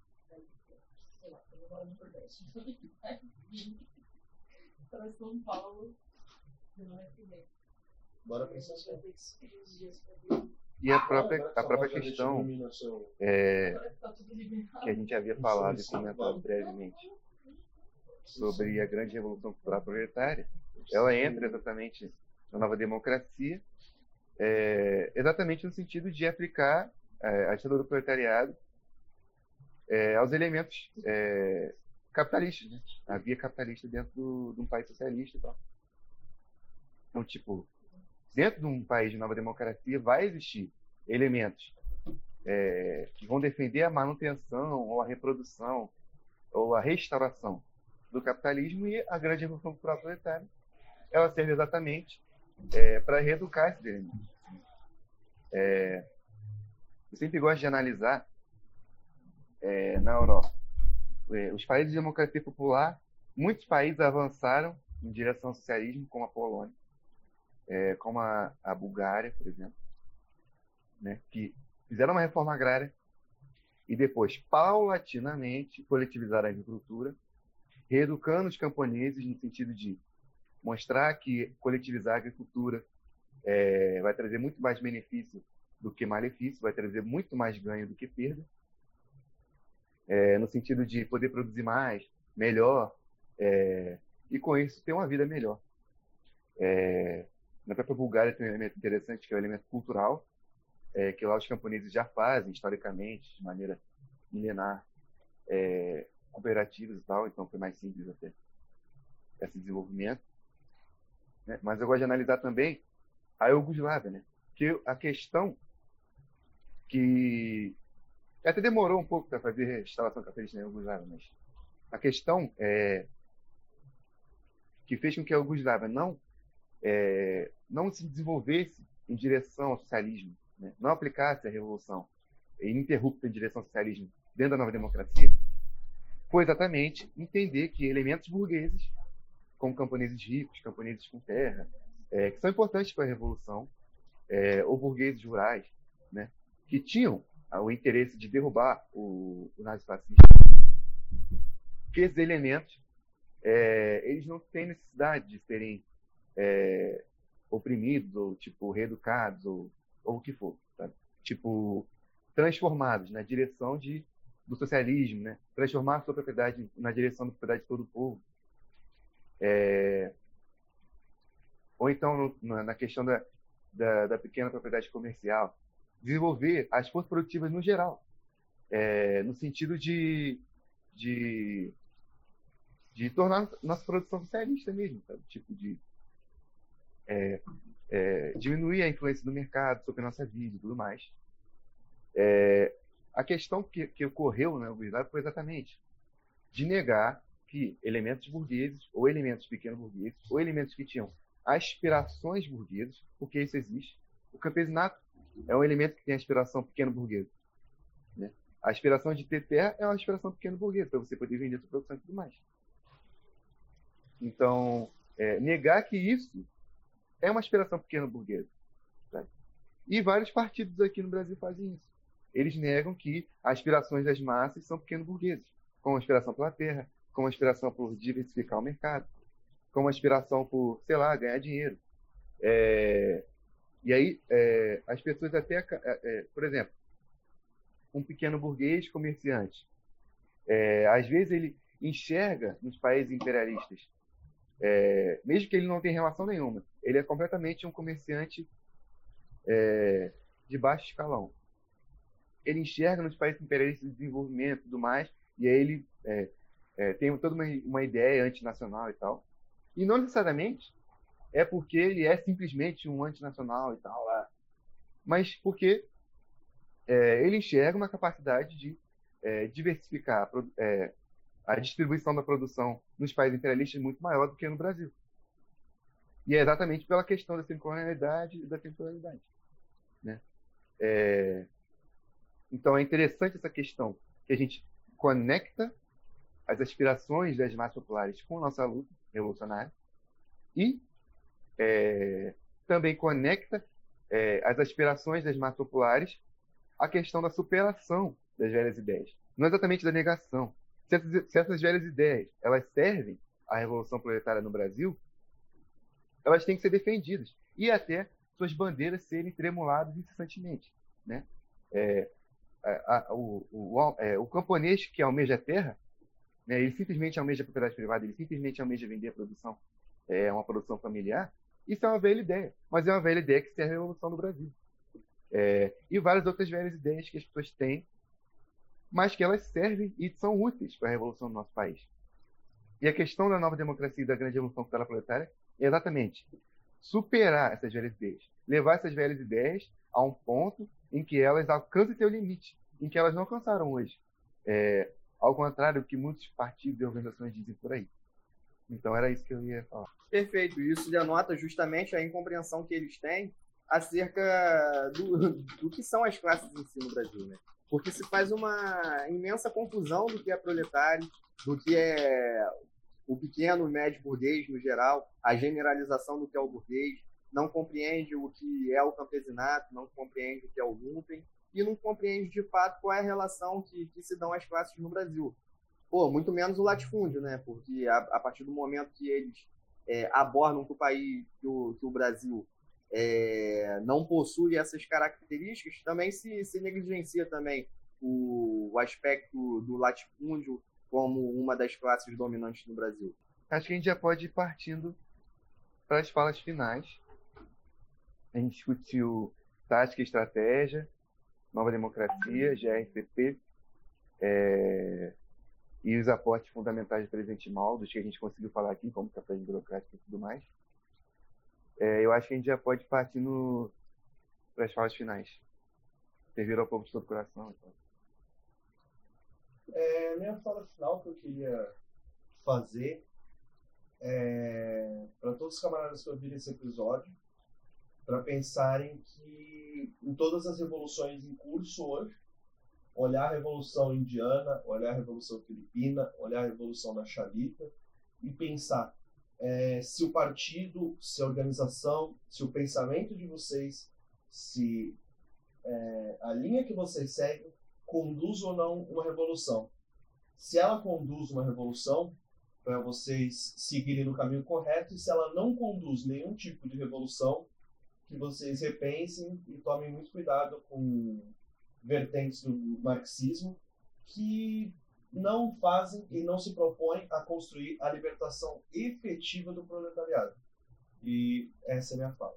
Speaker 1: E a própria, a própria questão é, que a gente havia falado e comentado brevemente sobre a grande revolução cultural proletária, ela entra exatamente na nova democracia, é, exatamente no sentido de aplicar é, a ditadura do proletariado é, aos elementos é, capitalistas, né? A via capitalista dentro do, de um país socialista e tal. Então, tipo, dentro de um país de nova democracia vai existir elementos é, que vão defender a manutenção ou a reprodução ou a restauração do capitalismo, e a grande revolução cultural proletária ela serve exatamente é, para reeducar esses elementos. É, eu sempre gosto de analisar é, na Europa é, os países de democracia popular. Muitos países avançaram em direção ao socialismo, como a Polônia, É, como a, a Bulgária, por exemplo, né, que fizeram uma reforma agrária e depois, paulatinamente, coletivizaram a agricultura, reeducando os camponeses no sentido de mostrar que coletivizar a agricultura é, vai trazer muito mais benefício do que malefício, vai trazer muito mais ganho do que perda, é, no sentido de poder produzir mais, melhor, é, e com isso ter uma vida melhor. É, Na própria Bulgária tem um elemento interessante, que é o elemento cultural, é, que lá os camponeses já fazem, historicamente, de maneira milenar, é, cooperativas e tal, então foi mais simples até esse desenvolvimento. Né? Mas eu gosto de analisar também a Iugoslávia, né? Que a questão que até demorou um pouco para fazer a restauração capitalista na Iugoslávia, mas a questão é, que fez com que a Iugoslávia não É, não se desenvolvesse em direção ao socialismo, né? Não aplicasse a revolução ininterrupta em direção ao socialismo dentro da nova democracia, foi exatamente entender que elementos burgueses, como camponeses ricos, camponeses com terra, é, que são importantes para a revolução, é, ou burgueses rurais, né? Que tinham o interesse de derrubar o, o nazifascismo, que esses elementos é, eles não têm necessidade de serem É, oprimidos ou tipo reeducados ou, ou o que for, sabe? Tipo transformados na direção de, do socialismo, né? Transformar a sua propriedade na direção da propriedade de todo o povo, é, ou então no, na questão da, da, da pequena propriedade comercial, desenvolver as forças produtivas no geral, é, no sentido de, de de tornar nossa produção socialista mesmo, sabe? Tipo de É, é, diminuir a influência do mercado sobre a nossa vida e tudo mais. É, a questão que, que ocorreu na Iugoslávia foi exatamente de negar que elementos burgueses, ou elementos pequeno-burgueses, ou elementos que tinham aspirações burguesas, porque isso existe. O campesinato é um elemento que tem aspiração pequeno-burguesa, né? A aspiração de ter terra é uma aspiração pequeno burguesa, para você poder vender sua produção e tudo mais. Então, é, negar que isso é uma aspiração pequeno burguesa. Sabe? E vários partidos aqui no Brasil fazem isso. Eles negam que as aspirações das massas são pequeno burgueses, como a aspiração pela terra, como a aspiração por diversificar o mercado, como a aspiração por, sei lá, ganhar dinheiro. É, e aí, é, as pessoas até, é, é, por exemplo, um pequeno burguês comerciante, é, às vezes ele enxerga nos países imperialistas, é, mesmo que ele não tenha relação nenhuma, ele é completamente um comerciante é, de baixo escalão. Ele enxerga nos países imperialistas de desenvolvimento e tudo mais, e aí ele é, é, tem toda uma, uma ideia antinacional e tal. E não necessariamente é porque ele é simplesmente um antinacional e tal, lá, mas porque é, ele enxerga uma capacidade de é, diversificar é, a distribuição da produção nos países imperialistas muito maior do que no Brasil. E é exatamente pela questão da sincronicidade e da temporalidade. Né? É, então é interessante essa questão, que a gente conecta as aspirações das massas populares com a nossa luta revolucionária e é, também conecta é, as aspirações das massas populares à questão da superação das velhas ideias. Não exatamente da negação. Se essas, se essas velhas ideias elas servem à Revolução Proletária no Brasil, elas têm que ser defendidas e até suas bandeiras serem tremuladas incessantemente. Né? É, a, a, o, o, é, o camponês que almeja a terra, né, ele simplesmente almeja a propriedade privada, ele simplesmente almeja vender a produção, é, uma produção familiar. Isso é uma velha ideia, mas é uma velha ideia que serve à Revolução no Brasil. É, e várias outras velhas ideias que as pessoas têm, mas que elas servem e são úteis para a Revolução do nosso país. E a questão da nova democracia e da grande Revolução Proletária é exatamente superar essas velhas ideias, levar essas velhas ideias a um ponto em que elas alcancem seu limite, em que elas não alcançaram hoje. É, ao contrário do que muitos partidos e organizações dizem por aí. Então era isso que eu ia falar.
Speaker 3: Perfeito. Isso denota justamente a incompreensão que eles têm acerca do, do que são as classes em si no Brasil, né? Porque se faz uma imensa confusão do que é proletário, do que é o pequeno e médio burguês no geral, a generalização do que é o burguês, não compreende o que é o campesinato, não compreende o que é o lumpen, e não compreende de fato qual é a relação que, que se dão as classes no Brasil. Pô, muito menos o latifúndio, né? Porque a, a partir do momento que eles é, abordam que o país, que o, que o Brasil é, não possui essas características, também se, se negligencia também o, o aspecto do latifúndio como uma das classes dominantes no Brasil.
Speaker 1: Acho que a gente já pode ir partindo para as falas finais. A gente discutiu tática e estratégia, nova democracia, G R C P, é, e os aportes fundamentais do presidente Mal, dos que a gente conseguiu falar aqui, como estratégia burocrática e tudo mais. É, eu acho que a gente já pode partir no, para as falas finais. Servir ao povo de todo o coração. Então.
Speaker 2: É, minha fala final que eu queria fazer é, para todos os camaradas que ouviram esse episódio, para pensarem que em todas as revoluções em curso hoje, olhar a Revolução Indiana, olhar a Revolução Filipina, olhar a Revolução da Xalita e pensar é, se o partido, se a organização, se o pensamento de vocês, se é, a linha que vocês seguem conduz ou não uma revolução. Se ela conduz uma revolução, para vocês seguirem no caminho correto, e se ela não conduz nenhum tipo de revolução, que vocês repensem e tomem muito cuidado com vertentes do marxismo que não fazem e não se propõem a construir a libertação efetiva do proletariado. E essa é a minha fala.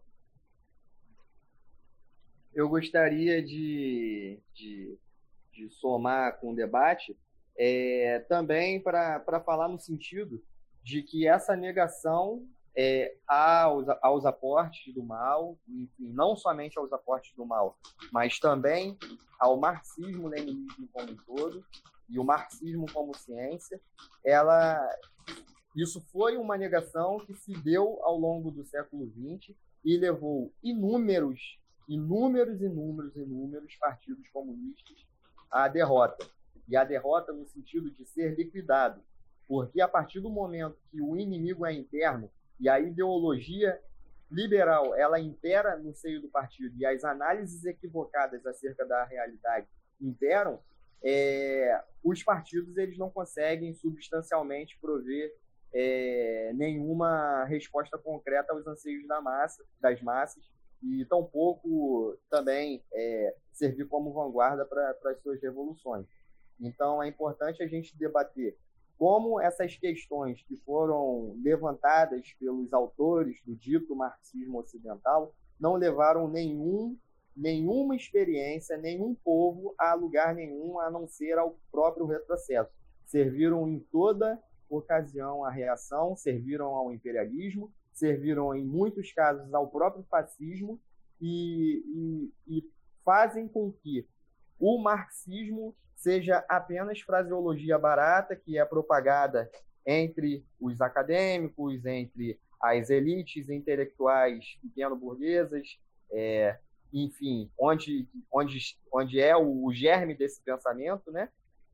Speaker 3: Eu gostaria de, de, de somar com o debate é, também para falar no sentido de que essa negação é, aos, aos aportes do mal, enfim, não somente aos aportes do mal, mas também ao marxismo-leninismo como um todo, e o marxismo como ciência, ela, isso foi uma negação que se deu ao longo do século vinte e levou inúmeros, inúmeros, inúmeros, inúmeros partidos comunistas a derrota. E a derrota no sentido de ser liquidado. Porque a partir do momento que o inimigo é interno e a ideologia liberal ela impera no seio do partido e as análises equivocadas acerca da realidade imperam, é, os partidos eles não conseguem substancialmente prover é, nenhuma resposta concreta aos anseios da massa, das massas e tampouco também é, servir como vanguarda para as suas revoluções. Então é importante a gente debater como essas questões que foram levantadas pelos autores do dito marxismo ocidental não levaram nenhum, nenhuma experiência, nenhum povo a lugar nenhum, a não ser ao próprio retrocesso. Serviram em toda ocasião à reação, serviram ao imperialismo, serviram em muitos casos ao próprio fascismo e, e, e fazem com que o marxismo seja apenas fraseologia barata que é propagada entre os acadêmicos, entre as elites intelectuais pequeno-burguesas, é, enfim, onde, onde, onde é o, o germe desse pensamento, né?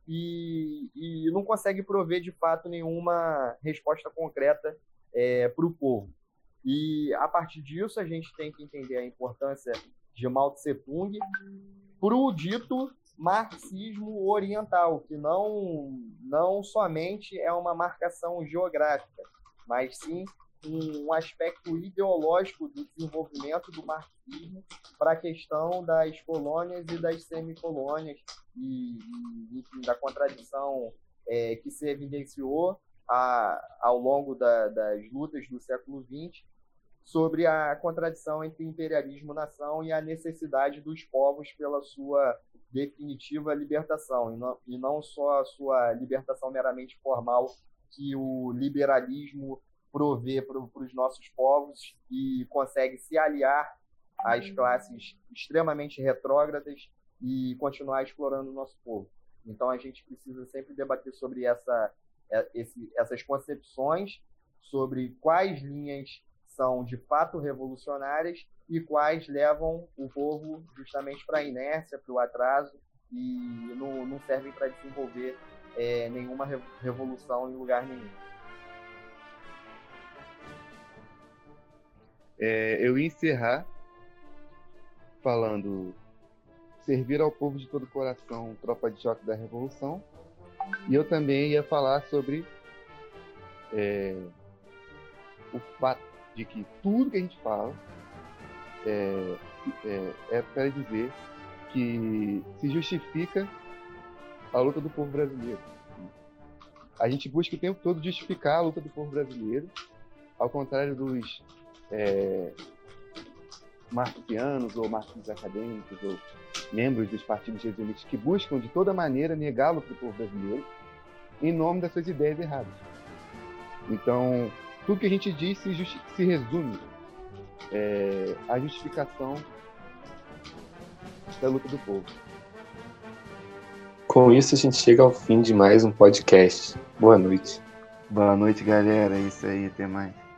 Speaker 3: E, e não consegue prover, de fato, nenhuma resposta concreta é, para o povo. E, a partir disso, a gente tem que entender a importância de Mao Tse-tung para o dito marxismo oriental, que não, não somente é uma marcação geográfica, mas sim um aspecto ideológico do desenvolvimento do marxismo para a questão das colônias e das semicolônias e, e enfim, da contradição é, que se evidenciou a, ao longo da, das lutas do século vinte sobre a contradição entre imperialismo, nação e a necessidade dos povos pela sua definitiva libertação, e não, e não só a sua libertação meramente formal que o liberalismo provê para os nossos povos e consegue se aliar às classes extremamente retrógradas e continuar explorando o nosso povo. Então a gente precisa sempre debater sobre essa, esse, essas concepções, sobre quais linhas são de fato revolucionárias e quais levam o povo justamente para a inércia, para o atraso e não, não servem para desenvolver é, nenhuma revolução em lugar nenhum.
Speaker 1: É, eu ia encerrar falando servir ao povo de todo o coração, tropa de choque da revolução, e eu também ia falar sobre é, o fato de que tudo que a gente fala é, é, é para dizer que se justifica a luta do povo brasileiro. A gente busca o tempo todo justificar a luta do povo brasileiro, ao contrário dos é, marxianos ou marxistas acadêmicos ou membros dos partidos resumidos que buscam de toda maneira negá-lo para o povo brasileiro em nome das suas ideias erradas. Então, tudo que a gente diz se, justi- se resume é, à justificação da luta do povo.
Speaker 8: Com isso, a gente chega ao fim de mais um podcast. Boa noite.
Speaker 1: Boa noite, galera. É isso aí. Até mais.